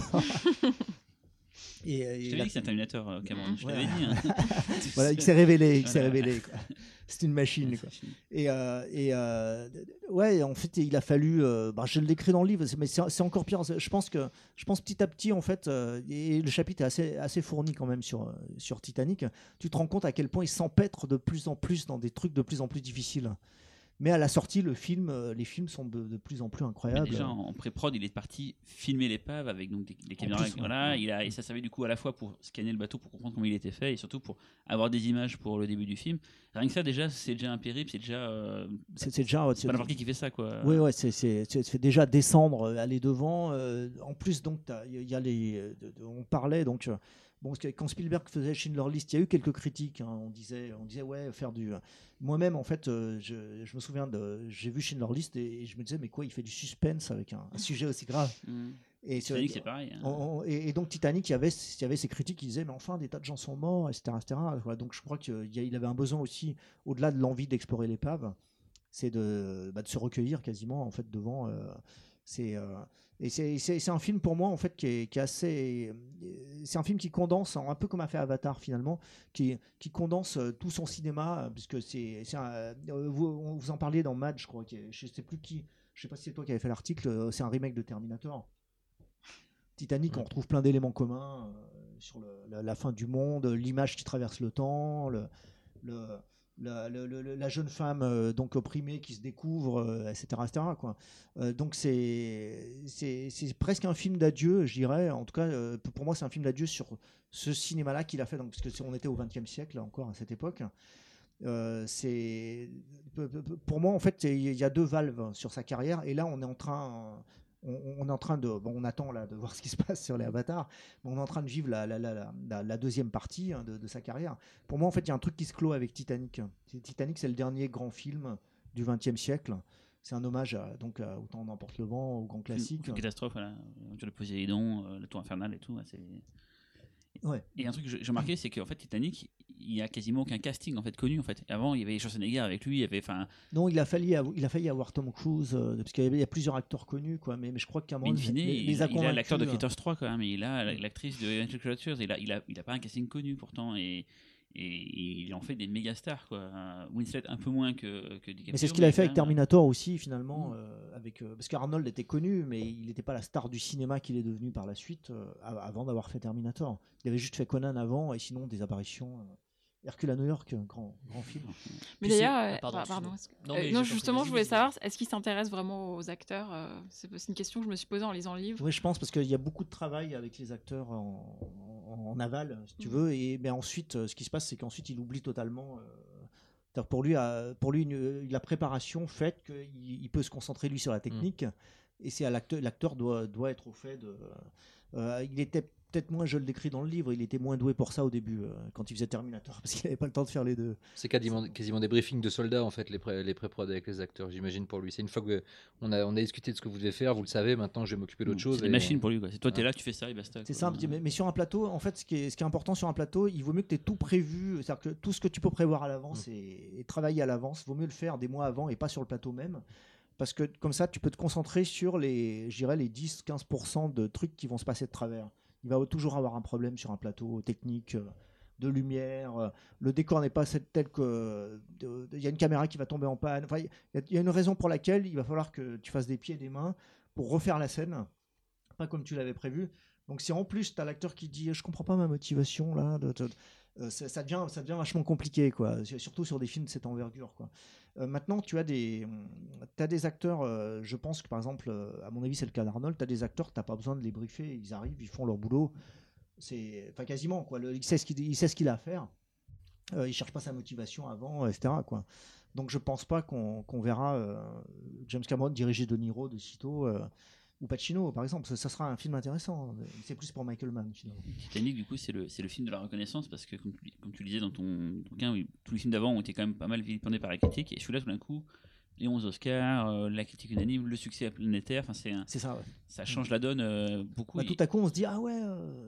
Je t'avais dit que c'est un Terminator, Cameron. Je t'avais dit. Hein. Voilà, il s'est révélé. Quoi. C'est une machine. Quoi. Et ouais, en fait, il a fallu. Je le décris dans le livre, mais c'est encore pire. Je pense petit à petit, en fait, et le chapitre est assez fourni quand même sur Titanic. Tu te rends compte à quel point il s'empêtre de plus en plus dans des trucs de plus en plus difficiles. Mais à la sortie, les films sont de plus en plus incroyables. Mais déjà, en pré-prod, il est parti filmer l'épave avec donc des caméras. Plus, voilà, et ça servait du coup à la fois pour scanner le bateau, pour comprendre comment il était fait, et surtout pour avoir des images pour le début du film. Rien que ça, déjà, c'est déjà un périple, c'est déjà. C'est pas n'importe qui fait ça, quoi. Oui, ouais, c'est déjà descendre, aller devant. En plus, donc, il y a on parlait donc. Bon, quand Spielberg faisait Schindler's List, il y a eu quelques critiques. Hein, on disait ouais, faire du. Moi-même, en fait, je me souviens j'ai vu Schindler's List et je me disais mais quoi, il fait du suspense avec un sujet aussi grave. Et Titanic, c'est pareil. Hein. Et donc Titanic, il y avait ces critiques qui disaient mais enfin des tas de gens sont morts, etc. Voilà, donc je crois qu'il avait un besoin aussi, au-delà de l'envie d'explorer l'épave, c'est de se recueillir quasiment en fait devant. Et c'est un film pour moi en fait qui est assez. C'est un film qui condense, un peu comme a fait Avatar finalement, qui condense tout son cinéma, puisque vous en parliez dans Mad, je crois, je sais plus qui, je sais pas si c'est toi qui avais fait l'article, c'est un remake de Terminator. Titanic, on retrouve plein d'éléments communs sur la fin du monde, l'image qui traverse le temps, la jeune femme donc opprimée qui se découvre, etc. quoi. Donc c'est presque un film d'adieu, je dirais. En tout cas, pour moi, c'est un film d'adieu sur ce cinéma-là qu'il a fait, donc, parce qu'on était au XXe siècle encore à cette époque. Pour moi, en fait, il y a 2 valves sur sa carrière, et là, on est en train de, on attend là de voir ce qui se passe sur les Avatars, mais on est en train de vivre la deuxième partie de sa carrière. Pour moi, en fait, il y a un truc qui se clôt avec Titanic. Titanic, c'est le dernier grand film du XXe siècle. C'est un hommage à Autant n'emporte le vent, au grand classique. Une catastrophe, voilà. Le Poséidon, le tour infernal et tout. Ouais. Et un truc que j'ai remarqué, c'est qu'en fait, Titanic, il y a quasiment aucun casting en fait connu en fait. Avant, il y avait Schwarzenegger avec lui, il y avait, enfin, Non, il a failli avoir Tom Cruise, parce qu'il y a plusieurs acteurs connus, quoi. Mais je crois que Cameron in fine, les a il a l'acteur de convaincus, Critters 3 quand même, et il a l'actrice de Eventual Creatures, il a pas un casting connu pourtant, et il en fait des méga stars quoi. Winslet un peu moins que DiCaprio. Mais c'est ce qu'il avait fait avec quand même, Terminator aussi, finalement, parce qu'Arnold était connu, mais il n'était pas la star du cinéma qu'il est devenu par la suite, avant d'avoir fait Terminator. Il avait juste fait Conan avant, et sinon des apparitions. Hercule à New York, grand film. Mais Puis d'ailleurs, pardon, pardon. excuse-moi. Non, mais Non, j'ai justement, compris, je voulais vas-y. savoir, est-ce qu'il s'intéresse vraiment aux acteurs C'est une question que je me suis posée en lisant le livre. Oui, je pense parce qu'il y a beaucoup de travail avec les acteurs en aval, si tu veux. Et ben ensuite, ce qui se passe, c'est qu'ensuite, il oublie totalement. C'est-à-dire pour lui, la préparation fait qu'il peut se concentrer lui sur la technique. Et c'est à l'acteur doit être au fait de. Il était peut-être moins, je le décris dans le livre, il était moins doué pour ça au début, quand il faisait Terminator, parce qu'il n'avait pas le temps de faire les deux. C'est quasiment des briefings de soldats en fait, les pré-prod avec les acteurs, j'imagine pour lui. C'est une fois qu'on a discuté de ce que vous devez faire, vous le savez, maintenant je vais m'occuper d'autre chose. C'est des machines pour lui quoi. C'est toi, t'es là, tu fais ça et basta. C'est quoi. simple, mais sur un plateau, en fait, ce qui est important sur un plateau, il vaut mieux que tu aies tout prévu, c'est-à-dire que tout ce que tu peux prévoir à l'avance et travailler à l'avance, vaut mieux le faire des mois avant et pas sur le plateau même. Parce que comme ça, tu peux te concentrer sur les 10-15% de trucs qui vont se passer de travers. Il va toujours avoir un problème sur un plateau technique, de lumière. Le décor n'est pas tel que. Il y a une caméra qui va tomber en panne. Enfin, il y a une raison pour laquelle il va falloir que tu fasses des pieds et des mains pour refaire la scène, pas comme tu l'avais prévu. Donc, si en plus tu as l'acteur qui dit je comprends pas ma motivation là, ça devient vachement compliqué, quoi. Surtout sur des films de cette envergure, quoi. Maintenant, tu as des acteurs, je pense que par exemple, à mon avis, c'est le cas d'Arnold, tu as des acteurs, tu n'as pas besoin de les briefer, ils arrivent, ils font leur boulot. Enfin, quasiment, quoi. Il sait ce qu'il a à faire. Il ne cherche pas sa motivation avant, etc., quoi. Donc, je ne pense pas qu'on verra James Cameron diriger De Niro de sitôt. Ou Pacino, par exemple, ça sera un film intéressant. C'est plus pour Michael Mann, finalement. Titanic, du coup, c'est le film de la reconnaissance parce que, comme tu le disais dans ton bouquin, oui, tous les films d'avant ont été quand même pas mal vilipendés par la critique. Et celui-là, tout d'un coup, les 11 Oscars, la critique unanime, le succès planétaire, c'est ça, ouais. Ça change la donne beaucoup. Tout à coup, on se dit, ah ouais,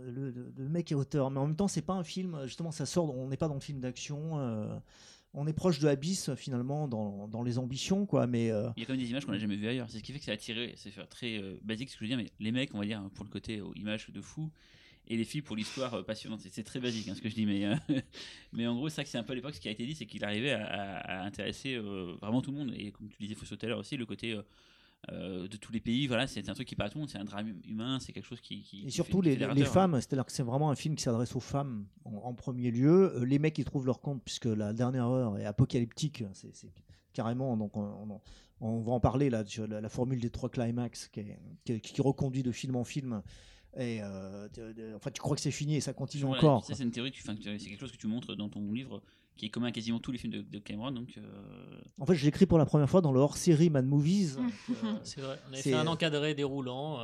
le mec est auteur. Mais en même temps, c'est pas un film, justement, ça sort, on n'est pas dans le film d'action. On est proche de Abyss finalement dans les ambitions, quoi. Mais il y a quand même des images qu'on n'a jamais vues ailleurs. C'est ce qui fait que c'est attiré. C'est très basique ce que je veux dire, mais les mecs, on va dire pour le côté images de fou, et les filles pour l'histoire passionnante. C'est très basique ce que je dis, mais mais en gros, c'est ça que c'est un peu à l'époque ce qui a été dit, c'est qu'il arrivait à intéresser vraiment tout le monde. Et comme tu disais, Fausto tout à l'heure aussi, le côté de tous les pays, voilà, c'est un truc qui parle à tout le monde, c'est un drame humain, c'est quelque chose qui et surtout les femmes, c'est-à-dire que c'est vraiment un film qui s'adresse aux femmes en premier lieu. Les mecs, ils trouvent leur compte puisque la dernière heure est apocalyptique, c'est carrément, donc on va en parler là, sur la formule des 3 climax qui reconduit de film en film. Et enfin, tu crois que c'est fini et ça continue encore. Ça, c'est une théorie, c'est quelque chose que tu montres dans ton livre, qui est commun à quasiment tous les films de Cameron. Donc, en fait, je l'écris pour la première fois dans le hors-série Mad Movies. C'est vrai, on avait fait un encadré déroulant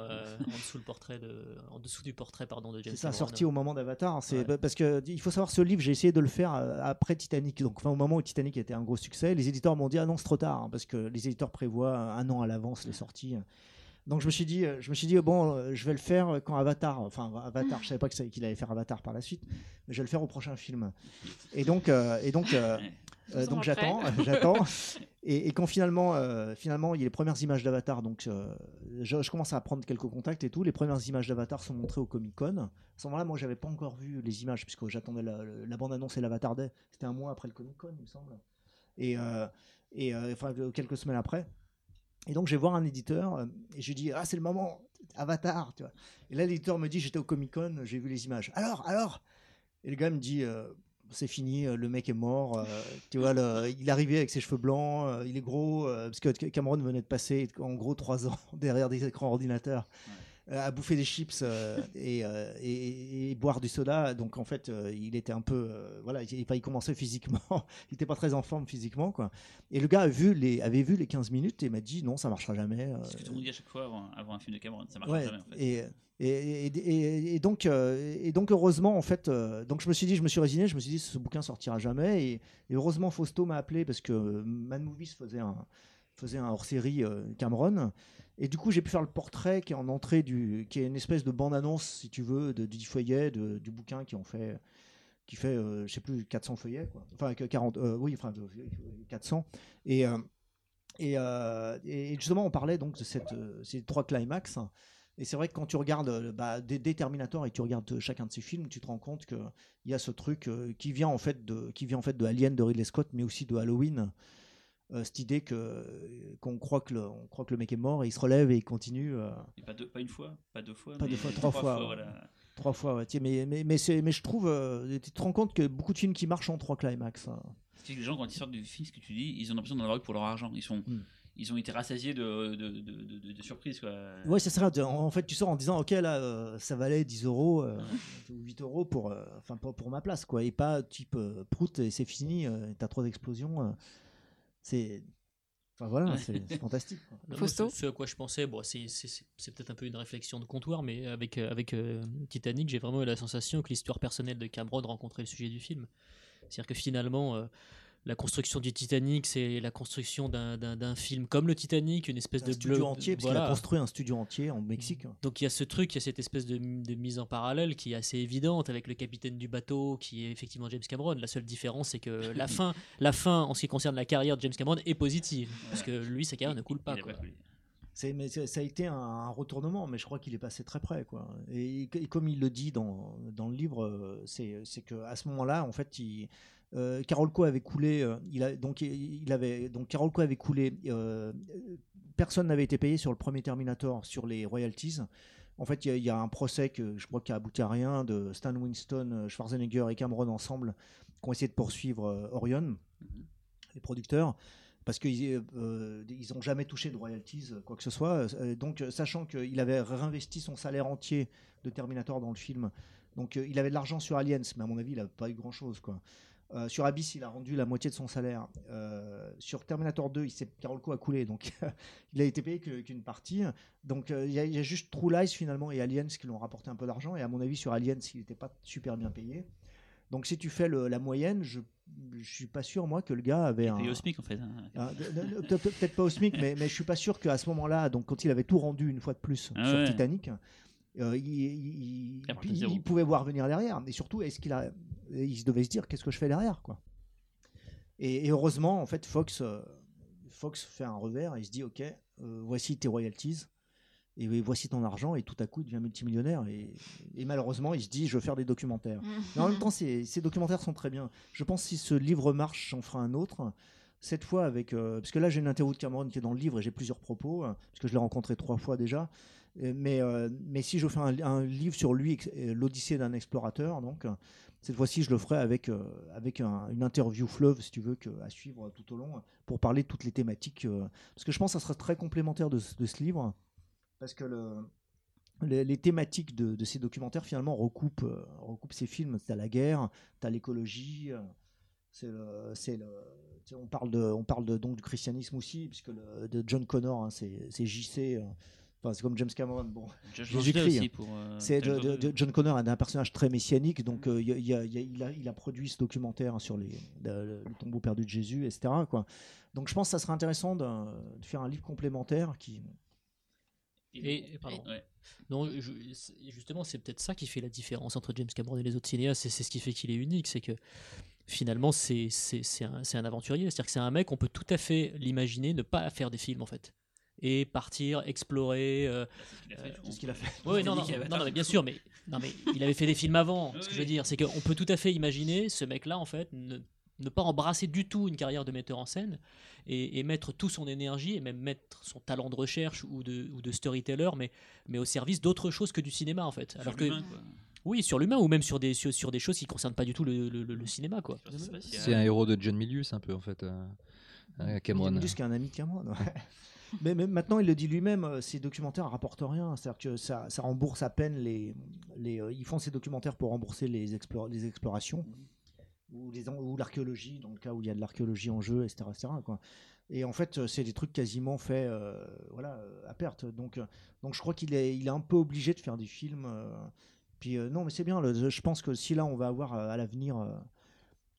en dessous du portrait de James Cameron. C'est ça, sorti au moment d'Avatar. Parce que il faut savoir, ce livre, j'ai essayé de le faire après Titanic. Donc, enfin, au moment où Titanic était un gros succès, les éditeurs m'ont dit ah non, c'est trop tard, parce que les éditeurs prévoient un an à l'avance les sorties. Donc je me suis dit bon, je vais le faire quand Avatar, je savais pas qu'il allait faire Avatar par la suite, mais je vais le faire au prochain film. Et donc j'attends. Et quand finalement il y a les premières images d'Avatar, donc je commence à prendre quelques contacts et tout. Les premières images d'Avatar sont montrées au Comic-Con. À ce moment-là, moi, j'avais pas encore vu les images puisque j'attendais la bande-annonce et l'Avatar Day. C'était un mois après le Comic-Con, il me semble. Et quelques semaines après. Et donc, je vais voir un éditeur et je lui dis c'est le moment, Avatar, tu vois. Et là, l'éditeur me dit j'étais au Comic-Con, j'ai vu les images. Alors Et le gars me dit c'est fini, le mec est mort. Tu vois, il est arrivé avec ses cheveux blancs, il est gros, parce que Cameron venait de passer en gros 3 ans derrière des écrans ordinateurs. À bouffer des chips et boire du soda. Donc en fait, il était un peu il commençait physiquement, il était pas très en forme physiquement, quoi. Et le gars avait vu les 15 minutes et m'a dit non, ça marchera jamais. C'est ce que tout le monde dit à chaque fois avant un film de Cameron, ça marchera jamais en fait. Et donc heureusement en fait, donc je me suis résigné, je me suis dit ce bouquin sortira jamais, et heureusement Fausto m'a appelé parce que Mad Movies faisait un hors-série Cameron. Et du coup, j'ai pu faire le portrait qui est en entrée, qui est une espèce de bande-annonce, si tu veux, de 10 feuillets du bouquin qui fait, je sais plus, 400 feuillets, quoi. Enfin, 40, oui, enfin, 400. Et justement, on parlait donc de ces 3 climax. Et c'est vrai que quand tu regardes des Terminator et que tu regardes chacun de ces films, tu te rends compte qu'il y a ce truc qui vient en fait de Alien de Ridley Scott, mais aussi de Halloween. Cette idée qu'on croit que le mec est mort et il se relève et il continue. Et pas une fois, pas 2 fois, pas mais 2 fois, 3 fois. Voilà. 3 fois, ouais. Mais je trouve, tu te rends compte que beaucoup de films qui marchent en 3 climax. Parce que les gens, quand ils sortent du film, ce que tu dis, ils ont l'impression d'en avoir eu pour leur argent. Ils ont été rassasiés de surprises, quoi. Ouais, c'est ça. En fait, tu sors en disant, ok, là, ça valait 10 euros ou 8 euros pour ma place, quoi. Et pas type prout et c'est fini, t'as 3 explosions. Enfin voilà, c'est fantastique. Fausto. Ce à quoi je pensais, c'est peut-être un peu une réflexion de comptoir, mais avec Titanic, j'ai vraiment eu la sensation que l'histoire personnelle de Cameron rencontrait le sujet du film. C'est-à-dire que finalement, la construction du Titanic, c'est la construction d'un film comme le Titanic, une espèce de studio entier, parce qu'il a construit un studio entier en Mexique. Donc il y a ce truc, il y a cette espèce de mise en parallèle qui est assez évidente avec le capitaine du bateau qui est effectivement James Cameron. La seule différence, c'est que la fin en ce qui concerne la carrière de James Cameron est positive, parce que lui, sa carrière ne coule pas. Quoi. Mais ça a été un retournement, mais je crois qu'il est passé très près, quoi. Et comme il le dit dans le livre, c'est qu'à ce moment-là, en fait, Carolco avait coulé. Carolco avait coulé. Personne n'avait été payé sur le premier Terminator sur les royalties. En fait, il y a un procès je crois qui a abouti à rien de Stan Winston, Schwarzenegger et Cameron ensemble qui ont essayé de poursuivre Orion, les producteurs. Parce qu'ils n'ont jamais touché de royalties, quoi que ce soit. Donc, sachant qu'il avait réinvesti son salaire entier de Terminator dans le film, donc il avait de l'argent sur Aliens, mais à mon avis, il n'a pas eu grand-chose, quoi. Sur Abyss, il a rendu la moitié de son salaire. Sur Terminator 2, Carolco a coulé, donc il a été payé qu'une partie. Donc il y a juste True Lies finalement et Aliens qui l'ont rapporté un peu d'argent. Et à mon avis, sur Aliens, il n'était pas super bien payé. Donc si tu fais la moyenne, je suis pas sûr moi que le gars avait il au SMIC en fait. Peut-être pas au SMIC, mais je suis pas sûr qu'à ce moment-là, donc quand il avait tout rendu une fois de plus sur Titanic, il pouvait voir venir derrière. Mais surtout, il devait se dire qu'est-ce que je fais derrière, quoi. Et heureusement, en fait, Fox fait un revers et il se dit ok, voici tes royalties. Et voici ton argent, et tout à coup il devient multimillionnaire et malheureusement il se dit je veux faire des documentaires. Mais en même temps ces documentaires sont très bien. Je pense que si ce livre marche, j'en ferai un autre, cette fois avec parce que là j'ai une interview de Cameron qui est dans le livre et j'ai plusieurs propos parce que je l'ai rencontré 3 fois déjà, mais si je fais un livre sur lui, l'Odyssée d'un explorateur, donc cette fois-ci je le ferai avec une interview fleuve si tu veux à suivre tout au long pour parler de toutes les thématiques parce que je pense que ça sera très complémentaire de ce livre. Parce que les thématiques de ces documentaires finalement recoupent ces films. T'as la guerre, t'as l'écologie, on parle donc du christianisme aussi, puisque de John Connor, hein, c'est JC. C'est comme James Cameron. Bon, j'écris. John Connor est un personnage très messianique, donc il a produit ce documentaire sur le tombeau perdu de Jésus, etc. Quoi. Donc je pense que ça serait intéressant de faire un livre complémentaire qui. Non, justement, c'est peut-être ça qui fait la différence entre James Cameron et les autres cinéastes, c'est ce qui fait qu'il est unique, c'est que finalement c'est un aventurier, c'est-à-dire que c'est un mec, on peut tout à fait l'imaginer ne pas faire des films en fait, et partir explorer. C'est ce qu'il a fait. Oui, non, mais bien sûr, mais il avait fait des films avant. Ce que je veux dire, c'est qu'on peut tout à fait imaginer ce mec-là en fait ne pas embrasser du tout une carrière de metteur en scène et mettre toute son énergie et même mettre son talent de recherche ou de storyteller mais au service d'autre chose que du cinéma en fait. Alors que oui, sur l'humain ou même sur des choses qui concernent pas du tout le cinéma quoi. C'est un héros de John Milius un peu en fait, Cameron. John Milius qui est un ami de Cameron. mais maintenant il le dit lui-même, ces documentaires rapportent rien, c'est-à-dire que ça rembourse à peine ils font ces documentaires pour rembourser les explorations. Ou l'archéologie, dans le cas où il y a de l'archéologie en jeu, etc. quoi. Et en fait, c'est des trucs quasiment faits à perte. Donc je crois qu'il est un peu obligé de faire des films. Puis non, mais c'est bien. Je pense que si là, on va avoir à l'avenir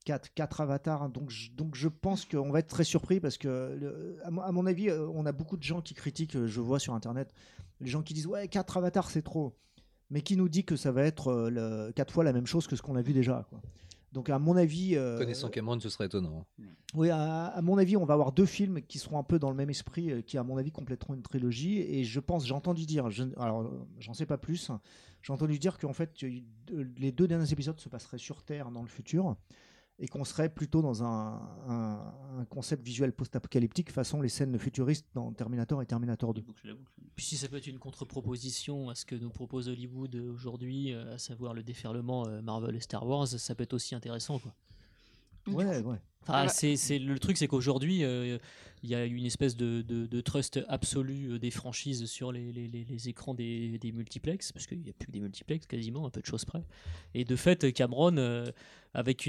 4 avatars. Donc je pense qu'on va être très surpris parce que, à mon avis, on a beaucoup de gens qui critiquent, je vois sur Internet, les gens qui disent ouais, 4 avatars c'est trop. Mais qui nous dit que ça va être 4 fois la même chose que ce qu'on a vu déjà, quoi. Donc à mon avis... Connaissant Cameron, ce serait étonnant. Oui, à mon avis, on va avoir 2 films qui seront un peu dans le même esprit, qui à mon avis compléteront une trilogie. Et je pense, j'ai entendu dire, alors j'en sais pas plus, j'ai entendu dire qu'en fait les 2 derniers épisodes se passeraient sur Terre dans le futur et qu'on serait plutôt dans un concept visuel post-apocalyptique façon les scènes futuristes dans Terminator et Terminator 2. Puis si ça peut être une contre-proposition à ce que nous propose Hollywood aujourd'hui, à savoir le déferlement Marvel et Star Wars, ça peut être aussi intéressant, quoi. Ouais. Enfin, le truc, c'est qu'aujourd'hui, il y a une espèce de trust absolu des franchises sur les écrans des multiplex, parce qu'il n'y a plus que des multiplex quasiment, un peu de choses près. Et de fait, Cameron, avec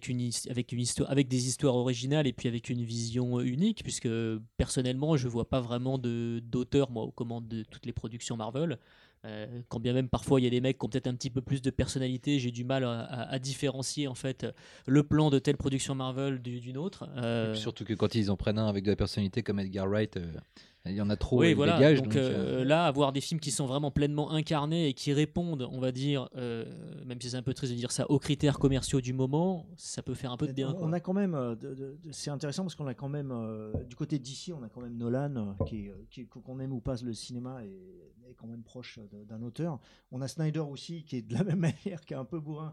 des histoires originales et puis avec une vision unique, puisque personnellement, je vois pas vraiment d'auteur, moi, aux commandes de toutes les productions Marvel. Quand bien même parfois il y a des mecs qui ont peut-être un petit peu plus de personnalité, j'ai du mal à différencier en fait le plan de telle production Marvel d'une autre. Et puis surtout que quand ils en prennent un avec de la personnalité comme Edgar Wright, il y en a trop, oui, il voilà. dégage. Donc, là, avoir des films qui sont vraiment pleinement incarnés et qui répondent, on va dire, même si c'est un peu triste de dire ça, aux critères commerciaux du moment, ça peut faire un peu de bien. On a quand même, c'est intéressant parce qu'on a quand même, du côté d'ici, on a quand même Nolan, qu'on aime ou pas le cinéma, est quand même proche d'un auteur. On a Snyder aussi, qui est de la même manière, qui est un peu bourrin.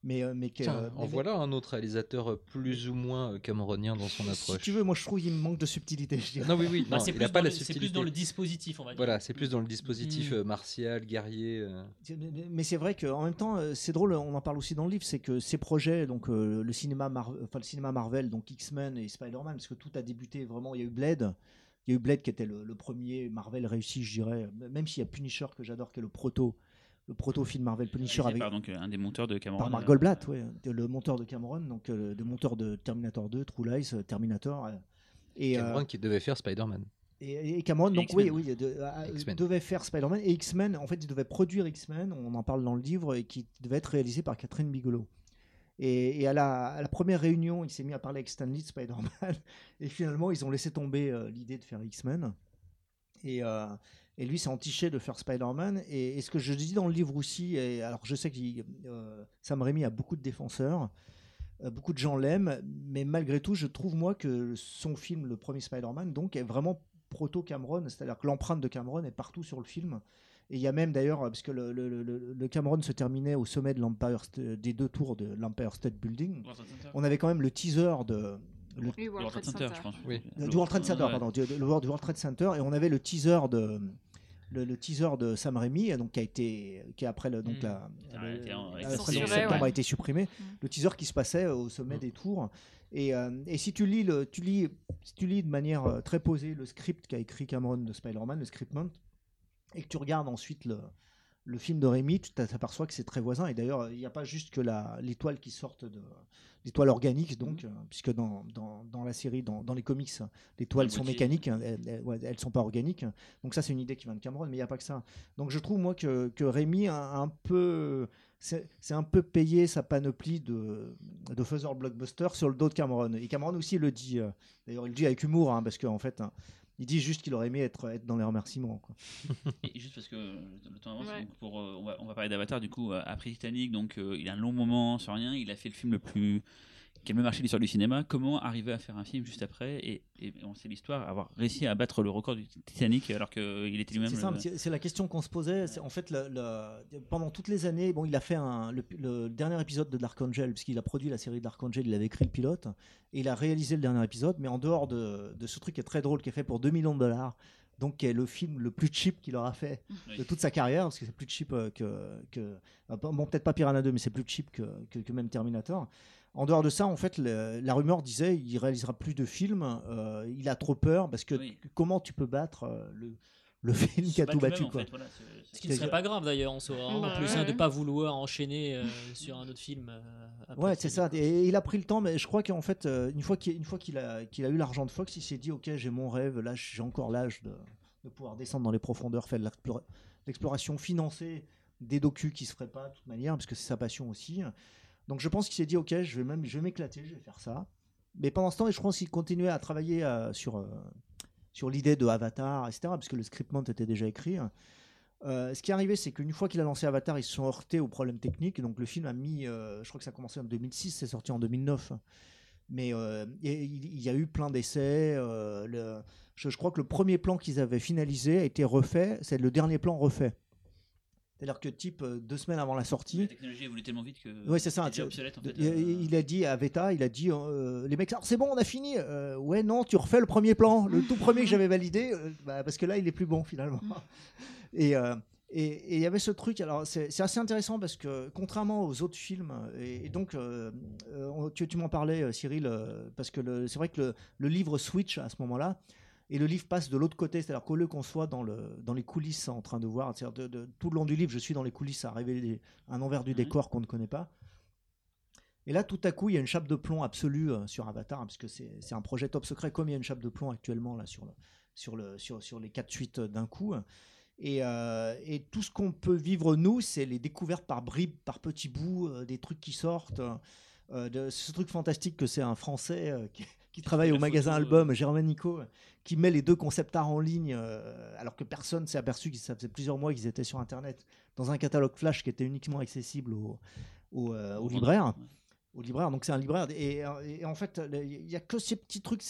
Voilà un autre réalisateur plus ou moins cameronien dans son approche. Si tu veux, moi je trouve qu'il manque de subtilité. Je dirais. Non, oui, non, il n'a pas la subtilité. C'est plus dans le dispositif, on va dire. Voilà, c'est plus dans le dispositif martial, guerrier. Mais c'est vrai qu'en même temps, c'est drôle, on en parle aussi dans le livre, c'est que ces projets, donc le cinéma Marvel, donc X-Men et Spider-Man, parce que tout a débuté vraiment, il y a eu Blade. Il y a eu Blade qui était le premier Marvel réussi, je dirais, même s'il y a Punisher que j'adore, qui est le proto-film Marvel Punisher avec donc un des monteurs de Cameron. par Mark Goldblatt, le monteur de Cameron, donc le monteur de Terminator 2, True Lies, Terminator. Et Cameron qui devait faire Spider-Man. Et Cameron, donc X-Men. devait faire Spider-Man et X-Men. En fait, il devait produire X-Men. On en parle dans le livre et qui devait être réalisé par Catherine Bigelow. Et à la première réunion, il s'est mis à parler avec Stan Lee de Spider-Man. Et finalement, ils ont laissé tomber l'idée de faire X-Men. Et lui s'est entiché de faire Spider-Man. Et ce que je dis dans le livre aussi, alors je sais que Sam Raimi a beaucoup de défenseurs, beaucoup de gens l'aiment, mais malgré tout, je trouve moi que son film, le premier Spider-Man, donc, est vraiment proto-Cameron, c'est-à-dire que l'empreinte de Cameron est partout sur le film. Et il y a même d'ailleurs, parce que le Cameron se terminait au sommet de des 2 tours de l'Empire State Building, on avait quand même le teaser du World Trade Center, je pense. Oui. Du World Trade Center, pardon, du World Trade Center, et on avait le teaser de le teaser de Sam Raimi, donc qui après le 13 septembre a été supprimé, le teaser qui se passait au sommet des tours. Et si tu lis de manière très posée le script qu'a écrit Cameron de Spider-Man, le scriptment, et que tu regardes ensuite le film de Raimi, tu t'aperçois que c'est très voisin. Et d'ailleurs, il n'y a pas juste que l'étoile qui sorte l'étoile organique, donc, puisque dans la série, dans les comics, les toiles sont mécaniques, elles sont pas organiques. Donc ça, c'est une idée qui vient de Cameron, mais il n'y a pas que ça. Donc je trouve, moi, que Raimi a un peu... C'est un peu payé sa panoplie de faiseurs blockbuster sur le dos de Cameron. Et Cameron aussi le dit, d'ailleurs il le dit avec humour, parce qu'en fait... il dit juste qu'il aurait aimé être dans les remerciements, quoi. Et juste parce que le temps avance, donc on va parler d'Avatar, du coup, après Titanic, donc il a un long moment sur rien, il a fait le film qui a le mieux marché de l'histoire du cinéma. Comment arriver à faire un film juste après et on sait l'histoire, avoir réussi à battre le record du Titanic alors qu'il était lui-même. C'est la question qu'on se posait. En fait, pendant toutes les années, bon, il a fait le dernier épisode de Dark Angel, puisqu'il a produit la série Dark Angel, il avait écrit le pilote et il a réalisé le dernier épisode. Mais en dehors de ce truc qui est très drôle, qui est fait pour $2 millions, donc qui est le film le plus cheap qu'il aura fait de toute sa carrière, parce que c'est plus cheap bon, peut-être pas Piranha 2, mais c'est plus cheap que même Terminator. En dehors de ça, en fait, la rumeur disait il réalisera plus de films. Il a trop peur parce que comment tu peux battre le film qui a tout battu, quoi. En fait, voilà, ce qui ne serait pas grave d'ailleurs en soi, en plus de ne pas vouloir enchaîner sur un autre film. Ouais, c'est ça. Et il a pris le temps, mais je crois qu'en fait, une fois qu'il a eu l'argent de Fox, il s'est dit ok, j'ai mon rêve, là j'ai encore l'âge de pouvoir descendre dans les profondeurs, faire de l'exploration, financer des docus qui se feraient pas de toute manière, parce que c'est sa passion aussi. Donc je pense qu'il s'est dit, ok, je vais m'éclater, je vais faire ça. Mais pendant ce temps, je pense qu'il continuait à travailler sur l'idée de Avatar, etc., parce que le scriptment était déjà écrit. Ce qui est arrivé, c'est qu'une fois qu'il a lancé Avatar, ils se sont heurtés aux problèmes techniques. Donc le film a mis, je crois que ça a commencé en 2006, c'est sorti en 2009. Mais il y a eu plein d'essais. Je crois que le premier plan qu'ils avaient finalisé a été refait. C'est le dernier plan refait. C'est-à-dire que 2 semaines avant la sortie. La technologie évolue tellement vite que ouais, c'est ça. c'était obsolète en fait. Il a dit à Veta, les mecs, alors c'est bon, on a fini. Ouais, non, tu refais le premier plan, le tout premier que j'avais validé, parce que là, il est plus bon finalement. Et il y avait ce truc. Alors c'est assez intéressant parce que contrairement aux autres films, et donc tu m'en parlais, Cyril, parce que c'est vrai que le livre switch à ce moment-là. Et le livre passe de l'autre côté, c'est-à-dire qu'au lieu qu'on soit dans les coulisses en train de voir, c'est-à-dire tout le long du livre, je suis dans les coulisses à révéler un envers du décor qu'on ne connaît pas. Et là, tout à coup, il y a une chape de plomb absolue sur Avatar, hein, parce que c'est un projet top secret, comme il y a une chape de plomb actuellement là, sur les 4 suites d'un coup. Et tout ce qu'on peut vivre, nous, c'est les découvertes par bribes, par petits bouts, des trucs qui sortent. Ce truc fantastique que c'est un Français qui travaille au magasin Album, Germanico, qui met les 2 concept art en ligne, alors que personne s'est aperçu que ça faisait plusieurs mois qu'ils étaient sur Internet, dans un catalogue flash qui était uniquement accessible aux libraires. Ouais. Au libraire, donc c'est un libraire, et en fait, il n'y a que ces petits trucs,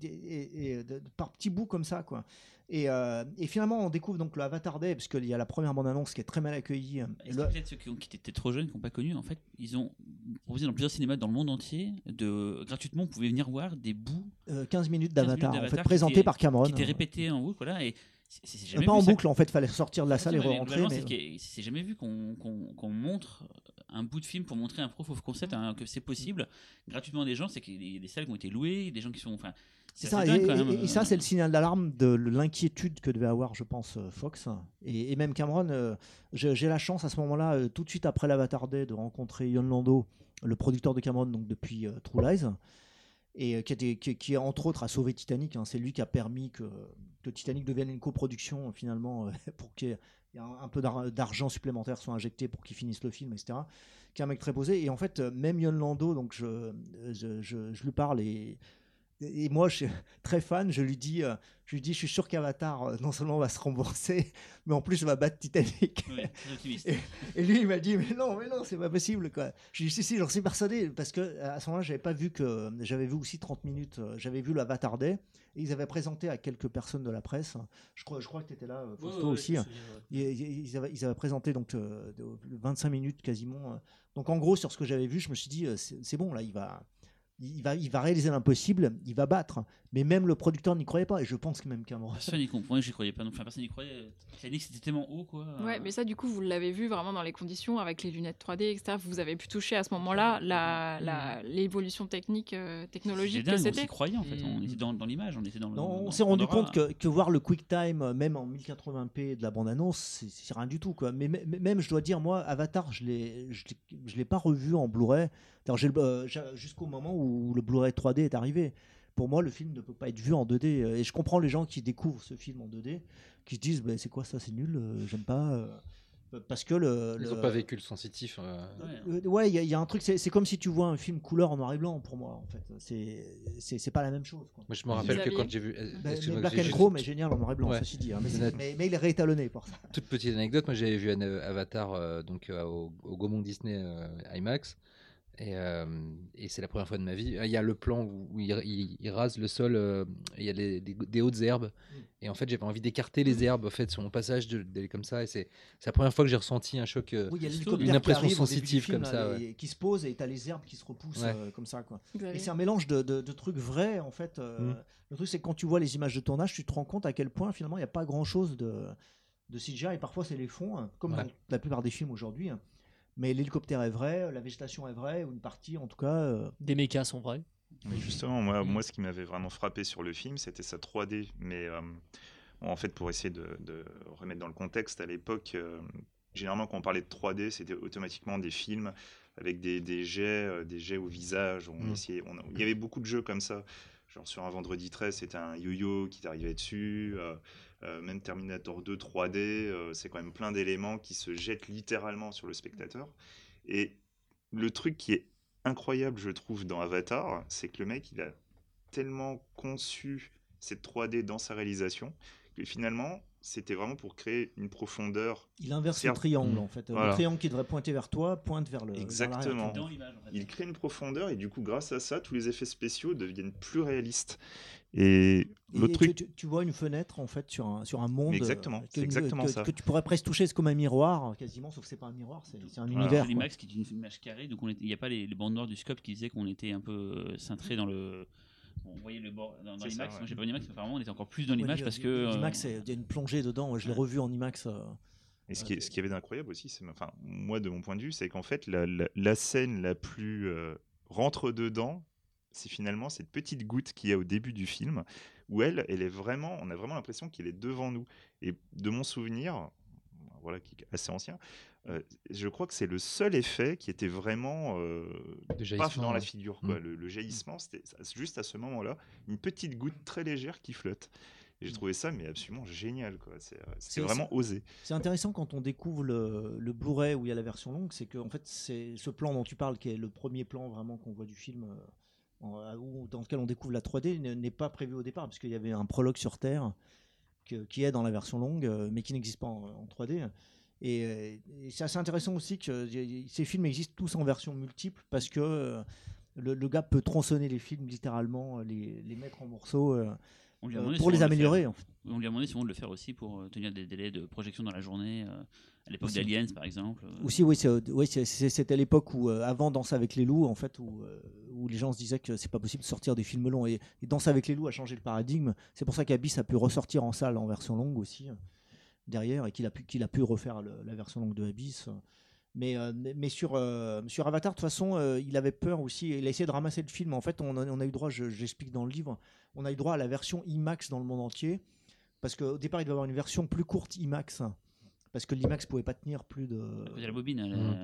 par petits bouts comme ça, quoi. Et finalement, on découvre donc le Avatar Day, parce qu'il y a la première bande-annonce qui est très mal accueillie. Peut-être ceux qui étaient trop jeunes, qui n'ont pas connu, en fait, ils ont proposé dans plusieurs cinémas dans le monde entier, gratuitement, vous pouvez venir voir des bouts. 15 minutes d'Avatar, en fait, présenté par Cameron. Qui étaient répétés en boucle, voilà, et c'est jamais pas vu, en ça. boucle, en fait, il fallait sortir de la salle et re-rentrer. C'est jamais vu qu'on montre un bout de film pour montrer un proof of concept, que c'est possible gratuitement à des gens. C'est qu'il y a des salles qui ont été louées, des gens qui sont. Enfin, c'est ça, et ça, c'est le signal d'alarme de l'inquiétude que devait avoir, je pense, Fox. Et même Cameron, j'ai la chance à ce moment-là, tout de suite après l'Avatar Day, de rencontrer Jon Landau, le producteur de Cameron, donc depuis True Lies, et qui entre autres a sauvé Titanic. Hein. C'est lui qui a permis que Titanic devienne une coproduction finalement, pour qu'il y ait un peu d'argent supplémentaire soit injecté pour qu'il finisse le film, etc. Qui est un mec très posé. Et en fait, même Jon Landau, donc je lui parle et moi, je suis très fan. Je lui dis, je suis sûr qu'Avatar, non seulement va se rembourser, mais en plus va battre Titanic. Oui, très optimiste. Et lui, il m'a dit, mais non, c'est pas possible, quoi. Je lui dis, si, j'en suis persuadé, parce que à ce moment-là, j'avais vu aussi 30 minutes. J'avais vu l'Avatar Day, et ils avaient présenté à quelques personnes de la presse. Je crois que tu étais là, Fausto aussi. Ils avaient présenté donc 25 minutes quasiment. Donc en gros, sur ce que j'avais vu, je me suis dit, c'est bon, là, il va réaliser l'impossible, il va battre. Mais même le producteur n'y croyait pas, et je pense que même Cameron. Personne n'y comprenait, j'y croyais pas. Enfin, personne n'y croyait. Titanic, c'était tellement haut, quoi. Ouais, mais ça, du coup, vous l'avez vu vraiment dans les conditions, avec les lunettes 3D, etc. Vous avez pu toucher à ce moment-là l'évolution technologique dingue, que c'était. On s'y croyait, en fait. On était dans l'image, on était dans le. On s'est rendu compte que voir le QuickTime, même en 1080p de la bande-annonce, c'est rien du tout, quoi. Mais même, je dois dire, moi, Avatar, je l'ai pas revu en Blu-ray. Jusqu'au moment où le Blu-ray 3D est arrivé. Pour moi, le film ne peut pas être vu en 2D. Et je comprends les gens qui découvrent ce film en 2D, qui se disent c'est quoi ça, c'est nul, j'aime pas. Parce que ils n'ont pas vécu le sensitif. Ouais, il y a un truc, c'est comme si tu vois un film couleur en noir et blanc pour moi, en fait. C'est pas la même chose, quoi. Moi, je me rappelle que quand j'ai vu. Black and Chrome est génial en noir et blanc, ceci dit. Hein, mais il est réétalonné pour ça. Toute petite anecdote, moi j'avais vu Avatar au Gaumont Disney IMAX. Et c'est la première fois de ma vie. Il y a le plan où il rase le sol, il y a des hautes herbes. Et en fait, j'avais envie d'écarter les herbes en fait, sur mon passage, d'aller comme ça. Et c'est la première fois que j'ai ressenti un choc, une impression sensitive comme ça. Qui se pose et tu as les herbes qui se repoussent comme ça, quoi. Et c'est un mélange de trucs vrais, en fait. Le truc, c'est que quand tu vois les images de tournage, tu te rends compte à quel point, finalement, il n'y a pas grand-chose de CGI. Et parfois, c'est les fonds, hein, comme dans la plupart des films aujourd'hui. Hein. Mais l'hélicoptère est vrai, la végétation est vraie, ou une partie en tout cas. Des mécas sont vrais. Mais justement, moi, ce qui m'avait vraiment frappé sur le film, c'était sa 3D. Mais en fait, pour essayer de remettre dans le contexte, à l'époque, généralement, quand on parlait de 3D, c'était automatiquement des films avec des jets au visage. Il y avait beaucoup de jeux comme ça. Genre sur un vendredi 13, c'était un yo-yo qui t'arrivait dessus. Même Terminator 2 3D, c'est quand même plein d'éléments qui se jettent littéralement sur le spectateur. Et le truc qui est incroyable, je trouve, dans Avatar, c'est que le mec, il a tellement conçu cette 3D dans sa réalisation que finalement, c'était vraiment pour créer une profondeur. Il inverse le Certes. triangle en fait. Le Voilà. triangle qui devrait pointer vers toi pointe vers le. Exactement. Dans l'image, en fait. Il crée une profondeur et du coup, grâce à ça, tous les effets spéciaux deviennent plus réalistes. Et l'autre truc, Tu vois une fenêtre en fait sur un monde. Exactement, c'est exactement ça. Que tu pourrais presque toucher, c'est comme un miroir quasiment, sauf que c'est pas un miroir, c'est un Voilà, univers. l'IMAX qui est une image carrée, donc il n'y a pas les bandes noires du scope qui disaient qu'on était un peu cintré dans le. On voyait le bord dans C'est l'IMAX. ça, ouais. Moi j'ai pas une IMAX, mais apparemment on était encore plus dans l'image parce que. L'IMAX, il y a une plongée dedans. Je l'ai revu en IMAX. Et ce qui y avait d'incroyable aussi, enfin, moi de mon point de vue, c'est qu'en fait, la scène la plus rentre dedans, c'est finalement cette petite goutte qu'il y a au début du film, où elle est vraiment, on a vraiment l'impression qu'elle est devant nous. Et de mon souvenir, voilà, qui est assez ancien, je crois que c'est le seul effet qui était vraiment paf jaillissement, dans la ouais. figure. Quoi. Le jaillissement, c'était juste à ce moment-là, une petite goutte très légère qui flotte. Et j'ai trouvé ça mais absolument génial. Quoi. C'est vraiment osé. C'est intéressant quand on découvre le Blu-ray où il y a la version longue, c'est que en fait, c'est ce plan dont tu parles, qui est le premier plan vraiment qu'on voit du film, dans lequel on découvre la 3D, n'est pas prévu au départ, parce qu'il y avait un prologue sur Terre qui est dans la version longue, mais qui n'existe pas en 3D. Et c'est assez intéressant aussi que ces films existent tous en version multiple, parce que le gars peut tronçonner les films littéralement, les mettre en morceaux. On lui a demandé Pour souvent les de le améliorer. faire. En fait. On lui a demandé souvent de le faire aussi pour tenir des délais de projection dans la journée. À l'époque Aussi. d'Aliens, par exemple. Aussi, oui, c'était l'époque où, avant Danse avec les loups, en fait, où les gens se disaient que c'est pas possible de sortir des films longs. Et Danse avec les loups a changé le paradigme. C'est pour ça qu'Abyss a pu ressortir en salle en version longue aussi, derrière, et qu'il a pu refaire la version longue de Abyss. Mais sur Avatar, de toute façon, il avait peur aussi. Il a essayé de ramasser le film. En fait, on a eu droit, j'explique dans le livre, on a eu droit à la version IMAX dans le monde entier. Parce qu'au départ, il devait y avoir une version plus courte IMAX. Parce que l'IMAX pouvait pas tenir plus de. À cause de la bobine.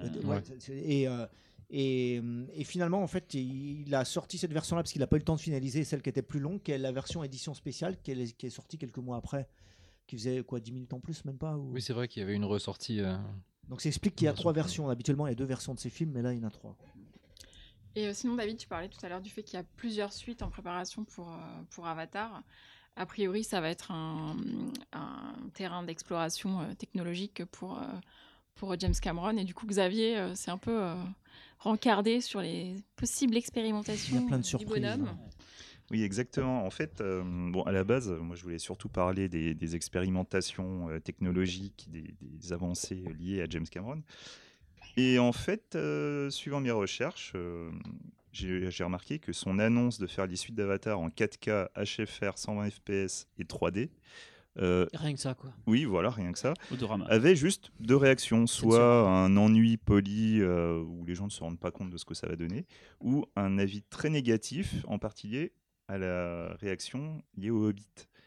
Et finalement, en fait, il a sorti cette version-là parce qu'il n'a pas eu le temps de finaliser celle qui était plus longue, qui est la version édition spéciale, qui est sortie quelques mois après, qui faisait quoi, 10 minutes en plus, même pas ou... Oui, c'est vrai qu'il y avait une ressortie. Donc ça explique qu'il y a Version 3 versions. Habituellement, il y a 2 versions de ces films, mais là, il y en a 3. Et sinon, David, tu parlais tout à l'heure du fait qu'il y a plusieurs suites en préparation pour Avatar. A priori, ça va être un terrain d'exploration technologique pour James Cameron. Et du coup, Xavier s'est un peu rencardé sur les possibles expérimentations Il y a plein de du surprises. bonhomme. Oui, exactement. En fait, à la base, moi, je voulais surtout parler des expérimentations technologiques, des avancées liées à James Cameron. Et en fait, suivant mes recherches, j'ai remarqué que son annonce de faire les suites d'Avatar en 4K, HFR, 120 fps et 3D, Rien que ça, quoi. oui, voilà, rien que ça, Odorama. avait juste 2 réactions, soit un ennui poli où les gens ne se rendent pas compte de ce que ça va donner, ou un avis très négatif, en particulier à la réaction liée au Hobbit.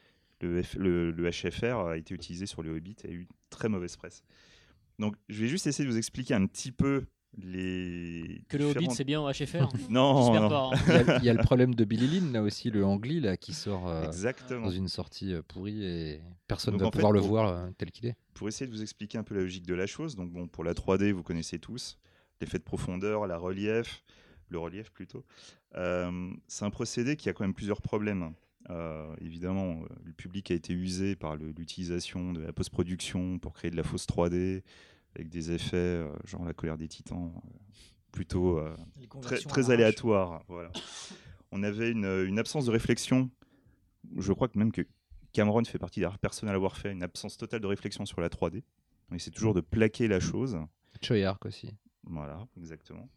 Le HFR a été utilisé sur le Hobbit et a eu une très mauvaise presse. Donc, je vais juste essayer de vous expliquer un petit peu les. Que le Hobbit, différentes- c'est bien en HFR. Non, J'espère non. pas. Hein. Il y a le problème de Billy Lynn, là aussi, le Angli, là, qui sort Exactement. dans une sortie pourrie et personne ne Donc, va en fait, pouvoir le pour- voir tel qu'il est. Pour essayer de vous expliquer un peu la logique de la chose, donc bon, pour la 3D, vous connaissez tous l'effet de profondeur, le relief plutôt. C'est un procédé qui a quand même plusieurs problèmes. Évidemment, le public a été usé par l'utilisation de la post-production pour créer de la fausse 3D avec des effets genre la colère des titans, plutôt Les très, conversions à très l'arrache. aléatoires. Voilà. On avait une absence de réflexion. Je crois que même que Cameron fait partie des rares personnes à l'avoir fait, une absence totale de réflexion sur la 3D. On essaie toujours de plaquer la chose. Choi Ark aussi. Voilà, exactement.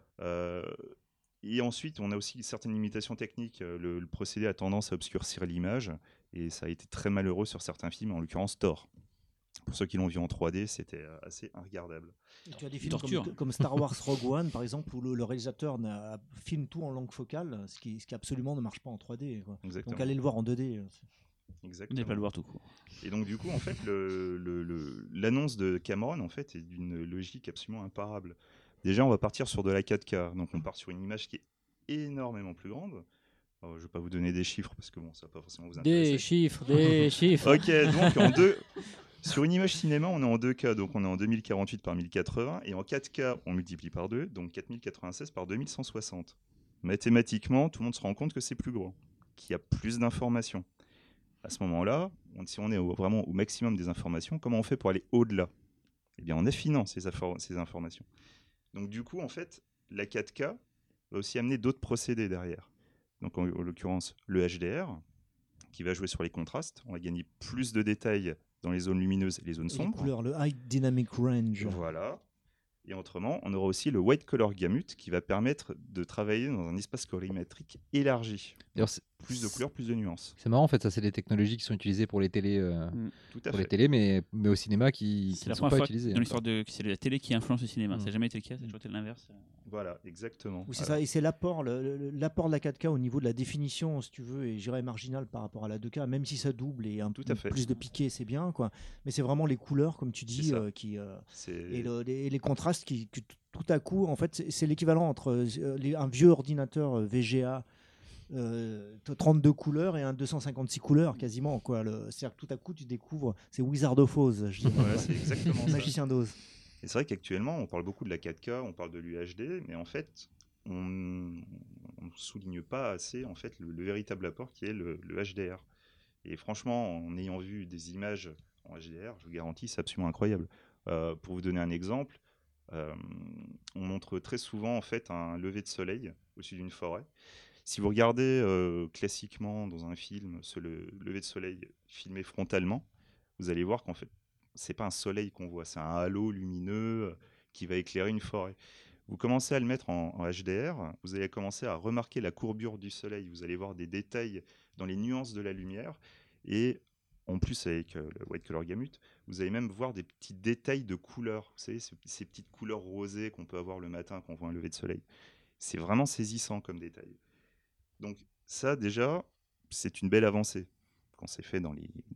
Et ensuite, on a aussi certaines limitations techniques. Le procédé a tendance à obscurcir l'image, et ça a été très malheureux sur certains films, en l'occurrence Thor. Pour ceux qui l'ont vu en 3D, c'était assez regardable. Et tu as des films Torture. comme Star Wars Rogue One, par exemple, où le réalisateur filme tout en langue focale, ce qui absolument ne marche pas en 3D. Quoi. Exactement. Donc allez le voir en 2D. Vous Exactement. n'allez pas le voir tout court. Et donc du coup, en fait, l'annonce de Cameron, en fait, est d'une logique absolument imparable. Déjà, on va partir sur de la 4K, donc on part sur une image qui est énormément plus grande. Alors, je ne vais pas vous donner des chiffres parce que bon, ça va pas forcément vous intéresser. Des chiffres, des chiffres. Ok, donc Sur une image cinéma, on est en 2K, donc on est en 2048 par 1080, et en 4K, on multiplie par 2, donc 4096 par 2160. Mathématiquement, tout le monde se rend compte que c'est plus grand, qu'il y a plus d'informations. À ce moment-là, si on est vraiment au maximum des informations, comment on fait pour aller au-delà? Eh bien, en affinant ces informations. Donc du coup, en fait, la 4K va aussi amener d'autres procédés derrière. Donc en l'occurrence, le HDR, qui va jouer sur les contrastes. On va gagner plus de détails dans les zones lumineuses et les zones Et les sombres. couleurs, le High Dynamic Range. Voilà. Et autrement, on aura aussi le White Color Gamut qui va permettre de travailler dans un espace colorimétrique élargi. D'ailleurs, Plus de couleurs, plus de nuances. c'est marrant en fait, ça c'est des technologies qui sont utilisées pour les télés, Tout à pour fait. les télés, mais au cinéma qui C'est ne la sont pas première fois utilisées. dans l'histoire de. C'est la télé qui influence le cinéma. Mm. Ça n'a jamais été le cas, ça a toujours été l'inverse. Voilà, exactement. Oui, c'est ça, et c'est l'apport de la 4K au niveau de la définition, si tu veux, et je dirais marginal par rapport à la 2K, même si ça double et un Tout peu à fait. plus de piqué, c'est bien, quoi. Mais c'est vraiment les couleurs, comme tu dis, C'est ça. et les contrastes qui tout à coup, en fait, c'est l'équivalent entre un vieux ordinateur VGA 32 couleurs et un 256 couleurs quasiment, quoi. C'est-à-dire que tout à coup, tu découvres, c'est Wizard of Oz, je dirais. Voilà, c'est exactement ça. Magicien d'Oz. Et c'est vrai qu'actuellement, on parle beaucoup de la 4K, on parle de l'UHD, mais en fait, on ne souligne pas assez en fait, le véritable apport qui est le HDR. Et franchement, en ayant vu des images en HDR, je vous garantis, c'est absolument incroyable. Pour vous donner un exemple, on montre très souvent en fait, un lever de soleil au-dessus d'une forêt. Si vous regardez classiquement dans un film le lever de soleil filmé frontalement, vous allez voir qu'en fait, c'est pas un soleil qu'on voit, c'est un halo lumineux qui va éclairer une forêt. Vous commencez à le mettre en HDR, vous allez commencer à remarquer la courbure du soleil, vous allez voir des détails dans les nuances de la lumière, et en plus avec le White Color Gamut, vous allez même voir des petits détails de couleurs, vous savez, ces petites couleurs rosées qu'on peut avoir le matin quand on voit un lever de soleil. C'est vraiment saisissant comme détail. Donc ça déjà, c'est une belle avancée, quand c'est fait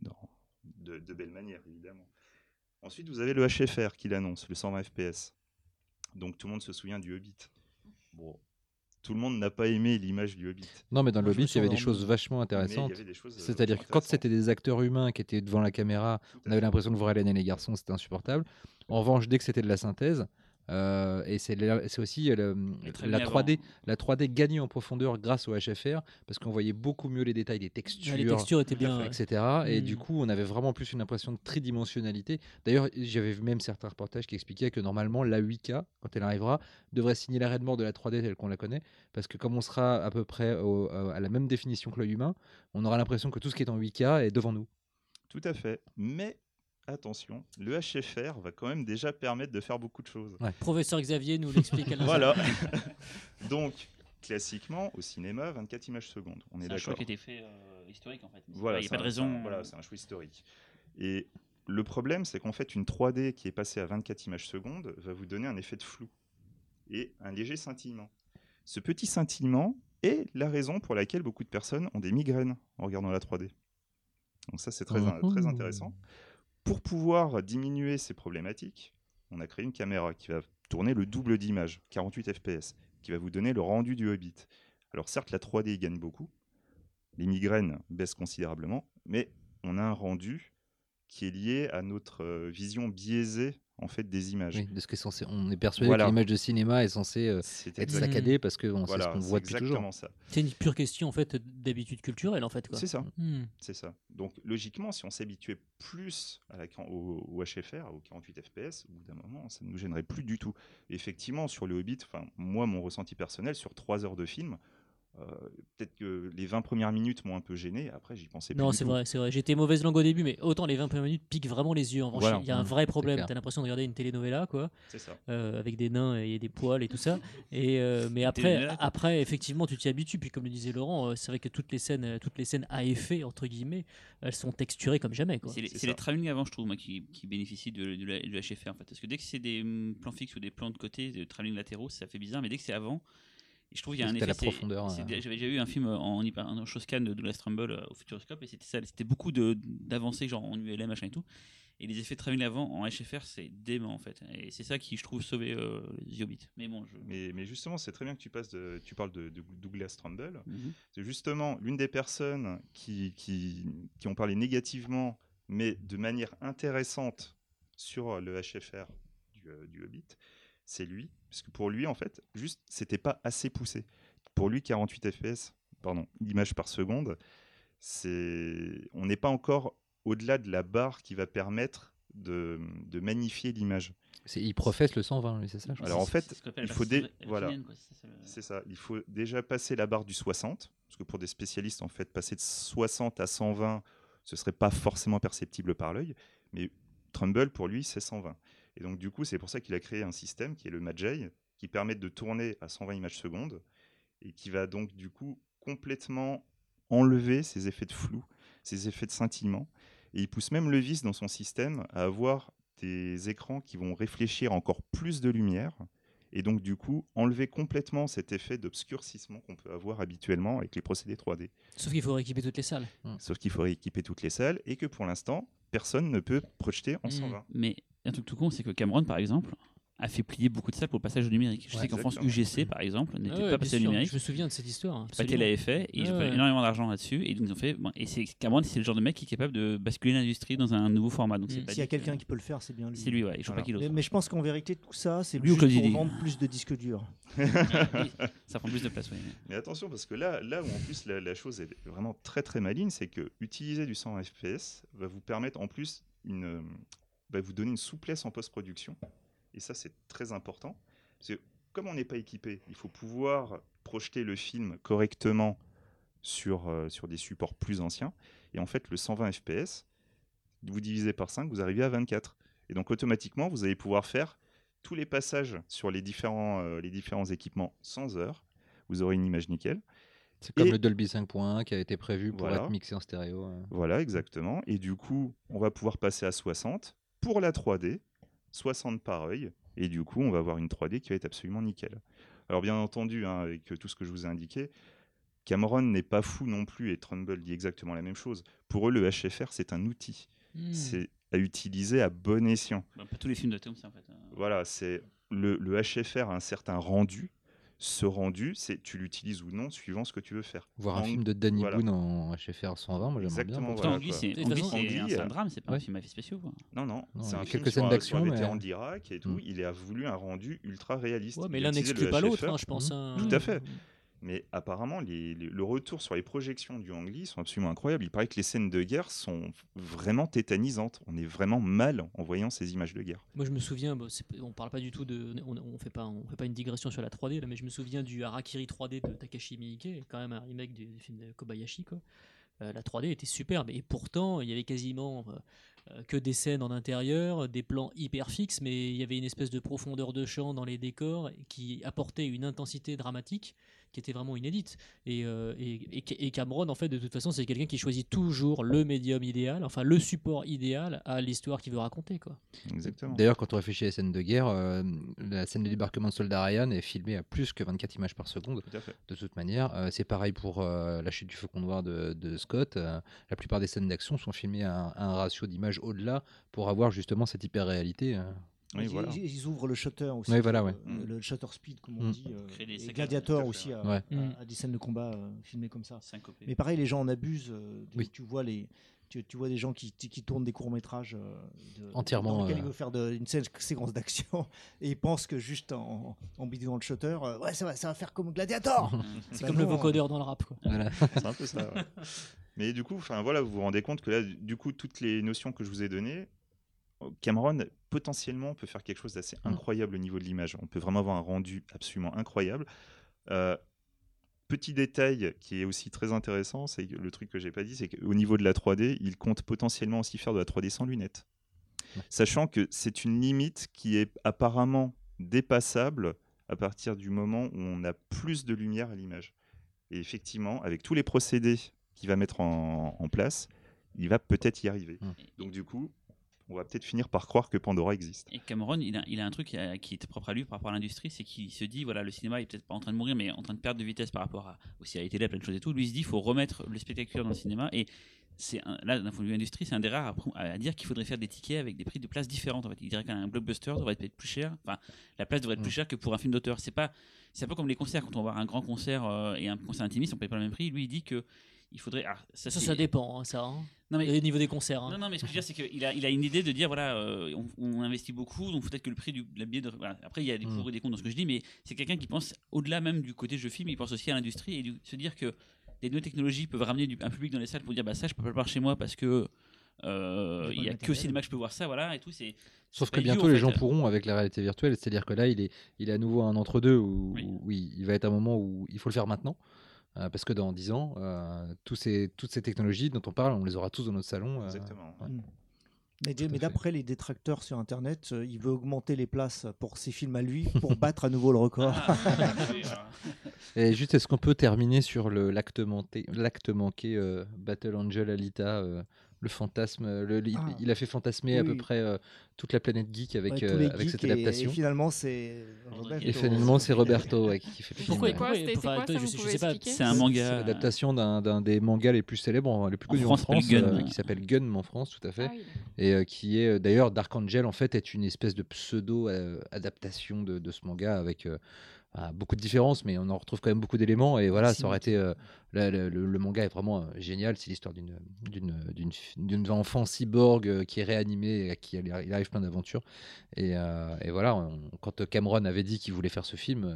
de belle manière, évidemment. Ensuite, vous avez le HFR qui l'annonce, le 120 fps. Donc tout le monde se souvient du Hobbit. Bon, tout le monde n'a pas aimé l'image du Hobbit. Non, mais dans Moi, le je me Hobbit, il y avait des suis choses vachement Mais intéressantes. il y avait des choses C'est-à-dire que vachement quand intéressantes. c'était des acteurs humains qui étaient devant la caméra, Tout à on avait fait. l'impression de voir Hélène et les garçons, c'était insupportable. En revanche, dès que c'était de la synthèse, et c'est aussi très la bien 3D, avant. la 3D gagnait en profondeur grâce au HFR, parce qu'on voyait beaucoup mieux les détails des Les textures, textures étaient bien. ouais. etc. Et Mm. du coup, on avait vraiment plus une impression de tridimensionnalité. D'ailleurs, j'avais vu même certains reportages qui expliquaient que normalement, la 8K, quand elle arrivera, devrait signer l'arrêt de mort de la 3D telle qu'on la connaît, parce que comme on sera à peu près à la même définition que l'œil humain, on aura l'impression que tout ce qui est en 8K est devant nous. Tout à fait. Mais attention, le HFR va quand même déjà permettre de faire beaucoup de choses. Professeur Xavier nous l'explique à l'instant. Voilà. Donc, classiquement, au cinéma, 24 images secondes. On est C'est un choix d'accord. qui a été fait historique en fait. Voilà, Il n'y a pas de raison. Voilà, c'est un choix historique. Et le problème, c'est qu'en fait, une 3D qui est passée à 24 images secondes va vous donner un effet de flou et un léger scintillement. Ce petit scintillement est la raison pour laquelle beaucoup de personnes ont des migraines en regardant la 3D. Donc ça, c'est très intéressant. Pour pouvoir diminuer ces problématiques, on a créé une caméra qui va tourner le double d'image, 48 fps, qui va vous donner le rendu du Hobbit. Alors certes, la 3D gagne beaucoup, les migraines baissent considérablement, mais on a un rendu qui est lié à notre vision biaisée en fait des images. Oui, parce que on est persuadé Voilà. que l'image de cinéma est censée C'est être exact- saccadée parce que bon, c'est Voilà, ce qu'on c'est voit depuis toujours. exactement ça. C'est une pure question en fait d'habitude culturelle en fait. Quoi. C'est ça. Hmm. C'est ça. Donc logiquement, si on s'habituait plus au HFR, au 48 fps, au bout d'un moment, ça ne nous gênerait plus du tout. Et effectivement, sur le Hobbit, moi, mon ressenti personnel, sur 3 heures de film, peut-être que les 20 premières minutes m'ont un peu gêné, après j'y pensais plus Non, du c'est tout. vrai, c'est vrai. J'étais mauvaise langue au début, mais autant les 20 premières minutes piquent vraiment les yeux. En revanche, Voilà. il y a un vrai c'est problème. clair. T'as l'impression de regarder une telenovela, quoi, C'est ça. avec des nains et des poils et tout ça. Mais telenovela, quoi. après, effectivement, tu t'y habitues. Puis comme le disait Laurent, c'est vrai que toutes les scènes à effet entre guillemets, elles sont texturées comme jamais, quoi. C'est C'est les ça. travelling avant, je trouve, moi, qui bénéficient du HFR en fait. Parce que dès que c'est des plans fixes ou des plans de côté, des travelling latéraux, ça fait bizarre. Mais dès que c'est avant, et je trouve qu'il y a un T'as effet. la profondeur, J'avais déjà eu un film en Shoscan de Douglas Trumbull au Futuroscope et c'était ça. C'était beaucoup d'avancées, genre en ULM, machin et tout. Et les effets de travelling avant en HFR, c'est dément en fait. Et c'est ça qui, je trouve, sauvait The Hobbit. Mais bon, Mais justement, c'est très bien que tu parles de Douglas Trumbull. Mhm. C'est justement l'une des personnes qui ont parlé négativement mais de manière intéressante sur le HFR du Hobbit, c'est lui. Parce que pour lui, en fait, juste, c'était pas assez poussé. Pour lui, 48 FPS, images par seconde, on n'est pas encore au-delà de la barre qui va permettre de magnifier l'image. Il professe le 120, c'est ça? Alors en fait, c'est ça. Il faut déjà passer la barre du 60, parce que pour des spécialistes, en fait, passer de 60 à 120, ce serait pas forcément perceptible par l'œil, mais Trumbull, pour lui, c'est 120. Et donc du coup, c'est pour ça qu'il a créé un système qui est le Magi, qui permet de tourner à 120 images secondes, et qui va donc du coup complètement enlever ces effets de flou, ces effets de scintillement. Et il pousse même le vice dans son système à avoir des écrans qui vont réfléchir encore plus de lumière et donc du coup enlever complètement cet effet d'obscurcissement qu'on peut avoir habituellement avec les procédés 3D. Sauf qu'il faut rééquiper toutes les salles. Sauf qu'il faut rééquiper toutes les salles et que pour l'instant, personne ne peut projeter en 120. Mais un truc tout con, c'est que Cameron, par exemple, a fait plier beaucoup de salles pour le passage au numérique. Je sais qu'en France, UGC, par exemple, n'était pas passé au numérique. Je me souviens de cette histoire. Pathé l'avait fait, et ils ont fait énormément d'argent là-dessus. Et ils ont fait. Et Cameron, c'est le genre de mec qui est capable de basculer l'industrie dans un nouveau format. Donc s'il y a quelqu'un qui peut le faire, c'est bien lui. C'est lui, ouais. Je crois pas qu'il ose. Mais je pense qu'en vérité, tout ça, c'est lui juste pour vendre plus de disques durs. Ça prend plus de place, oui. Mais attention, parce que là où en plus la chose est vraiment très très maligne, c'est que utiliser du 100 FPS va vous permettre en plus va vous donner une souplesse en post-production. Et ça, c'est très important. Parce que comme on n'est pas équipé, il faut pouvoir projeter le film correctement sur des supports plus anciens. Et en fait, le 120 FPS, vous divisez par 5, vous arrivez à 24. Et donc, automatiquement, vous allez pouvoir faire tous les passages sur les différents équipements sans heures. Vous aurez une image nickel. C'est comme le Dolby 5.1 qui a été prévu pour être mixé en stéréo. Voilà, exactement. Et du coup, on va pouvoir passer à 60 pour la 3D. 60 par œil, et du coup, on va avoir une 3D qui va être absolument nickel. Alors, bien entendu, avec tout ce que je vous ai indiqué, Cameron n'est pas fou non plus, et Trumbull dit exactement la même chose. Pour eux, le HFR, c'est un outil. C'est à utiliser à bon escient. Pas tous les films de Tom, c'est en fait. Voilà, c'est le HFR a un certain rendu. Ce rendu, tu l'utilises ou non suivant ce que tu veux faire. Voir un film de Danny Boone en HFR 120, moi j'aimerais bien. Pourtant, Angli, c'est un drame, c'est pas un film à effets spéciaux. Quoi. Non, c'est un quelques film scènes d'action, sur un vétéran d'Irak et tout. Il a voulu un rendu ultra réaliste. Ouais, mais l'un n'exclut pas l'autre, je pense. Tout à fait. Mais apparemment, le retour sur les projections du Ang Lee sont absolument incroyables. Il paraît que les scènes de guerre sont vraiment tétanisantes. On est vraiment mal en voyant ces images de guerre. Moi, je me souviens, on parle pas du tout on fait pas une digression sur la 3D, là, mais je me souviens du Harakiri 3D de Takashi Miike, quand même un remake du film de Kobayashi, quoi. La 3D était superbe, et pourtant, il y avait quasiment que des scènes en intérieur, des plans hyper fixes, mais il y avait une espèce de profondeur de champ dans les décors qui apportait une intensité dramatique qui était vraiment inédite. Et Cameron, en fait, de toute façon, c'est quelqu'un qui choisit toujours le médium idéal, enfin le support idéal à l'histoire qu'il veut raconter, quoi. Exactement. D'ailleurs, quand on réfléchit à la scène de guerre, la scène de débarquement de soldats Ryan est filmée à plus que 24 images par seconde. Tout à fait. De toute manière, c'est pareil pour la chute du Faucon Noir de Scott. La plupart des scènes d'action sont filmées à un ratio d'images au-delà pour avoir justement cette hyper-réalité. Oui, ils ouvrent le shutter aussi, le shutter speed comme on dit, et Gladiator aussi a des scènes de combat filmées comme ça. Mais pareil, les gens en abusent. Tu vois des gens qui tournent des courts-métrages entièrement dans lesquels ils veulent faire une séquence d'action et ils pensent que juste en bidouillant le shutter, ça va faire comme Gladiator. C'est comme le vocodeur dans le rap, quoi. Voilà. C'est un peu ça. Ouais. Mais du coup, vous vous rendez compte que là, du coup, toutes les notions que je vous ai données, Cameron potentiellement peut faire quelque chose d'assez incroyable au niveau de l'image. On peut vraiment avoir un rendu absolument incroyable. Petit détail qui est aussi très intéressant, c'est que le truc que j'ai pas dit, c'est qu'au niveau de la 3D, il compte potentiellement aussi faire de la 3D sans lunettes. Sachant que c'est une limite qui est apparemment dépassable à partir du moment où on a plus de lumière à l'image. Et effectivement, avec tous les procédés qu'il va mettre en place, il va peut-être y arriver. Donc du coup, on va peut-être finir par croire que Pandora existe. Et Cameron, il a un truc qui est propre à lui par rapport à l'industrie, c'est qu'il se dit, voilà, le cinéma est peut-être pas en train de mourir, mais en train de perdre de vitesse par rapport aussi à la télé, à plein de choses et tout. Lui, il se dit, il faut remettre le spectaculaire dans le cinéma. Et là, d'un point de vue industrie, c'est un des rares à dire qu'il faudrait faire des tickets avec des prix de place différentes. En fait. Il dirait qu'un blockbuster devrait être plus cher. Enfin, la place devrait être plus chère que pour un film d'auteur. C'est un peu comme les concerts. Quand on va voir un grand concert et un concert intimiste, on paye pas le même prix. Lui, il dit que il faudrait. Alors, Ça dépend, ça. Hein. Non, mais au niveau des concerts. Hein. Non, mais ce que je veux dire, c'est qu'il a une idée de dire voilà, on investit beaucoup, donc peut-être que le prix de la billet. Voilà. Après, il y a des pour et des contre dans ce que je dis, mais c'est quelqu'un qui pense au-delà même du côté jeu film, il pense aussi à l'industrie et se dire que des nouvelles technologies peuvent ramener un public dans les salles pour dire bah ça, je peux pas le voir chez moi parce que il y a que au cinéma que je peux voir ça, voilà, et tout. Sauf que bientôt les gens pourront avec la réalité virtuelle, c'est-à-dire que là, il est à nouveau un entre-deux où il va être un moment où il faut le faire maintenant. Parce que dans 10 ans, toutes ces technologies dont on parle, on les aura tous dans notre salon. Exactement. Mais d'après les détracteurs sur Internet, il veut augmenter les places pour ses films à lui pour battre à nouveau le record. Et juste, est-ce qu'on peut terminer sur l'acte manqué Battle Angel Alita le fantasme, il a fait fantasmer à peu près toute la planète geek avec cette adaptation. Et finalement, c'est Roberto qui fait le film. C'était quoi, je sais pas. C'est un manga. C'est l'adaptation d'un des mangas les plus célèbres, les plus connus en France, qui s'appelle Gun en France, tout à fait. Et qui est d'ailleurs Dark Angel en fait est une espèce de pseudo adaptation de ce manga avec beaucoup de différences, mais on en retrouve quand même beaucoup d'éléments. Et voilà, ça aurait été le manga est vraiment génial. C'est l'histoire d'une enfant cyborg qui est réanimée et à qui il arrive plein d'aventures. Et voilà, quand Cameron avait dit qu'il voulait faire ce film,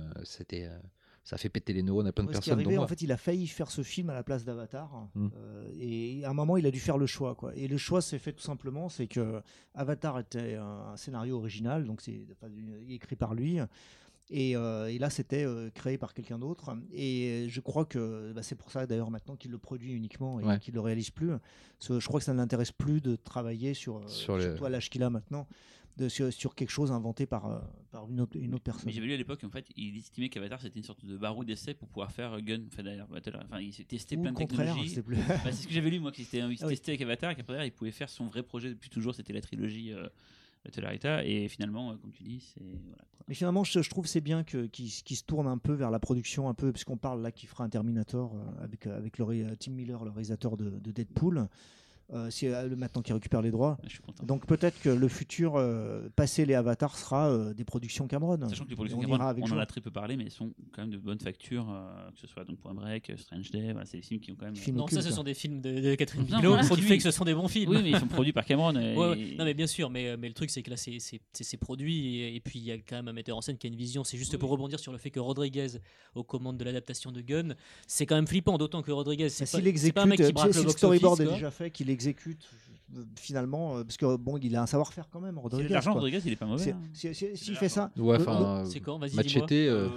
ça a fait péter les neurones à plein de personnes. En fait, il a failli faire ce film à la place d'Avatar. Et à un moment, il a dû faire le choix, quoi. Et le choix s'est fait tout simplement, c'est que Avatar était un scénario original, donc c'est écrit par lui. Et là, c'était créé par quelqu'un d'autre. Et je crois que c'est pour ça, d'ailleurs, maintenant qu'il le produit uniquement et qu'il ne le réalise plus. Je crois que ça ne l'intéresse plus de travailler surtout à l'âge qu'il a maintenant, sur quelque chose inventé par une autre personne. Mais j'avais lu à l'époque, en fait, il estimait qu'Avatar, c'était une sorte de barreau d'essai pour pouvoir faire Gun. Enfin, il s'est testé plein de technologies. C'est ce que j'avais lu, moi, qu'il s'était testé avec Avatar, et qu'après, il pouvait faire son vrai projet depuis toujours. C'était la trilogie Battle Alita, et finalement, comme tu dis, c'est voilà, quoi. Mais finalement, je trouve c'est bien qu'il se tourne un peu vers la production, un peu, puisqu'on parle là qu'il fera un Terminator avec Tim Miller, le réalisateur de Deadpool. C'est maintenant qu'il récupère les droits. Je suis content. Donc peut-être que le futur, passé les Avatars, sera des productions Cameron. Sachant que les productions Cameron, on en a très peu parlé, mais elles sont quand même de bonne facture, que ce soit donc Point Break, Strange Day, voilà, c'est des films qui ont quand même. Non, ça, ce sont des films de Catherine Bigelow, pour du fait que ce sont des bons films. Oui, mais ils sont produits par Cameron. Non, mais bien sûr, mais le truc, c'est que là, c'est produit, et puis il y a quand même un metteur en scène qui a une vision. C'est juste pour rebondir sur le fait que Rodriguez, aux commandes de l'adaptation de Gun, c'est quand même flippant, d'autant que Rodriguez, c'est pas un mec qui braque le box-office. Le storyboard est déjà fait, qu'il exécute. Finalement, parce que bon, il a un savoir-faire quand même. L'argent, Rodriguez, il est pas mauvais. S'il fait ça, c'est quand, vas-y, Machete.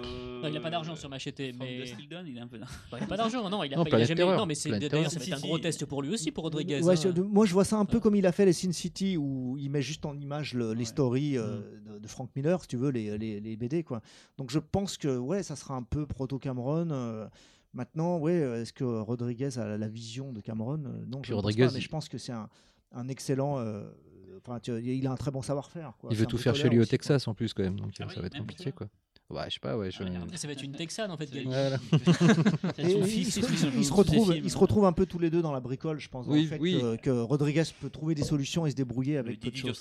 Il n'a pas d'argent sur Machete, mais il a un peu. Il n'a pas d'argent, non. Il a jamais. Non, mais d'ailleurs, ça va être un gros test pour lui aussi, pour Rodriguez. Moi, je vois ça un peu comme il a fait les Sin City, où il met juste en image les stories de Frank Miller, si tu veux, les BD, quoi. Donc, je pense que ça sera un peu proto Cameron. Maintenant, est-ce que Rodriguez a la vision de Cameron? Non, je ne pense pas, mais je pense que c'est un excellent. Il a un très bon savoir-faire. Il veut tout faire chez lui au Texas en plus, quand même, donc ça va être compliqué, quoi. Ouais, je sais pas, Après, ça va être une Texane en fait. Voilà. Il se retrouve un peu tous les deux dans la bricole, je pense. Que Rodriguez peut trouver des solutions et se débrouiller avec peu de choses.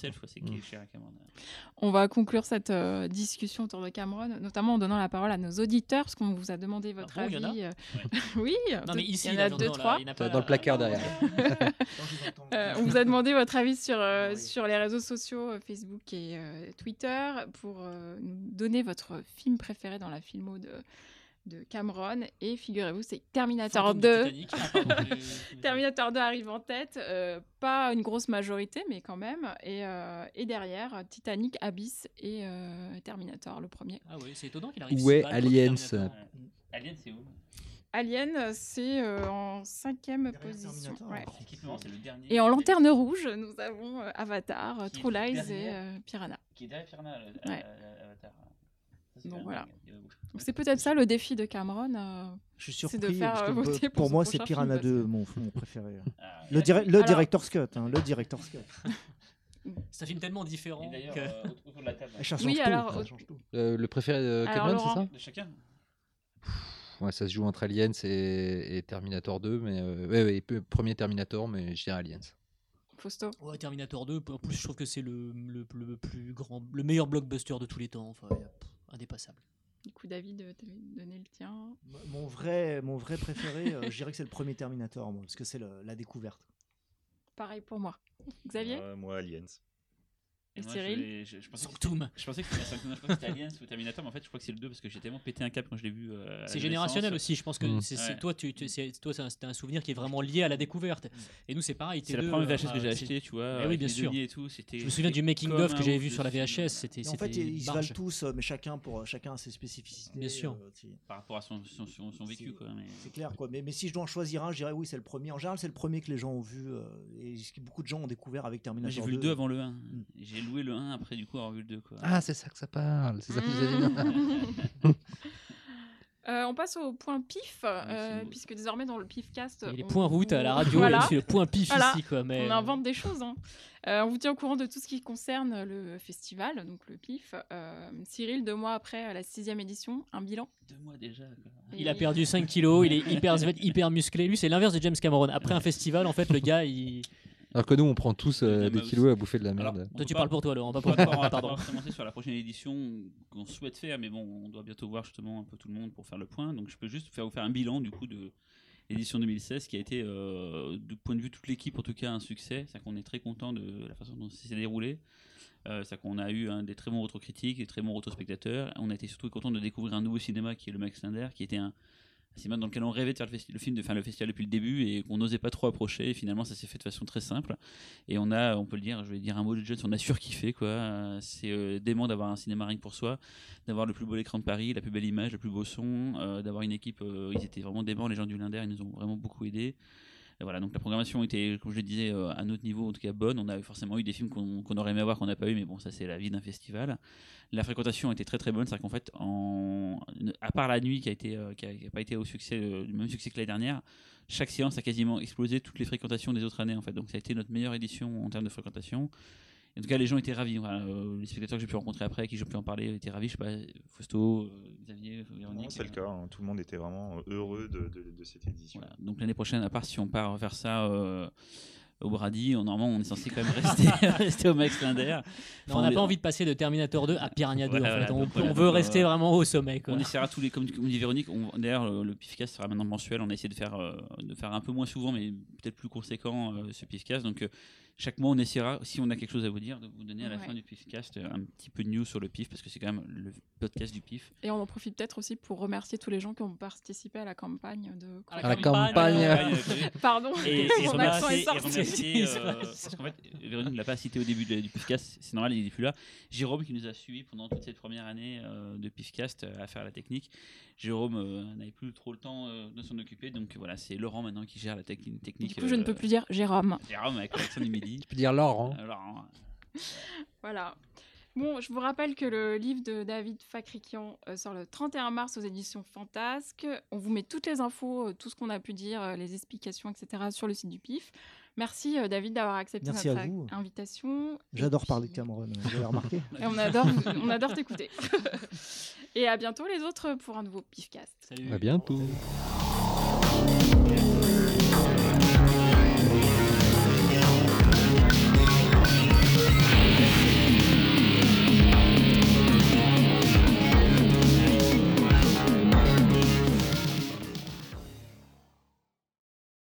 On va conclure cette discussion autour de Cameron, notamment en donnant la parole à nos auditeurs, parce qu'on vous a demandé votre avis. Oui, non, mais ici, il y en a 2-3. Dans le placard derrière. On vous a demandé votre avis sur les réseaux sociaux, Facebook et Twitter, pour nous donner votre film préféré dans la filmo de Cameron, et figurez-vous, c'est Terminator 2. Terminator 2 arrive en tête, pas une grosse majorité, mais quand même, et derrière Titanic, Abyss et Terminator, le premier. Ah oui, c'est étonnant qu'il arrive. Où est Aliens? Alien, c'est où? Alien, c'est en 5e position. C'est le dernier. Et en lanterne rouge, nous avons Avatar, True Lies et Piranha. Qui est derrière Piranha, Avatar. Donc voilà. Donc c'est peut-être ça le défi de Cameron. Je suis surpris, de faire voter pour moi c'est Piranha 2 mon préféré. Le Director's Cut, le Director's Cut. C'est un film tellement différent. Autour de la table. Le préféré de Cameron, c'est ça? De chacun. Ouais, ça se joue entre Aliens et Terminator 2, mais premier Terminator, mais je dirais Aliens. Fausto. Ouais, Terminator 2. En plus, je trouve que c'est le meilleur blockbuster de tous les temps. Enfin, indépassable. Du coup, David, t'avais donné le tien. Mon vrai préféré, je dirais que c'est le premier Terminator, moi, parce que c'est la découverte. Pareil pour moi. Xavier Moi, Aliens. et moi, Cyril je pensais que Sanctum. je pensais que c'était Aliens ou Terminator, mais en fait, je crois que c'est le 2 parce que j'ai tellement pété un câble quand je l'ai vu. À C'est l'adolescence. générationnel aussi. Je pense que Mm. Ouais. toi, c'est un souvenir qui est vraiment lié à la découverte. Et nous, c'est pareil. C'est la première VHS que j'ai acheté, tu vois. oui, avec bien les sûr. deniers et tout. C'était. Je me souviens du making comme of que un j'avais ouf vu de sur la film. VHS. C'était Et en fait, ils se barge. valent tous, mais chacun a ses spécificités. Bien sûr. Par rapport à son vécu, quoi. Mais... C'est clair, quoi. Mais si je dois en choisir un, je dirais oui, c'est le premier. En général, c'est le premier que les gens ont vu et ce que beaucoup de gens ont découvert avec Moi, Terminator j'ai vu 2. le 2 avant le 1. Et j'ai loué le 1 après, du coup, avoir vu le 2, quoi. Ah, c'est ça que ça parle. C'est ça que vous avez dit. On passe au point pif, c'est beau. puisque désormais dans le pifcast, Il y a les on- points route à la radio, Voilà. et c'est le point pif Voilà. ici, quoi. Mais On invente des choses. Hein. On vous tient au courant de tout ce qui concerne le festival, donc le PIF. Cyril, 2 mois après la 6e édition, un bilan. 2 mois déjà, quoi. il a perdu 5 kilos, il est hyper musclé. Lui, c'est l'inverse de James Cameron. Après un festival, en fait, le gars, il. Alors que nous, on prend tous des kilos à bouffer de la merde. Alors, Toi, tu parles pour toi, Laurent, pas On pour va moi. pas Pardon. commencer sur la prochaine édition qu'on souhaite faire, mais bon, on doit bientôt voir justement un peu tout le monde pour faire le point. Donc je peux juste vous faire un bilan du coup de l'édition 2016 qui a été, du point de vue de toute l'équipe en tout cas, un succès. C'est qu'on est très content de la façon dont ça s'est déroulé. C'est qu'on a eu des très bons retours critiques, des très bons retours spectateurs. On a été surtout content de découvrir un nouveau cinéma qui est le Max Linder, qui était un cinéma dans lequel on rêvait de faire le festival depuis le début et qu'on n'osait pas trop approcher. Et finalement, ça s'est fait de façon très simple. Et on peut le dire, je vais dire un mot de Jones, on a surkiffé, quoi. C'est dément d'avoir un cinéma rien que pour soi, d'avoir le plus beau écran de Paris, la plus belle image, le plus beau son, d'avoir une équipe. Ils étaient vraiment déments, les gens du Linder, ils nous ont vraiment beaucoup aidés. Et voilà, donc la programmation était, comme je le disais, à notre niveau en tout cas bonne. On a forcément eu des films qu'on aurait aimé avoir, qu'on n'a pas eu, mais bon, ça c'est la vie d'un festival. La fréquentation était très très bonne, c'est-à-dire qu'en fait, à part la nuit qui a pas été au succès, du même succès que l'année dernière, chaque séance a quasiment explosé toutes les fréquentations des autres années en fait. Donc ça a été notre meilleure édition en termes de fréquentation. En tout cas, les gens étaient ravis. Voilà, les spectateurs que j'ai pu rencontrer après, à qui j'ai pu en parler, étaient ravis. Je sais pas, Fausto, Xavier, Véronique. Non, c'est le cas. Tout le monde était vraiment heureux de cette édition. Voilà. Donc l'année prochaine, à part si on part faire ça au Brady, normalement, on est censé quand même rester au Max Linder. Non, on n'a pas envie de passer de Terminator 2 à Piranha 2. Ouais, en fait. ouais, donc On voilà, veut donc, rester vraiment au sommet, quoi. On essaiera comme dit Véronique. D'ailleurs, le PIFcast sera maintenant mensuel. On a essayé de faire un peu moins souvent, mais peut-être plus conséquent ce PIFcast. Donc chaque mois, on essaiera, si on a quelque chose à vous dire, de vous donner à la fin du PIFcast un petit peu de news sur le PIF, parce que c'est quand même le podcast du PIF. Et on en profite peut-être aussi pour remercier tous les gens qui ont participé à la campagne de. À la campagne. Pardon, Et mon accent est remercier, sorti. parce qu'en fait, Véronique ne l'a pas cité au début du PIFcast, c'est normal, il n'est plus là. Jérôme qui nous a suivis pendant toute cette première année de PIFcast à faire la technique. Jérôme n'avait plus trop le temps de s'en occuper, donc voilà, c'est Laurent maintenant qui gère la technique. Du coup, je ne peux plus dire Jérôme. Jérôme avec l'accent du midi. Tu peux dire Laurent. Laurent. Voilà. Bon, je vous rappelle que le livre de David Fakrikian sort le 31 mars aux éditions Fantasque. On vous met toutes les infos, tout ce qu'on a pu dire, les explications, etc. sur le site du PIF. Merci David d'avoir accepté Merci notre à vous. invitation. J'adore Et parler puis- de Cameron, vous l'avez remarqué. Et on adore t'écouter. Et à bientôt les autres pour un nouveau PIFcast. Salut. À bientôt. Salut.